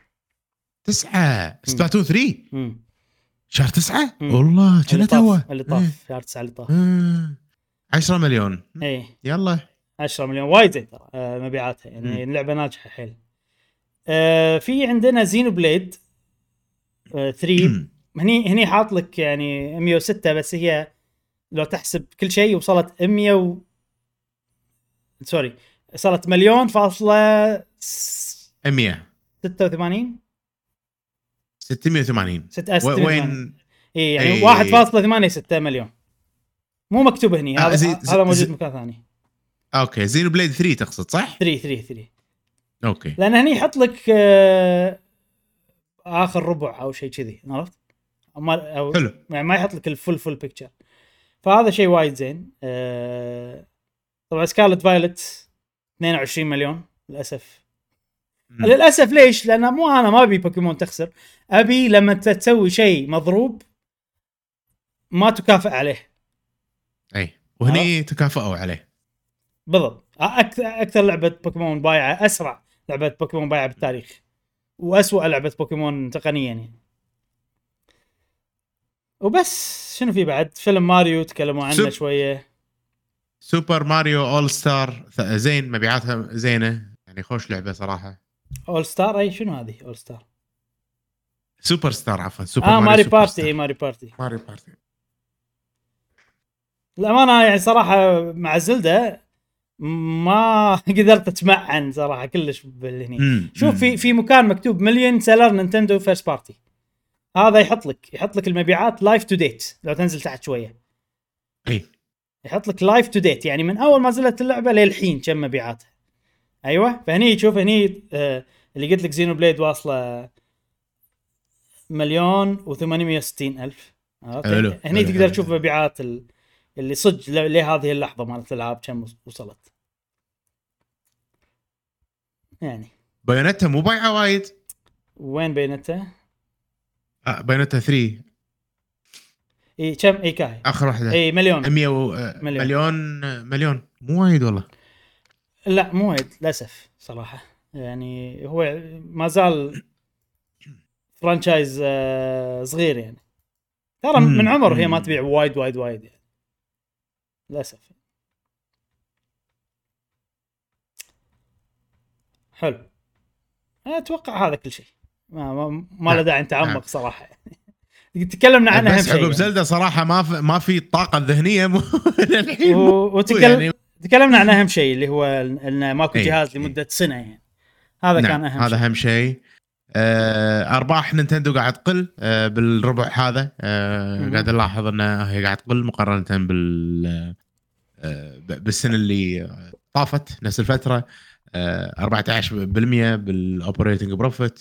9 سبلاتون 3 شهر 9 والله كنا توه اللي طاف شهر 9 اللي طاف 10 مليون. ايه يلا 10 مليون وايد زين ترى مبيعاتها يعني. اللعبه ناجحه حيل. في عندنا زينو بليد 3 هني حاط لك يعني 106، بس هي لو تحسب كل شيء وصلت 100 وصلت مليون فاصلة 186 680 وين اي يعني 1.86 مليون. مو مكتوب هني هذا موجود مكان ثاني. اوكي زينو بليد 3 تقصد صح؟ 3 اوكي، لان هني يحط لك اخر ربع او شيء كذي، عرفت؟ حلو يعني ما يحط لك الفول بيكتشر، فهذا شيء وايد زين. طبعا سكارلت فايلت 22 مليون للاسف ليش؟ لان مو انا ما ابي بوكيمون تخسر، ابي لما تسوي شيء مضروب ما تكافئ عليه. اي وهني تكافئوا عليه بالضبط. اكثر لعبه بوكيمون بايعه، اسرع لعبه بوكيمون بايعه بالتاريخ، واسوأ لعبه بوكيمون تقنيا يعني. وبس شنو في بعد؟ فيلم ماريو تكلموا عنه شويه. سوبر ماريو اول ستار زين، مبيعاتها زينه يعني، خوش لعبه صراحه. اول ستار اي شنو هذه؟ اول ستار سوبر ستار عفوا سوبر ماريو بارتي. ماريو بارتي الأمانة يعني صراحة مع زلدة ما قدرت أتمعن صراحة كلش بالهني. شوف في مكان مكتوب مليون سيلر نينتندو فيرست بارتي، هذا يحط لك المبيعات لايف تو ديت. لو تنزل تحت شوية يحط لك لايف تو ديت، يعني من أول ما نزلت اللعبة للحين كم مبيعاتها. أيوة فهني تشوف هني اللي قلت لك زينو بليد واصلة 1,860,000. هني تقدر تشوف مبيعات اللي صج لهذه اللحظة مالت الألعاب كم وصلت يعني. بايونيتا مو بايعة وايد. وين بايونيتا؟ بايونيتا 3 اي كم اي كاي اخر واحدة اي مليون. مليون مو وايد والله. لا مو وايد للاسف صراحة يعني. هو ما زال فرانشايز صغير يعني، ترى من عمر هي ما تبيع وايد يعني للاسف. حلو اتوقع هذا كل شيء، ما له داعي نتعمق صراحه يعني. تكلمنا عنها بس عقب زلدة صراحه ما في الطاقه الذهنيه للحين. تكلمنا عن اهم شيء اللي هو ان ماكو إيه. جهاز لمده سنه يعني. هذا نعم. كان اهم هذا شيء. اهم شيء. ارباح نينتندو قاعد تقل بالربع هذا. قاعد نلاحظ انها هي قاعد تقل مقارنه بالسنه اللي طافت نفس الفتره. 14% بالاوبريتنج بروفيت،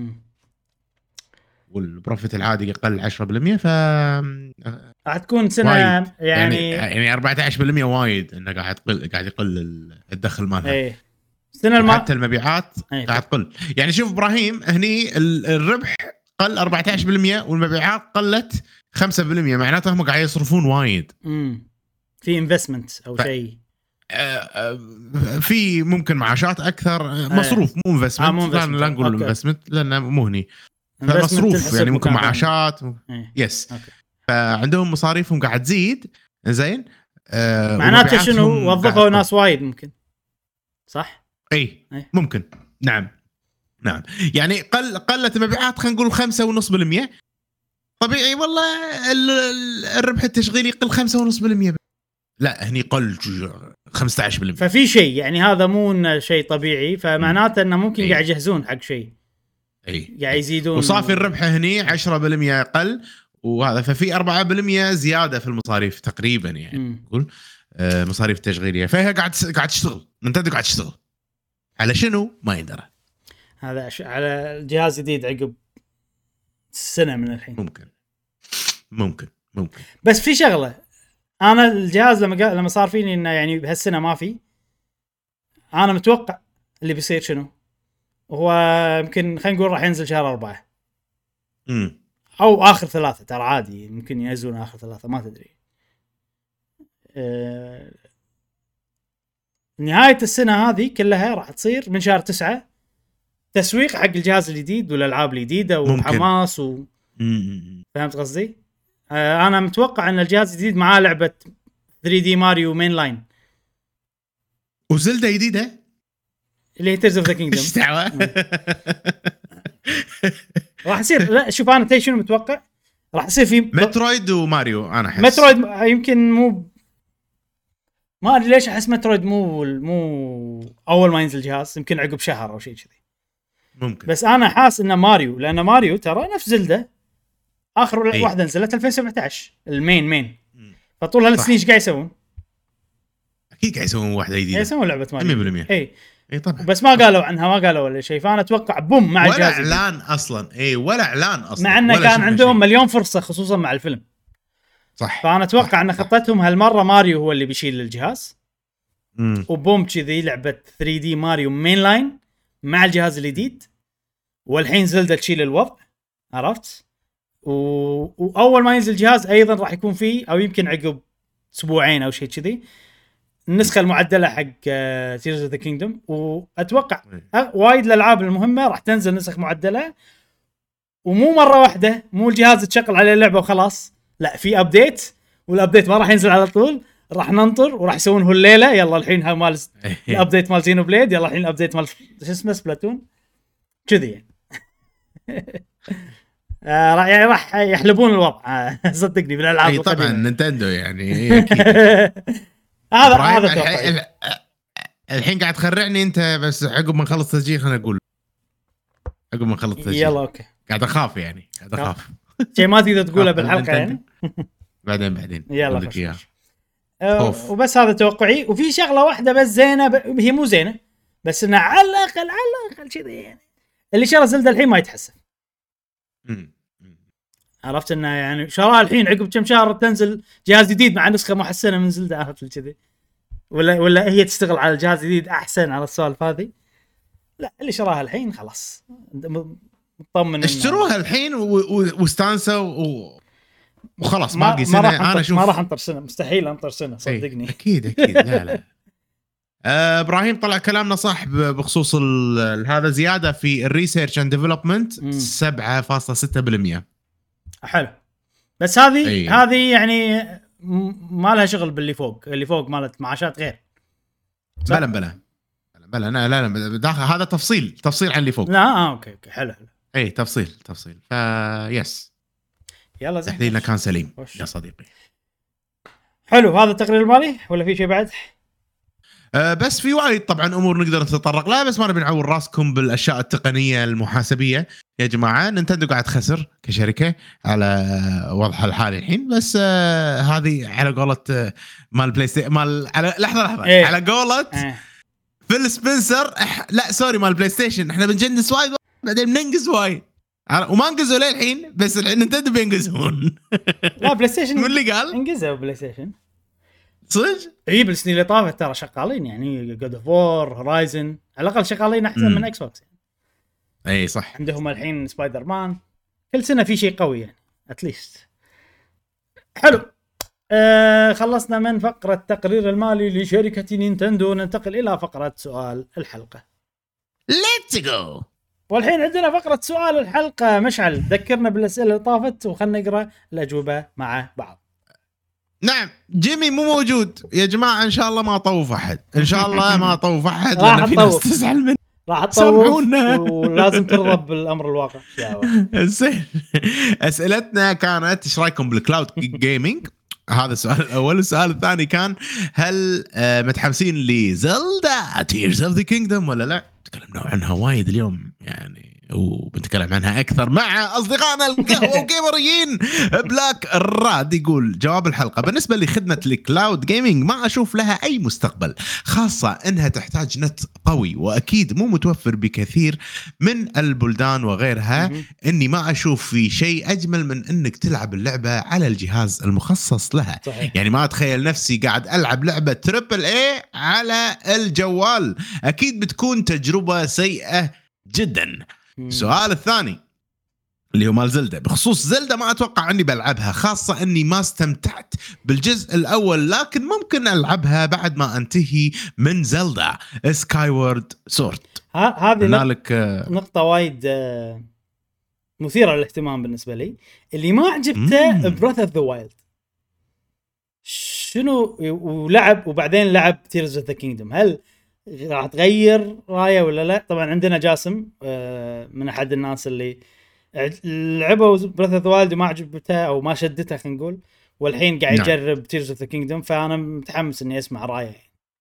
والبروفيت العادي يقل 10%. ف راح تكون سنه وايد. يعني 14% وايد انه قاعد يقل الدخل مالها. ايه السنه حتى المبيعات قاعد تقل. يعني شوف ابراهيم هني الربح قل 14% والمبيعات قلت 5%، معناته هم قاعد يصرفون وايد. في انفستمنت او شيء. في ممكن معاشات اكثر، مصروف مو انفستمنت. لا نقول انفستمنت لانه مو هني. فمصروف يعني ممكن معاشات. يس. فعندهم مصاريفهم قاعد تزيد. زين. معناته شنو؟ وظفوا ناس وايد ممكن، صح؟ اي ممكن. نعم يعني قلت المبيعات خلينا نقول 5.5%. طبيعي والله الربح التشغيلي يقل 5.5%. لا هني قل 15%. ففي شيء يعني هذا مو شيء طبيعي، فمعناته انه ممكن قاعد يجهزون حق شيء. قاعد يزيدون. وصافي الربح هني 10% قل، وهذا ففي 4% زياده في المصاريف تقريبا يعني. نقول مصاريف تشغيليه. فهي قاعد تشتغل. نينتندو قاعد تشتغل على شنو ما يدرى. هذا على الجهاز جديد عقب سنه من الحين. ممكن. بس في شغله، انا الجهاز لما صار فيني انه يعني بهالسنه ما في، انا متوقع اللي بيصير شنو هو. يمكن خلينا نقول راح ينزل شهر 4 او اخر 3. ترى عادي ممكن ينزلون اخر 3 ما تدري. نهايه السنه هذه كلها راح تصير من شهر 9 تسويق حق الجهاز الجديد والالعاب الجديده وحماس فهمت قصدي؟ انا متوقع ان الجهاز الجديد معاه لعبه 3D ماريو مين لاين وزلدة جديده اللي هي تيرز اوف ذا كينجدم. ايش دعوه؟ راح يصير. لا شوف انا شنو متوقع راح يصير في مترويد وماريو. انا احس مترويد يمكن مو، ما ادري ليش احس مترويد مو اول ما ينزل جهاز، يمكن عقب شهر او شيء كذي ممكن. بس انا حاس ان ماريو، لان ماريو ترى نفس زلدة اخر واحده نزلت 2017 المين. فطول هالسنين ايش قاعد يسوون؟ اكيد قاعد يسوون واحده جديده، يسوون لعبه ماريو 100%. اي طبعا. بس ما قالوا عنها، ما قالوا ولا شيء. فانا اتوقع بوم مع الجهاز ولا اعلان اصلا. ولا اعلان اصلا، مع انه كان عندهم مليون فرصه خصوصا مع الفيلم. صح. فانا اتوقع ان خطتهم هالمره ماريو هو اللي بيشيل الجهاز. وبوم كذي لعبه 3D ماريو مين لاين مع الجهاز الجديد، والحين زلدة تشيل الوضع. عرفت؟ واول ما ينزل الجهاز ايضا راح يكون فيه، او يمكن عقب اسبوعين او شيء كذي، النسخه المعدله حق تيرز اوف ذا كينجدم. واتوقع وايد الالعاب المهمه راح تنزل نسخ معدله، ومو مره واحده، مو الجهاز تشغل عليه اللعبه وخلاص. لا، في ابديت، والابديت ما راح ينزل على طول، راح ننطر وراح يسوون هو الليله. يلا الحين ها مال الابديت مال زينو بليد، يلا الحين الابديت مال شو اسمه سبلاتون كذي يعني. يعني راح يحلبون الوضع. صدقني بالالعاب. اي طبعا نينتندو يعني اكيد. هذا الحين قاعد تخرعني انت، بس عقب ما نخلص تسجيل خليني اقول. عقب ما نخلص تسجيل يلا اوكي. قاعد اخاف يعني، قاعد اخاف شيء ما تقدر تقوله بالحلقه يعني. بعدين يلا وبس هذا توقعي. وفي شغله واحده بس زينه، هي مو زينه بس انها على الاقل كذي يعني، اللي شرى زلدة الحين ما يتحسن. عرفت انه يعني شراها الحين عقب كم شهر تنزل جهاز جديد مع نسخه محسنه من زلدة. عرفت كذي؟ ولا هي تشتغل على الجهاز الجديد احسن على السوالف هذه؟ لا، اللي شراها الحين خلاص مطمن. اشتروها الحين واستانسوا وخلاص. باقي سنه. انا اشوف ما راح انطر سنه، مستحيل انطر سنة صدقني. اكيد لا ابراهيم طلع كلامنا صح بخصوص هذا زياده في الريسيرش اند ديفلوبمنت 7.6%. حلو. بس هذه يعني ما لها شغل باللي فوق. اللي فوق مالت معاشات غير. بلا لا داخل هذا تفصيل عن اللي فوق. لا اوكي حلو. اي تفصيل يس. يلا زين، تحليلنا كان سليم يا صديقي. حلو. هذا التقرير المالي ولا في شيء بعد؟ بس في وايد طبعا امور نقدر نتطرق لها، بس ما نبي نعور راسكم بالاشياء التقنيه المحاسبيه يا جماعه. نينتندو قاعد تخسر كشركه على وضعها الحالي الحين، بس هذه على قولة مال بلاي ستيشن مال على لحظه إيه. على قولة فيل سبنسر لا سوري مال بلاي ستيشن، احنا بنجنس وايد بعدين بننقز وايد وما انقزوا للحين، بس نينتندو بينقزون. لا بلاي ستيشن من اللي قال انقزوا بلاي ستيشن صدق؟ اي بالسنين اللي طافت ترى شغالين، يعني جود اوف وور هورايزن على الاقل شغالين احسن من اكس بوكس يعني. اي صح، عندهم الحين سبايدر مان، كل سنه في شيء قوي يعني اتليست. حلو. خلصنا من فقره التقرير المالي لشركه نينتندو، ننتقل الى فقره سؤال الحلقه. ليتس جو. والحين عندنا فقره سؤال الحلقه. مشعل ذكرنا بالاسئله اللي طافت وخلنا نقرا الاجوبه مع بعض. نعم جيمي مو موجود يا جماعه، ان شاء الله ما طوف احد، ان شاء الله ما طوف احد لان في ناس تزعل منه. راح تطوف ولازم ترضى بالامر الواقع. زين اسئلتنا كانت ايش رايكم بالكلاود جيمنج؟ هذا السؤال الاول. السؤال الثاني كان هل متحمسين لزلدا تيرز اوف ذا كينجدم ولا لا؟ تكلمنا عنها وايد اليوم يعني، وبنتكلم عنها أكثر مع أصدقائنا القهوة وجيمريين. بلاك راد يقول جواب الحلقة: بالنسبة لخدمة الكلاود جيمينج ما أشوف لها أي مستقبل، خاصة أنها تحتاج نت قوي وأكيد مو متوفر بكثير من البلدان وغيرها. إني ما أشوف في شيء أجمل من أنك تلعب اللعبة على الجهاز المخصص لها. صحيح. يعني ما أتخيل نفسي قاعد ألعب لعبة تريبل اي على الجوال، أكيد بتكون تجربة سيئة جدا. السؤال الثاني اللي هو مال زلدة، بخصوص زلدة ما أتوقع أني بلعبها، خاصة أني ما استمتعت بالجزء الأول، لكن ممكن ألعبها بعد ما أنتهي من زلدة سكايورد سورد. هذه نقطة وايد مثيرة للاهتمام بالنسبة لي. اللي ما عجبته براث اوف ذا وايلد شنو، ولعب وبعدين لعب تيرز اوف ذا كينجدم، هل راح تغير رايه ولا لا؟ طبعا عندنا جاسم من احد الناس اللي لعبوا براث اوف ذا وايلد وما عجبته او ما شدته خلينا نقول، والحين قاعد يجرب تيرز اوف ذا كينجدم، فانا متحمس اني اسمع رايه.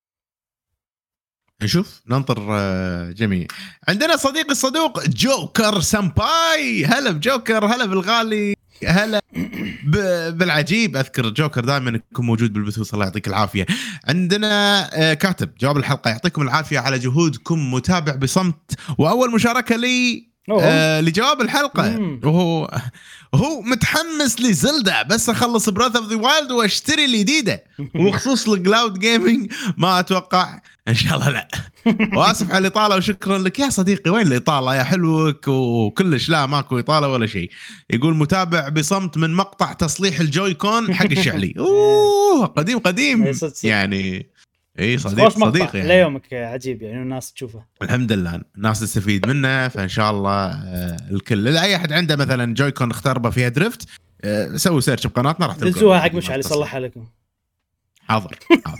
نشوف ننطر جميع. عندنا صديقي الصدوق جوكر سامباي، هلا بجوكر، هلا بالغالي، هلا بالعجيب. اذكر جوكر دائما يكون موجود بالبثوث، الله يعطيك العافيه. عندنا كاتب جواب الحلقه: يعطيكم العافيه على جهودكم، متابع بصمت، واول مشاركه لي لجواب الحلقه. وهو متحمس لزلدة، بس اخلص براث اوف ذا وايلد واشتري الجديده. وبخصوص الكلاود جيمنج ما اتوقع، ان شاء الله لا. واسف على الاطاله وشكرا لك يا صديقي. وين الاطاله يا حلوك وكلش؟ لا ماكو اطاله ولا شيء. يقول متابع بصمت من مقطع تصليح الجوي كون حق الشعلي. قديم يعني. اي صديقي يعني. ليومك عجيب يعني، الناس تشوفه الحمد لله الناس تستفيد منه، فان شاء الله الكل. اي احد عنده مثلا جوي كون اختربه فيها درفت، سوي سيرش بقناتنا راح تلقوها. دزوها حق مشعل يصلحها لكم. حاضر.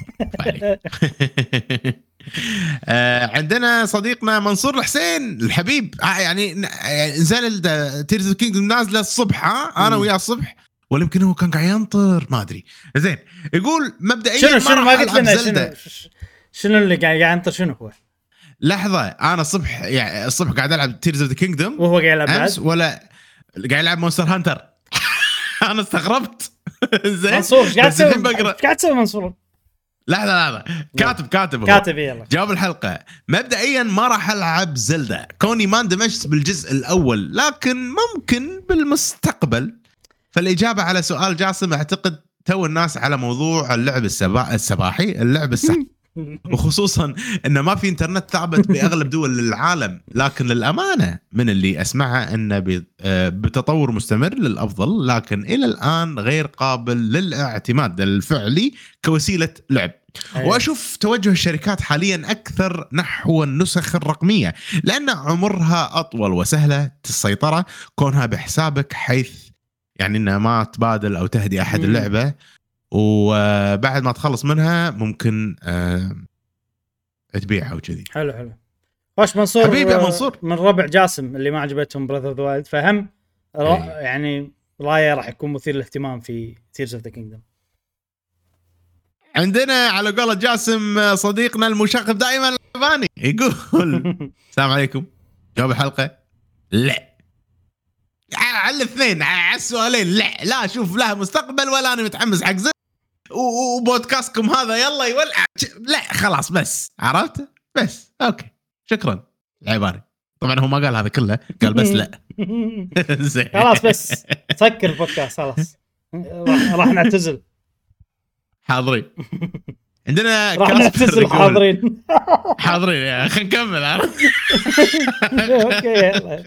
عندنا صديقنا منصور الحسين الحبيب، يعني نزل تيرز كينجدم نازله الصبح، انا وياه الصبح، ولا يمكن هو كان قاعد ينطر ما ادري. زين يقول مبدئيا شنو ما قلت لنا شنو اللي قاعد ينطر؟ شنو هو؟ لحظه، انا الصبح يعني الصبح قاعد العب تيرز اوف ذا كينجدم وهو قاعد يلعب امس، ولا قاعد يلعب مونستر هانتر. انا استغربت. زين منصور ايش قاعد تسوي منصور؟ لحظه كاتب يلا جواب الحلقه: مبدئيا ما راح العب زلدة كوني ما اندمجت بالجزء الاول، لكن ممكن بالمستقبل. فالاجابه على سؤال جاسم، اعتقد تو الناس على موضوع اللعب السباحي، اللعب السباحي وخصوصا انه ما في انترنت ثابت باغلب دول العالم، لكن للامانه من اللي اسمعه انه بتطور مستمر للافضل، لكن الى الان غير قابل للاعتماد الفعلي كوسيله لعب. واشوف توجه الشركات حاليا اكثر نحو النسخ الرقميه، لان عمرها اطول وسهله السيطره كونها بحسابك، حيث يعني انها ما تبادل او تهدي احد اللعبه، وبعد ما تخلص منها ممكن تبيعها وكذي. حلو خوش منصور حبيبي يا منصور، من ربع جاسم اللي ما عجبتهم براذر اوف ذا وايلد، فهم يعني رايه راح يكون مثير للاهتمام في تيرز اوف ذا كينجدم. عندنا على قولة جاسم صديقنا المشاغب دائما الياباني يقول السلام عليكم، جواب الحلقة لا على الاثنين، على السؤالين لا شوف لها مستقبل ولا أنا متحمس حق زي وبودكاستكم هذا يلا يولع لا خلاص بس عرفت بس اوكي شكرا العباري. طبعا هو ما قال هذا كله، قال بس لا خلاص بس سكر البودكاست خلاص راح نعتزل حاضرين. عندنا راح نعتزل حاضرين يا خلينا نكمل اوكي.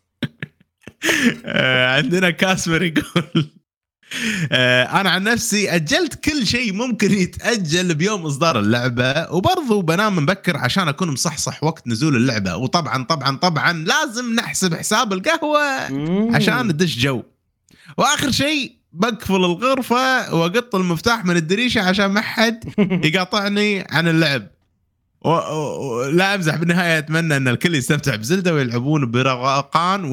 عندنا كاسبر يقول أنا عن نفسي أجلت كل شيء ممكن يتأجل بيوم إصدار اللعبة، وبرضو بنام مبكر عشان أكون مصحصح وقت نزول اللعبة، وطبعا لازم نحسب حساب القهوة عشان ندش جو، وآخر شيء بقفل الغرفة وأقط المفتاح من الدريشة عشان ما حد يقاطعني عن اللعب. لا أمزح، بالنهاية أتمنى أن الكل يستمتع بزلدة ويلعبون برقان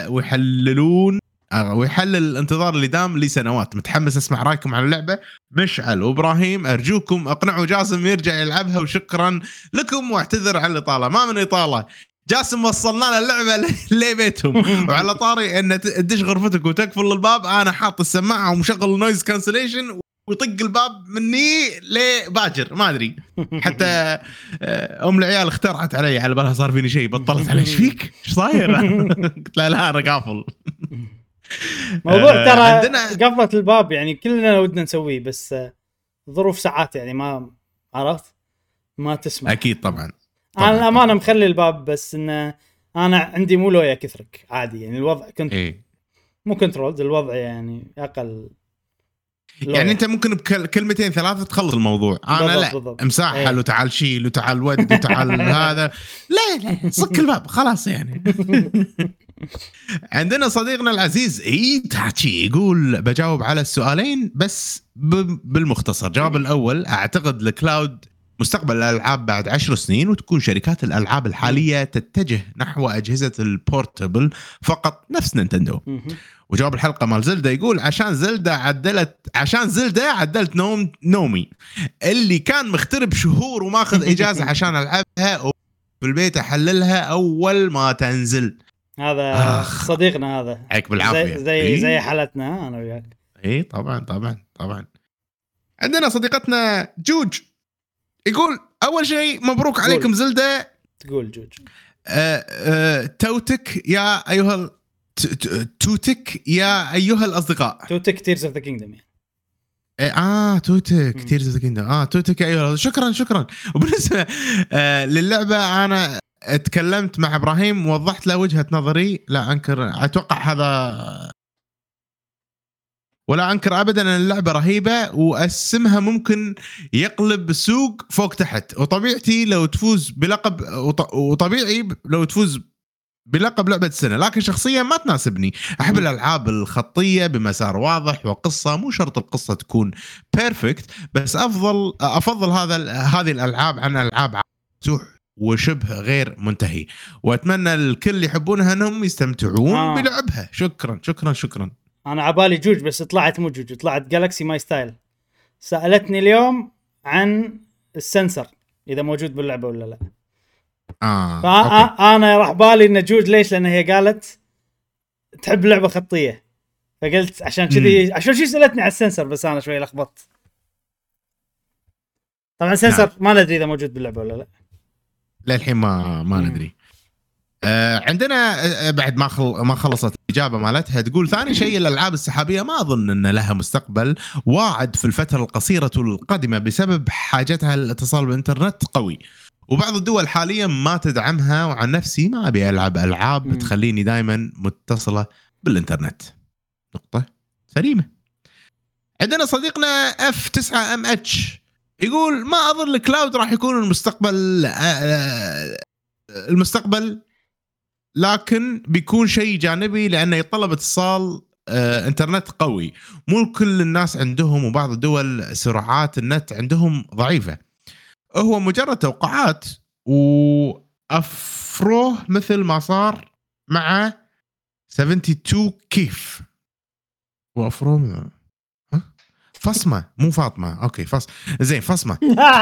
ويحلل الانتظار اللي دام لي سنوات. متحمس اسمع رايكم عن اللعبه. مشعل وابراهيم ارجوكم اقنعوا جاسم يرجع يلعبها، وشكرا لكم واعتذر عن الاطاله. ما من اطاله، جاسم وصلنا اللعبه لبيتهم. وعلى طاري ان تدش غرفتك وتقفل الباب، انا حاط السماعه ومشغل نويز كانسليشن ويطق الباب مني لباجر ما ادري. حتى ام العيال اخترعت علي على بالها صار فيني شيء، بطلت علي ايش فيك ايش صاير قلت لا انا قافل. موضوع ترى قفلة الباب يعني كلنا ودنا نسويه، بس ظروف ساعات يعني ما عرفت ما تسمح. اكيد طبعا انا الامانه مخلي الباب، بس ان انا عندي مو لويا كثرك عادي يعني الوضع كنت مو كنترول الوضع يعني اقل يعني انت ممكن بكلمتين ثلاثه تخلص الموضوع. انا بالضبط. لا مساحل وتعال شيل وتعال ود وتعال هذا لا صك الباب خلاص يعني. عندنا صديقنا العزيز ايتاتشي يقول بجاوب على السؤالين بس بالمختصر. جواب الاول، اعتقد الكلاود مستقبل الالعاب بعد 10 سنين، وتكون شركات الالعاب الحاليه تتجه نحو اجهزه البورتبل فقط نفس نينتندو. وجواب الحلقه مال زلدة يقول عشان زلدة عدلت نومي اللي كان مغترب شهور وماخذ اجازه عشان العبها وفي البيت احللها اول ما تنزل. هذا صديقنا هذا عليك بالعافيه زي حالتنا انا وياك. اي طبعا. عندنا صديقتنا جوج يقول اول شيء مبروك عليكم زلدة. تقول جوج توتك يا ايها توتك يا ايها الاصدقاء. توتك تيرز اوف ذا كينجدم توتك تيرز اوف ذا كينجدم. توتك يا ايها. شكرا. وبالنسبه للعبه انا اتكلمت مع ابراهيم ووضحت له وجهه نظري، لا انكر اتوقع هذا ولا انكر ابدا ان اللعبه رهيبه واسمها ممكن يقلب السوق فوق تحت، وطبيعي لو تفوز بلقب لعبه السنه، لكن شخصيا ما تناسبني. احب الالعاب الخطيه بمسار واضح وقصه، مو شرط القصه تكون بيرفكت، بس افضل هذه الالعاب عن العاب مفتوح وشبه غير منتهي، واتمنى الكل يحبونها انهم يستمتعون بلعبها. شكرا. انا عبالي جوج بس طلعت مو جوج، طلعت جالكسي ماي ستايل. سالتني اليوم عن السنسر اذا موجود باللعبه ولا لا. انا راح بالي ان جوج ليش، لان هي قالت تحب لعبه خطيه، فقلت عشان كذي عشان شي سالتني على السنسر، بس انا شوي لخبطت. طبعا السنسر ما ندري اذا موجود باللعبه ولا لا للحين ما ندري. عندنا بعد ما خلصت الإجابة مالتها تقول ثاني شيء الألعاب السحابية ما أظن أن لها مستقبل واعد في الفترة القصيرة القادمة بسبب حاجتها للاتصال بالإنترنت قوي، وبعض الدول حاليا ما تدعمها، وعن نفسي ما أبي ألعب ألعاب بتخليني دائما متصلة بالإنترنت. نقطة سليمة. عندنا صديقنا F9MH يقول ما أظن الكلاود راح يكون المستقبل لكن بيكون شيء جانبي لأنه يتطلب اتصال انترنت قوي. مو كل الناس عندهم، وبعض الدول سرعات النت عندهم ضعيفة. هو مجرد توقعات وأفروه مثل ما صار مع 72 كيف وأفروه فصمه مو فاطمه، اوكي زين فصمه.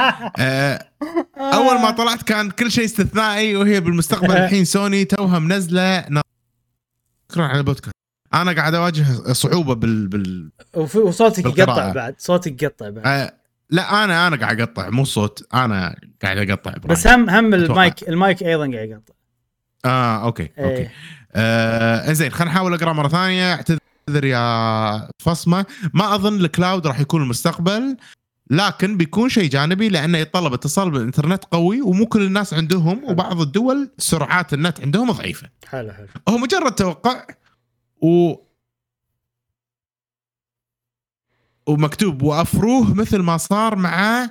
اول ما طلعت كان كل شيء استثنائي وهي بالمستقبل. الحين سوني توها منزله. شكرا على البودكاست. انا قاعد اواجه صعوبه وصوتك يقطع بعد، صوتك يقطع بعد. لا انا قاعد اقطع، مو صوت، انا قاعد اقطع بس هم المايك ايضا قاعد يقطع. اوكي اوكي. زين خلينا نحاول اقرا مره ثانيه. اعتذر يا فصمه، ما اظن الكلاود راح يكون المستقبل، لكن بيكون شيء جانبي لانه يتطلب اتصال بالانترنت قوي ومو كل الناس عندهم، وبعض الدول سرعات النت عندهم ضعيفه. حلو هو مجرد توقع ومكتوب وافروه مثل ما صار مع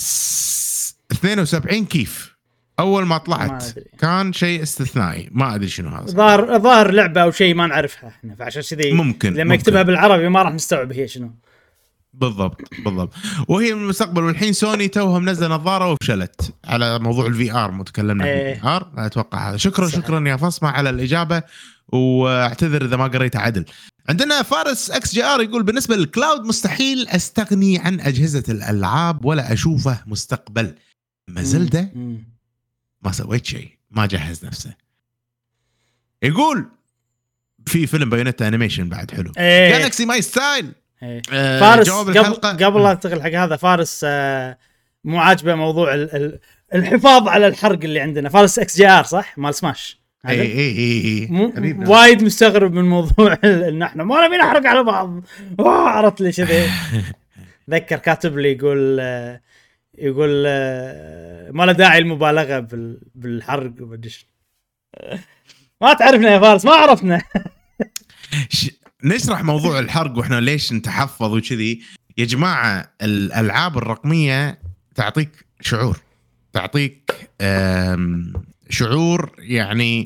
72 كيف. اول ما طلعت كان شيء استثنائي، ما ادري شنو هذا. ظاهر لعبه او شيء ما نعرفها احنا، فعشان كذي ممكن لما يكتبها بالعربي ما راح نستوعب هي شنو بالضبط. وهي من المستقبل، والحين سوني توها منزله نظاره وفشلت على موضوع الفي ار. متكلمنا في الفي ار، اتوقع هذا. شكرا يا فصمه على الاجابه، واعتذر اذا ما قريتها عدل. عندنا فارس اكس جي ار يقول بالنسبه للكلاود مستحيل استغني عن اجهزه الالعاب ولا اشوفه مستقبل. ما زلده ما سويت شيء، ما جهز نفسه. يقول في فيلم بايونيتا انيميشن بعد حلو. جالكسي ماي ستايل. فارس قبل لا تنتقل حق هذا، فارس مو عاجبه موضوع الحفاظ على الحرق اللي عندنا. فارس اكس جي ار صح مال سماش. اي وايد مستغرب من موضوع ان احنا ما نبي نحرق على بعض. عرفت لي كذا. ذكر كاتب لي يقول ما له داعي المبالغه بالحرق وبدش. ما تعرفنا يا فارس، ما عرفنا. نشرح موضوع الحرق واحنا ليش نتحفظ وكذي. يا جماعه الالعاب الرقميه تعطيك شعور، تعطيك شعور يعني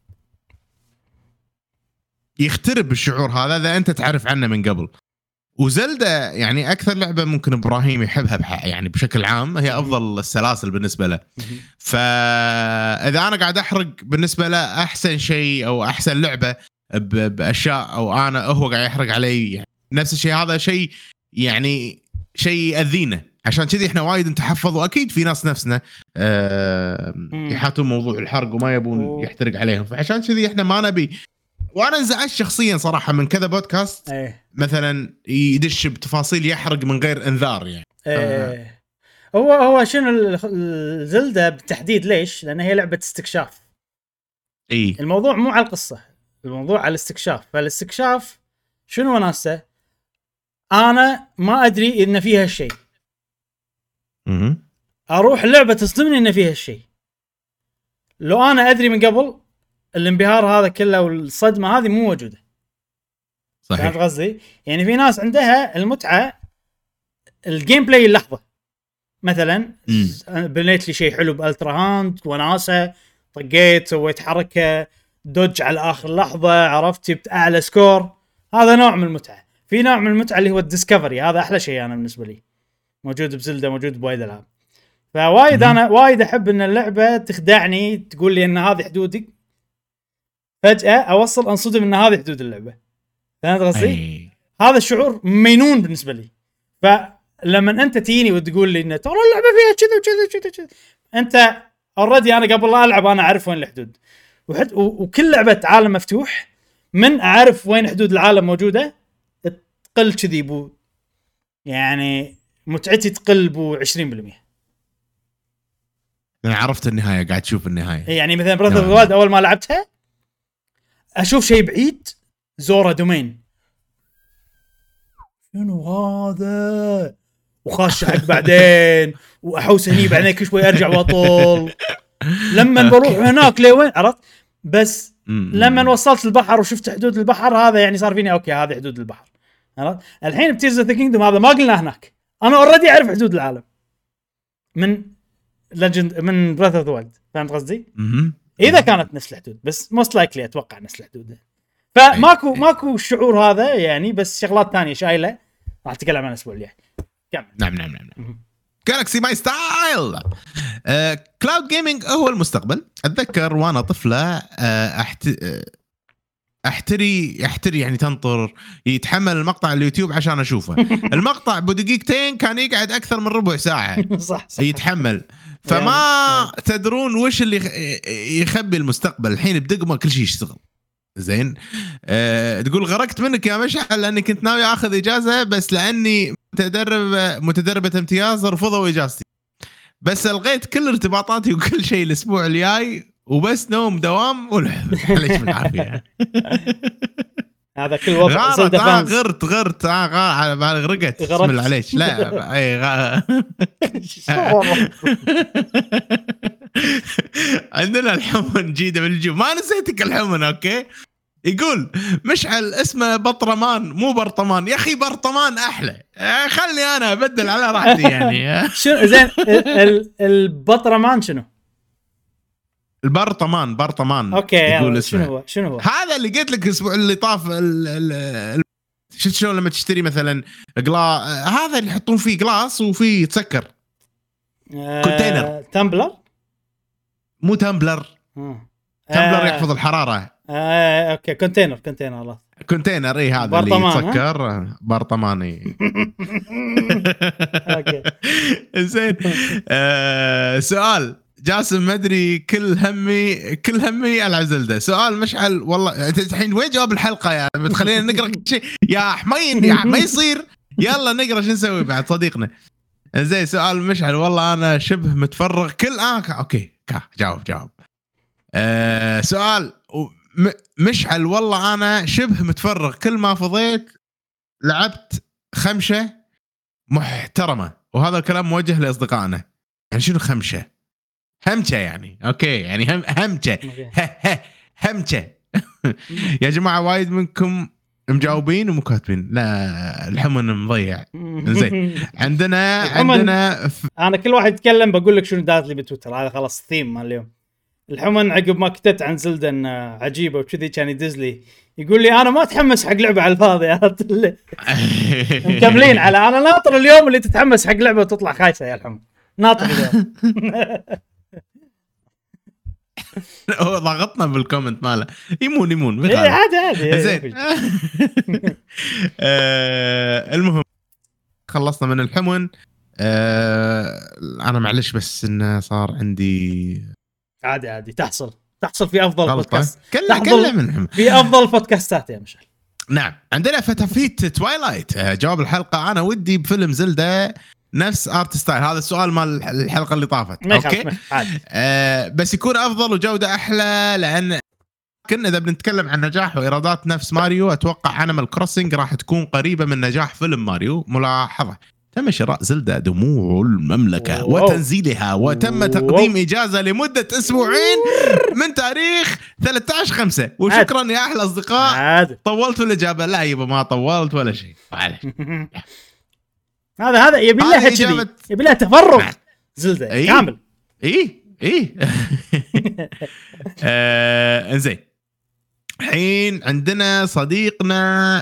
يخترب الشعور هذا اذا انت تعرف عنه من قبل. وزلدة يعني اكثر لعبه ممكن ابراهيم يحبها يعني بشكل عام، هي افضل السلاسل بالنسبه له. فاذا انا قاعد احرق بالنسبه له احسن شيء او احسن لعبه باشياء، او انا هو قاعد يحرق علي يعني نفس الشيء، هذا شيء يعني شيء يأذينا. عشان كذي احنا وايد نتحفظ، واكيد في ناس نفسنا يحاتون موضوع الحرق وما يبون يحترق عليهم. فعشان كذي احنا ما نبي. وانا انزعجت شخصيا صراحه من كذا بودكاست مثلا يدش بتفاصيل يحرق من غير انذار يعني. هو شنو الزلدة بالتحديد ليش؟ لان هي لعبه استكشاف. الموضوع مو على القصه، الموضوع على الاستكشاف. فالاستكشاف شنو وناسه؟ انا ما ادري ان فيها الشيء، اروح اللعبه تصدمني ان فيها الشيء. لو انا ادري من قبل الانبهار هذا كله والصدمه هذه مو موجوده. صحيح. فهمت قصدي؟ يعني في ناس عندها المتعه الجيم بلاي اللحظه. مثلا بنيت لي شيء حلو بالترا هاند وناسه، طقيت سويت حركه دوج على اخر لحظه، عرفت جبت اعلى سكور. هذا نوع من المتعه. في نوع من المتعه اللي هو الديسكفري، هذا احلى شيء انا بالنسبه لي، موجود بزلدة، موجود بوايد العاب. فوايد انا وايد احب ان اللعبه تخدعني، تقول لي ان هذه حدودك، فجاه اوصل انصدم ان هذه حدود اللعبه. فهمت قصدي؟ هذا الشعور مينون بالنسبه لي. فلما انت تيني وتقول لي ان ترى اللعبه فيها كذا وكذا كذا، انت اوريدي انا قبل لا العب انا اعرف وين الحدود. وكل لعبه عالم مفتوح من اعرف وين حدود العالم موجوده تقل كذي بو، يعني متعتي تقل بو 20%. انا عرفت النهايه، قاعد تشوف النهايه. يعني مثلا براذر اوف ذا وايلد اول ما لعبتها اشوف شيء بعيد، زورا دومين، شنو هذا، وخاش حق بعدين واحوس هني، بعدين كل شوي ارجع واطول لما بروح هناك لوين، عرفت؟ بس لما وصلت البحر وشفت حدود البحر هذا يعني صار فيني اوكي هذه حدود البحر. عرفت؟ الحين بتيرز اوف ذا كينجدوم هذا ما قلنا هناك، انا اوريدي اعرف حدود العالم من ليجند، من براذر اوف ذا وايلد. فهمت قصدي؟ اذا كانت نفس الحدود، بس موست لايكلي اتوقع نفس الحدود. فماكو الشعور هذا يعني. بس شغلات ثانيه شايله راح اتكلم عنها الاسبوع الجاي. نعم. جالكسي ماي ستايل. كلاود جيمينج هو المستقبل. اتذكر وانا طفله احتري يعني تنطر يتحمل المقطع اليوتيوب عشان اشوفه. المقطع بدقيقتين كان يقعد اكثر من ربع ساعه صح. يتحمل. فما تدرون وش اللي يخبي المستقبل. الحين بدقمه كل شيء يشتغل زين. تقول غرقت منك يا مشعل لاني كنت ناوي اخذ اجازه، بس لاني متدربه امتياز رفضوا اجازتي، بس الغيت كل ارتباطاتي وكل شيء الاسبوع الجاي، وبس نوم دوام وليش بالعافيه. هذا كل وقت غرت على بالي غرقت. بسم الله عليك. لا اي عندنا الحمن جي دبليو، ما نسيتك الحمن. اوكي يقول مشعل اسمه بطرمان مو برطمان. يا اخي برطمان احلى، خلني انا ابدل على راحتي يعني. شنو زين البطرمان شنو؟ برطمان. اوكي يقول شنو هو هذا اللي قلت لك الاسبوع اللي طاف. شفت شلون لما تشتري مثلا هذا اللي يحطون فيه جلاس وفيه يتسكر. كونتينر. تمبلر. مو تمبلر. تمبلر يحفظ الحراره. اوكي كونتينر الله. كونتينر اي هذا اللي يتسكر. برطماني. اوكي زين. سؤال جاسم مدري كل همي العب زلدة. سؤال مشعل والله الحين وين جواب الحلقه يا بتخلينا نقرا شيء يا حمين يا ما يصير. يلا نقرا شو نسوي بعد صديقنا. زين سؤال مشعل والله انا شبه متفرغ كل اوكي جاوب. سؤال مشعل والله انا شبه متفرغ كل ما فضيت لعبت خمشه محترمه. وهذا الكلام موجه لاصدقائنا. يعني شنو خمشه؟ همشه يعني. اوكي يعني همشه همشه. يا جماعه وايد منكم مجاوبين ومكاتبين. لا الحمن مضيع. زين عندنا انا كل واحد يتكلم بقول لك شنو دات لي بتويتر. هذا خلاص ثيم مال اليوم. الحمن عقب ما كتبت عن زلدة عجيبه وكذي كان يدز لي يقول لي انا ما اتحمس حق لعبه على الفاضي. مكملين على انا ناطر اليوم اللي تتحمس حق لعبه وتطلع خايسه يا الحمن. ناطر اليوم. هو ضغطنا بالكومنت ماله يمون عادي زين. المهم خلصنا من الحمن. انا معلش بس انه صار عندي عادي تحصل في افضل بودكاست. كله منهم في افضل بودكاستات يا مشعل. نعم عندنا فتافيت توايلايت. جواب الحلقه انا ودي بفيلم زلدة نفس ارت ستايل. هذا السؤال مال الحلقه اللي طافت. اوكي بس يكون افضل وجوده احلى. لان كنا اذا بنتكلم عن نجاح وايرادات نفس ماريو اتوقع انيمال كروسنج راح تكون قريبه من نجاح فيلم ماريو. ملاحظه تم شراء زلدة دموع المملكة وتنزيلها وتم تقديم إجازة لمدة أسبوعين من تاريخ 13/5. وشكرا يا أحلى أصدقاء. طولت الإجابة؟ لا يبا ما طولت ولا شيء. هذا يبي لها كذي يبي لها تفرغ. زلدة كامل. انزين الحين عندنا صديقنا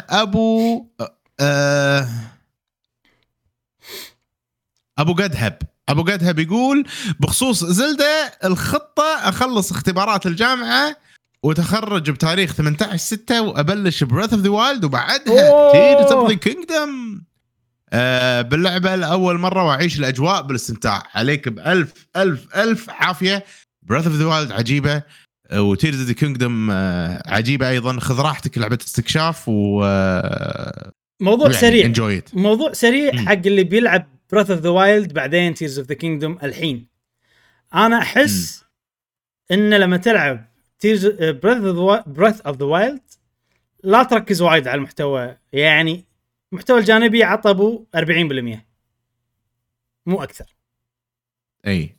ابو قدهب يقول بخصوص زلدة الخطة اخلص اختبارات الجامعة وتخرج بتاريخ 18/6 وابلش بريث اوف ذا وايلد وبعدها تيرز اوف ذا كينجدم باللعبة لأول مرة وأعيش الأجواء بالاستمتاع. عليك بألف ألف ألف عافية. Breath of the Wild عجيبة وتيرز اوف ذا كينجدم عجيبة أيضا. خذ راحتك لعبة استكشاف و موضوع يعني سريع موضوع سريع حق اللي بيلعب Breath of the Wild بعدين Tears of the Kingdom. الحين أنا أحس إن لما تلعب Breath of the Wild لا تركز وايد على المحتوى. يعني المحتوى الجانبي عطبوا 40% مو أكثر. أي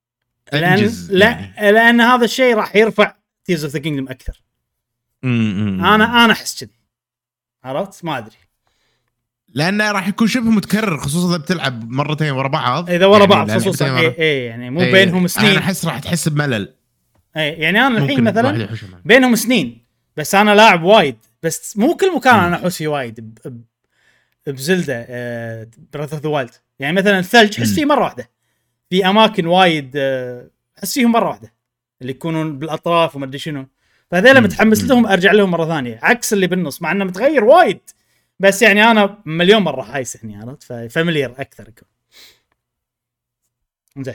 لأن هذا الشيء راح يرفع Tears of the Kingdom أكثر. أنا أحس كذي. عرفت ما أدري لأنه راح يكون شبه متكرر خصوصا إذا بتلعب مرتين ورا بعض. إذا ورا بعض خصوصا يعني مو بينهم سنين. أنا أحس راح تحس بملل. يعني أنا الحين مثلا بينهم سنين بس أنا لاعب وايد بس مو كل مكان أنا أحس فيه وايد بزلدة Breath of the Wild. يعني مثلا الثلج حس فيه مرة واحدة. في أماكن وايد حس فيهم مرة واحدة اللي يكونون بالأطراف وما أدري شنو. فهذول متحمس لهم ارجع لهم مره ثانيه، عكس اللي بالنص مع انه متغير وايد، بس يعني انا مليون مره حايس هني عرفت، ففاميليير اكثر يكون. زين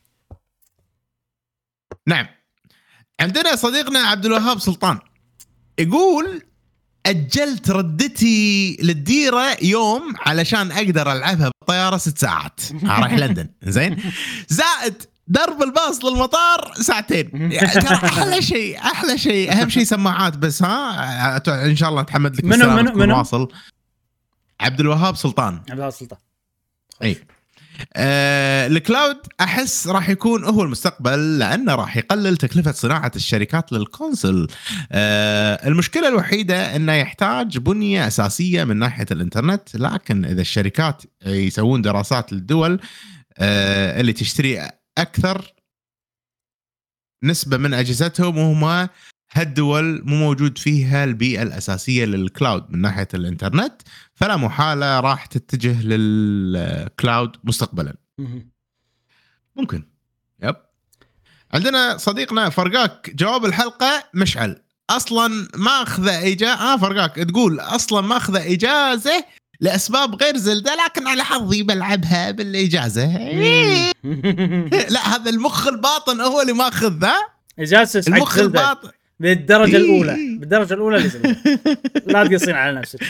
نعم. عندنا صديقنا عبد الوهاب سلطان يقول أجلت ردتي للديرة يوم علشان أقدر ألعبها بالطيارة 6 ساعات رايح لندن. زين، زائد درب الباص للمطار 2 ساعتين. ترى أحلى شيء أهم شيء سماعات بس. ها إن شاء الله نتحمد لك من واصل. عبد الوهاب سلطان. أي الكلاود أحس راح يكون هو المستقبل، لأنه راح يقلل تكلفة صناعة الشركات للكونسول. المشكلة الوحيدة أنه يحتاج بنية أساسية من ناحية الإنترنت، لكن إذا الشركات يسوون دراسات للدول اللي تشتري أكثر نسبة من أجهزتهم وهم هالدول مو موجود فيها البيئة الأساسية للكلاود من ناحية الإنترنت، فلا محالة راح تتجه للكلاود مستقبلا. ممكن. يب. عندنا صديقنا فرقاك جواب الحلقة مشعل أصلا ما أخذ إجازة. فرقاك تقول أصلا ما أخذ إجازة لأسباب غير زلدة، لكن على حظي بلعبها بالإجازة. لا، هذا المخ الباطن هو اللي ما أخذ ذا إجازة. المخ الباطن بالدرجة الأولى، بالدرجة الأولى لازم لا تقصين على نفسك.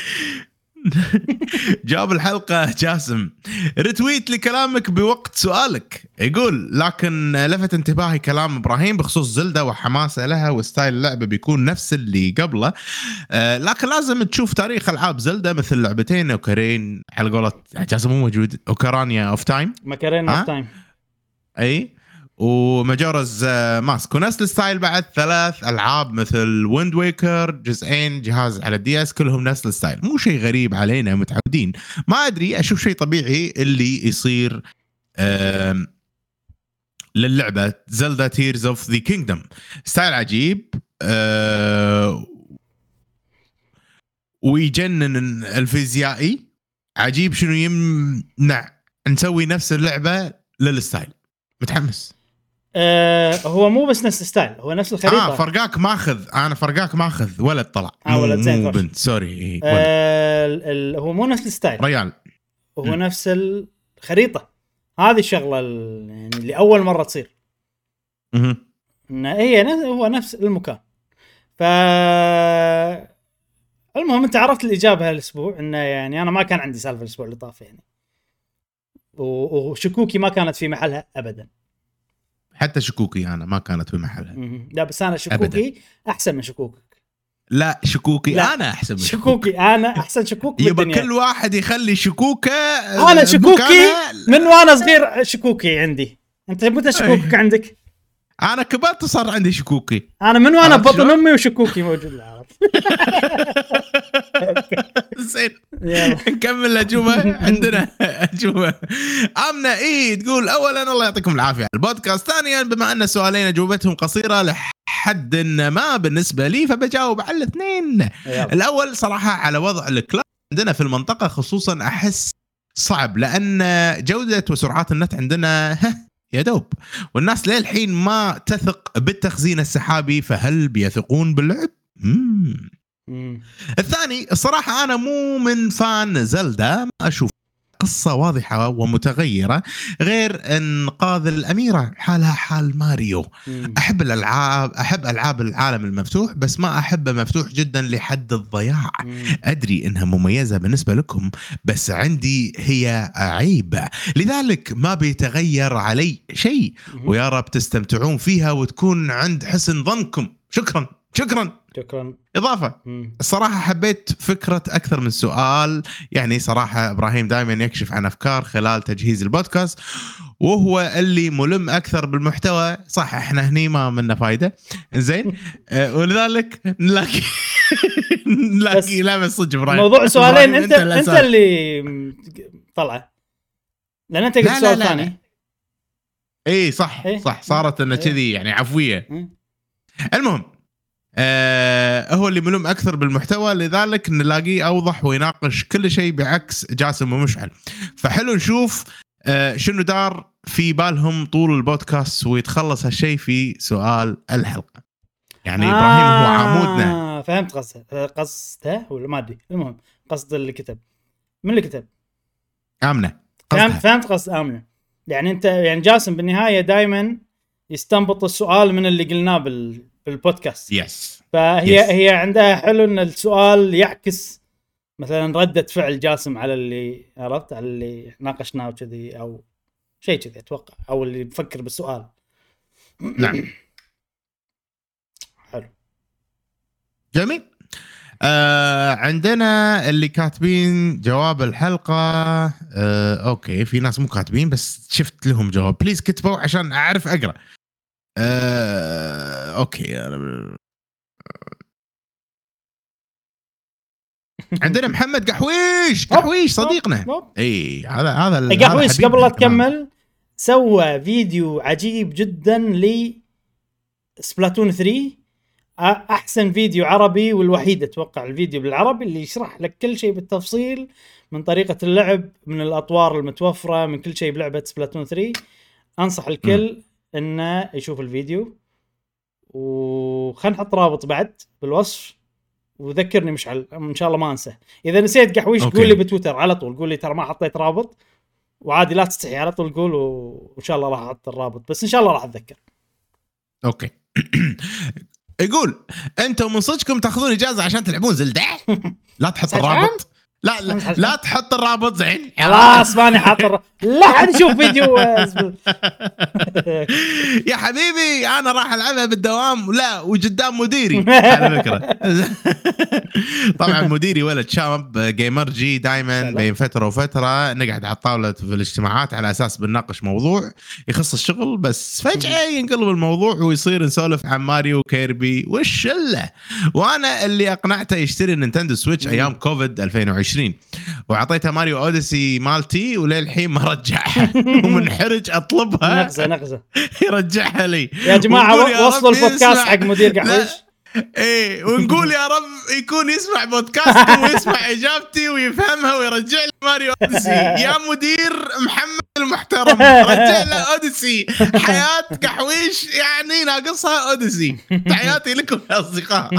جواب الحلقة جاسم رتويت لكلامك بوقت سؤالك، يقول لكن لفت انتباهي كلام إبراهيم بخصوص زلدة وحماسة لها وستايل اللعبة بيكون نفس اللي قبله، لكن لازم تشوف تاريخ ألعاب زلدة مثل لعبتين أوكارين على قولة جاسم مو موجود، أوكارانيا أوف تايم، ماكارينا أوف تايم، أي، وماجورز ماسك، ونفس الستايل بعد 3 ألعاب مثل ويند ويكر جزئين جهاز على الدي اس كلهم نفس الستايل. مو شيء غريب علينا متعودين، ما أدري أشوف شيء طبيعي اللي يصير للعبة زلدا تيرز اوف ذا كينجدم. ستايل عجيب ويجنن الفيزيائي عجيب. شنو يمنع نسوي نفس اللعبة للستايل؟ متحمس. هو مو بس نفس الستايل، هو نفس الخريطة. فرقاك ماخذ ولد طلع. ولد زين مو بنت سوري. هو مو نفس الستايل ريال، هو نفس الخريطة. هذه الشغلة يعني اللي أول مرة تصير إنه هو نفس المكان. المهم أنت عرفت الإجابة هالأسبوع إنه يعني أنا ما كان عندي سالفة الأسبوع اللي طاف يعني، وشكوكي ما كانت في محلها أبدا. حتى شكوكي أنا ما كانت في محلها. لا بس أنا شكوكي أبداً. أحسن من شكوكك. لا شكوكي لا. أنا أحسن من شكوكي. أنا أحسن شكوك يبقى كل واحد يخلي شكوكه. أنا شكوكي من وأنا صغير شكوكي عندي. أنت متى شكوكك عندك؟ أنا كبرت صار عندي شكوكي. أنا من وأنا بطن أمي وشكوكي موجود. لا زين نكمل الأجوبة. عندنا أجوبة آمنة تقول أولا الله يعطيكم العافية البودكاست، ثانيا بما أن سؤالين أجوبتهم قصيرة لحد ما بالنسبة لي فبجاوب على الاثنين. الأول صراحة على وضع الكلاود عندنا في المنطقة خصوصا أحس صعب، لأن جودة وسرعات النت عندنا يا دوب، والناس للحين ما تثق بالتخزين السحابي، فهل بيثقون باللعب؟ الثاني الصراحة أنا مو من فان زلدا، ما أشوف قصة واضحة ومتغيرة غير إنقاذ الأميرة حالها حال ماريو. أحب ألعاب العالم المفتوح، بس ما أحبه مفتوح جدا لحد الضياع. أدري إنها مميزة بالنسبة لكم، بس عندي هي عيب، لذلك ما بيتغير علي شيء، ويا رب تستمتعون فيها وتكون عند حسن ظنكم. شكرا. إضافة الصراحة حبيت فكرة أكثر من سؤال، يعني صراحة إبراهيم دائما يكشف عن أفكار خلال تجهيز البودكاست، وهو اللي ملم أكثر بالمحتوى. صح إحنا هني ما منا فايدة زين ولذلك نلاقي لا بس صدق إبراهيم موضوع سؤالين أنت اللي طلع، لأن أنت قلت سؤال ثاني. صح صارت إنه كذي يعني عفوية. المهم هو اللي ملوم أكثر بالمحتوى، لذلك نلاقيه أوضح ويناقش كل شيء بعكس جاسم ومشعل. فحلو نشوف شنو دار في بالهم طول البودكاست ويتخلص هالشيء في سؤال الحلقة. يعني ابراهيم هو عمودنا. فهمت قصده ولا ما ادري. المهم قصد اللي كتب، من اللي كتب امنه. فهمت قصد امنه. يعني انت يعني جاسم بالنهايه دائما يستنبط السؤال من اللي قلناه بالبودكاست. يس. فهي هي عندها حلو ان السؤال يعكس مثلا ردة فعل جاسم على اللي عرفت، على اللي ناقشناه وكذي او شيء كذي اتوقع، او اللي بفكر بالسؤال. نعم. حلو جميل. عندنا اللي كاتبين جواب الحلقة. اوكي في ناس مو كاتبين بس شفت لهم جواب، بليز كتبوا عشان اعرف اقرا. اوكي عندنا محمد قحويش صديقنا. اي هذا قحويش قبل لا تكمل سوى فيديو عجيب جدا ل سبلاتون 3، احسن فيديو عربي والوحيد اتوقع الفيديو بالعربي اللي يشرح لك كل شيء بالتفصيل، من طريقة اللعب، من الاطوار المتوفرة، من كل شيء بلعبة سبلاتون 3. انصح الكل انه يشوف الفيديو، وخلنا نحط رابط بعد بالوصف، وذكرني مشعل ان شاء الله ما انسى. اذا نسيت قحويش قول لي بتويتر على طول، قول لي ترى ما حطيت رابط، وعادي لا تستحي على طول قول، وان شاء الله راح احط الرابط، بس ان شاء الله راح اتذكر. اوكي. يقول انتم من صدقكم تاخذون اجازه عشان تلعبون زلدة؟ لا تحط الرابط. لا تحط الرابط زين خلاص ماني حاط لا حد يشوف فيديو. يا حبيبي انا راح العبها بالدوام لا وقدام مديري على فكره. طبعا مديري ولد شاب جيمر جي، دائما بين فتره وفتره نقعد على الطاوله في الاجتماعات على اساس بنناقش موضوع يخص الشغل، بس فجاه ينقلب الموضوع ويصير نسولف عن ماريو كيربي والشله. وانا اللي اقنعته يشتري نينتندو سويتش ايام كوفيد 2020، وعطيته ماريو اوديسي مالتي وللحين ما رجعها، ومنحرج اطلبها نغزه يرجعها لي. يا جماعه وصلوا البودكاست حق مدير قحويش. ايه ونقول يا رب يكون يسمع بودكاست ويسمع اجابتي ويفهمها ويرجع لي ماريو اوديسي. يا مدير محمد المحترم رجع له اوديسي. حياة قحويش يعني ناقصها اوديسي. تحياتي لكم يا اصدقاء.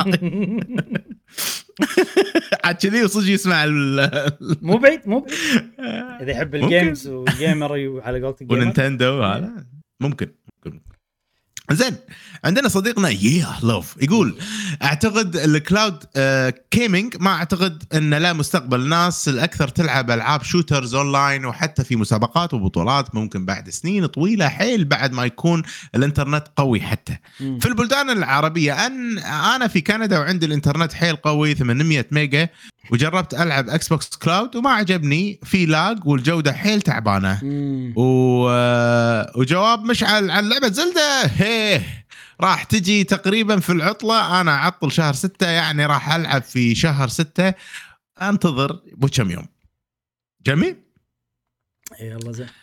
عاد كذي وصدق يسمع مو بعيد اذا يحب الجيمز والجيمر على قولة الجيمر ونينتندو هذا ممكن. زين عندنا صديقنا لوف يقول اعتقد الكلاود جيمنج ما اعتقد ان لا مستقبل. الناس الاكثر تلعب العاب شوترز اونلاين، وحتى في مسابقات وبطولات ممكن بعد سنين طويله حيل بعد ما يكون الانترنت قوي. حتى في البلدان العربيه انا في كندا وعندي الانترنت حيل قوي 800 ميجا، وجربت العب اكس بوكس كلاود وما عجبني، في لاج والجوده حيل تعبانه. وجواب مشعل عن لعبه زلدة راح تجي تقريبا في العطله. انا اعطل شهر 6 يعني راح العب في شهر 6، انتظر بكم يوم. جميل. يلا زين.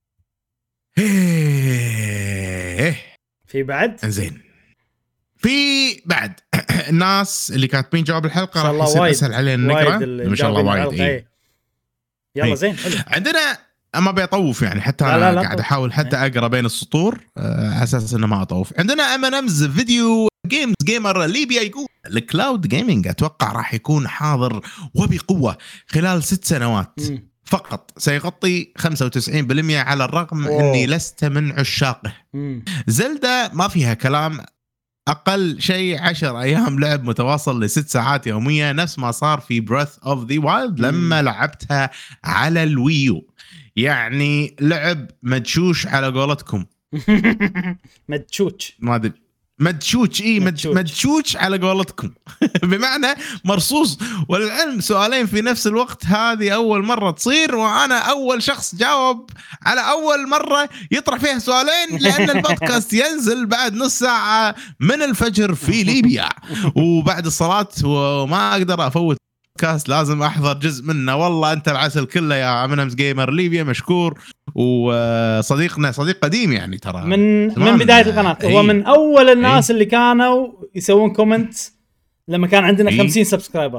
في بعد زين في بعد الناس اللي كاتبين جواب الحلقه راح يصير اسهل علينا نقرا ان شاء الله وايد. يلا زين حلو. عندنا اما بيطوف يعني حتى انا لا قاعد احاول حتى اقرا بين السطور على اساس انه ما اطوف. عندنا امنمز فيديو جيمر ليبيا يقول الكلاود جيمنج اتوقع راح يكون حاضر وبقوه خلال 6 سنوات فقط، سيغطي 95% على الرغم اني لست من عشاقه. زلدة ما فيها كلام، أقل شيء 10 أيام لعب متواصل ل6 ساعات يوميا، نفس ما صار في Breath of the Wild لما لعبتها على الويو. يعني لعب مدشوش على قولتكم. مدشوش ما أدري مدشوش مدشوش على قولتكم. بمعنى مرصوص. وللعلم سؤالين في نفس الوقت هذه أول مرة تصير، وأنا أول شخص جاوب على أول مرة يطرح فيها سؤالين، لأن البودكاست ينزل بعد نص ساعة من الفجر في ليبيا وبعد الصلاة، وما أقدر أفوت بودكاست، لازم أحضر جزء منه. والله أنت العسل كله يا أمنمز جيمر ليبيا، مشكور. وصديقنا صديق قديم يعني ترى من بداية القناة. هو من أول الناس اللي كانوا يسوون كومنت لما كان عندنا 50 سبسكرايبر.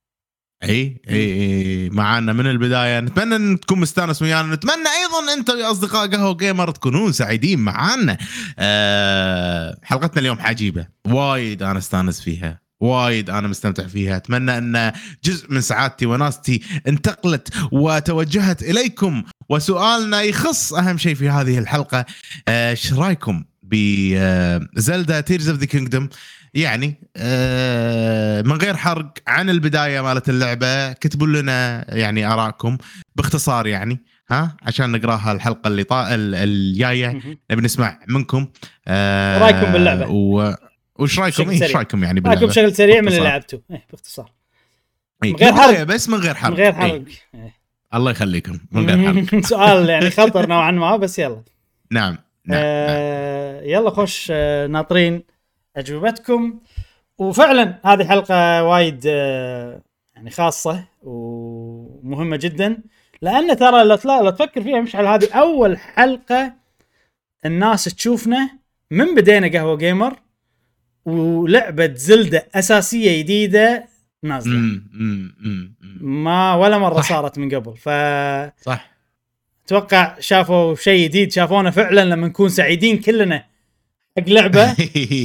اي معانا من البدايه. نتمنى ان تكون مستانس ويانا، نتمنى ايضا انتم يا اصدقاء قهوه جيمر تكونون سعيدين معانا. حلقتنا اليوم عجيبه وايد، انا استانس فيها وايد، انا مستمتع فيها. اتمنى ان جزء من سعادتي وناستي انتقلت وتوجهت اليكم. وسؤالنا يخص اهم شيء في هذه الحلقه، ايش رايكم بزلدا تيرز اوف ذا كينجدوم؟ يعني من غير حرق عن البدايه مالت اللعبه، كتبوا لنا يعني ارائكم باختصار، يعني عشان نقراها الحلقه اللي الجايه. نبي نسمع منكم رايكم باللعبه وش رايكم؟ ايش رايكم يعني باللعبه؟ رايكم بشكل سريع من اللي لعبته باختصار، من غير حرق، بس من غير حرق، من غير حرق. الله يخليكم، من غير حرق. سؤال يعني خطر نوعا ما، بس يلا. نعم. يلا خوش، ناطرين أجوبتكم. وفعلا هذه حلقة وايد يعني خاصة ومهمة جدا، لأن ترى لا تفكر فيها مشعل، هذه أول حلقة الناس تشوفنا من بدينا قهوة جيمر، ولعبة زلدة أساسية جديدة نازلة ما ولا مرة صارت من قبل. صح، اتوقع شافوا شيء جديد، شافونا فعلا لما نكون سعيدين كلنا حق لعبه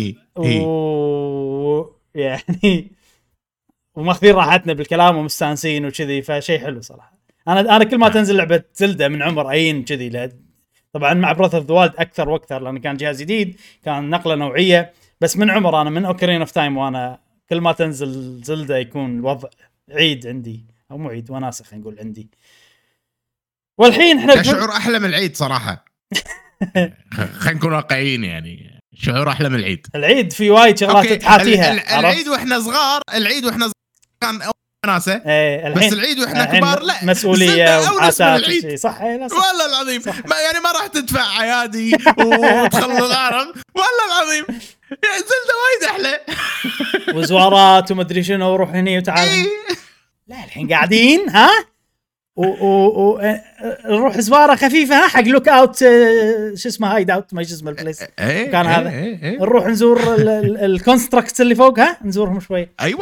يعني وماخذين راحتنا بالكلام ومستانسين وكذي، فشيء حلو صراحه. انا كل ما تنزل لعبه زلدة من عمر عين كذي، طبعا مع براذر اوف ذا وايلد اكثر واكثر لان كان جهاز جديد، كان نقله نوعيه، بس من عمر انا من اوكرين اوف تايم، وانا كل ما تنزل زلدة يكون الوضع عيد عندي، او مو عيد، وناسه خلينا نقول عندي. والحين احنا شعور احلى من العيد صراحه. خلينا نكون واقعيين، يعني شعور احلى من العيد. العيد في وايد شغلات تحاتيها. العيد واحنا صغار كان وناسه، بس العيد واحنا كبار لا، مسؤوليه وحاسات صح. والله العظيم يعني ما راح تدفع عيادي وتخلص العالم، والله العظيم زلدة وايد احلى. وزوارات وما ادري شنو، وروح هني وتعال. لا الحين قاعدين نروح زواره خفيفه حق لوك اوت، شو اسمه هايد اوت، ما اسمه البليس كان هذا. نروح نزور الكونستراكتس اللي فوق، نزورهم شوي. ايوه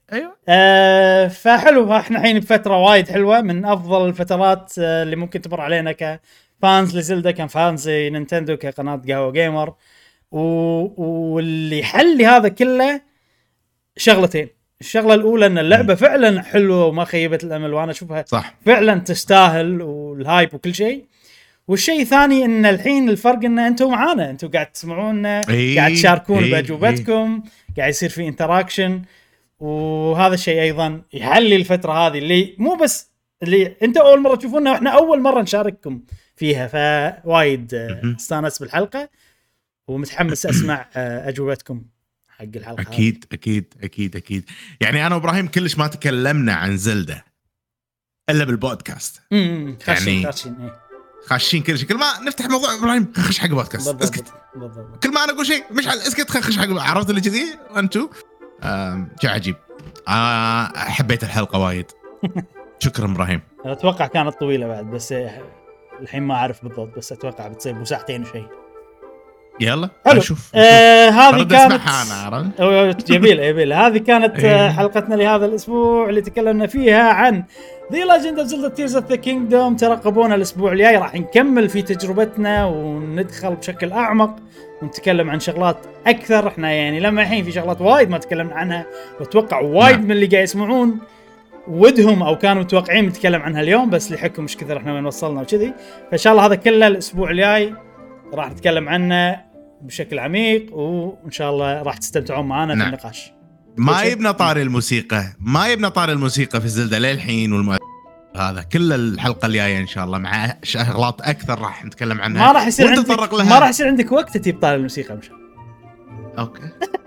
فحلو. احنا الحين بفتره وايد حلوه، من افضل الفترات اللي ممكن تمر علينا كفانز لزلدة، كان فانز نينتندو كقناه قهوه جيمر. واللي حل هذا كله شغلتين. الشغله الاولى ان اللعبه فعلا حلوه وما خيبت الامل، وانا اشوفها صح فعلا تستاهل، والهايب وكل شيء. والشيء الثاني ان الحين الفرق ان انتم معانا، انتم قاعد تسمعونا، قاعد تشاركون باجوبتكم، قاعد يصير في انتراكشن، وهذا الشيء ايضا يحلي الفتره هذه اللي مو بس اللي انت اول مره تشوفونا واحنا اول مره نشارككم فيها. فوايد استانس بالحلقه ومتحمس اسمع اجوبتكم حق الحلقه. اكيد اكيد اكيد اكيد. يعني انا وابراهيم كلش ما تكلمنا عن زلدة الا بالبودكاست. يعني خاشين كل شيء، كل ما نفتح موضوع ابراهيم خش حق بودكاست، اسكت. كل ما انا اقول شيء مشعل اسكت خش حق، عرفت اللي كذي انتو. شيء عجيب. حبيت الحلقه وايد. شكرا ابراهيم. اتوقع كانت طويله بعد، بس الحين ما اعرف بالضبط، بس اتوقع بتصير ساعتين وشيء. يلا نشوف. هذه كانت جميل. هذه كانت حلقتنا لهذا الاسبوع اللي تكلمنا فيها عن The Legend of Zelda Tears of the Kingdom. ترقبونا الاسبوع الجاي، راح نكمل في تجربتنا وندخل بشكل اعمق ونتكلم عن شغلات اكثر. احنا يعني لما الحين في شغلات وايد ما تكلمنا عنها، واتوقع وايد من اللي قاعد يسمعون ودهم او كانوا متوقعين نتكلم عنها اليوم، بس لحكم مش كثر احنا وين وصلنا وكذي. فان شاء الله هذا كله الاسبوع الجاي راح نتكلم عنه بشكل عميق، وإن شاء الله راح تستمتعون معنا في النقاش. ما يبنى طاري الموسيقى في زلدة للحين، هذا كل الحلقة الجاية إن شاء الله مع شغلات أكثر راح نتكلم عنها. ما راح يصير عندك وقت تجيب طاري الموسيقى مش أوكي.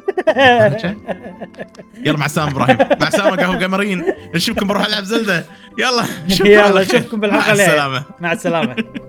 يلا مع السلامة إبراهيم، مع السلامة قهوة جيمرين، نشوفكم بروح ألعب زلدة. يلا نشوفكم بالحلقة. مع السلامة.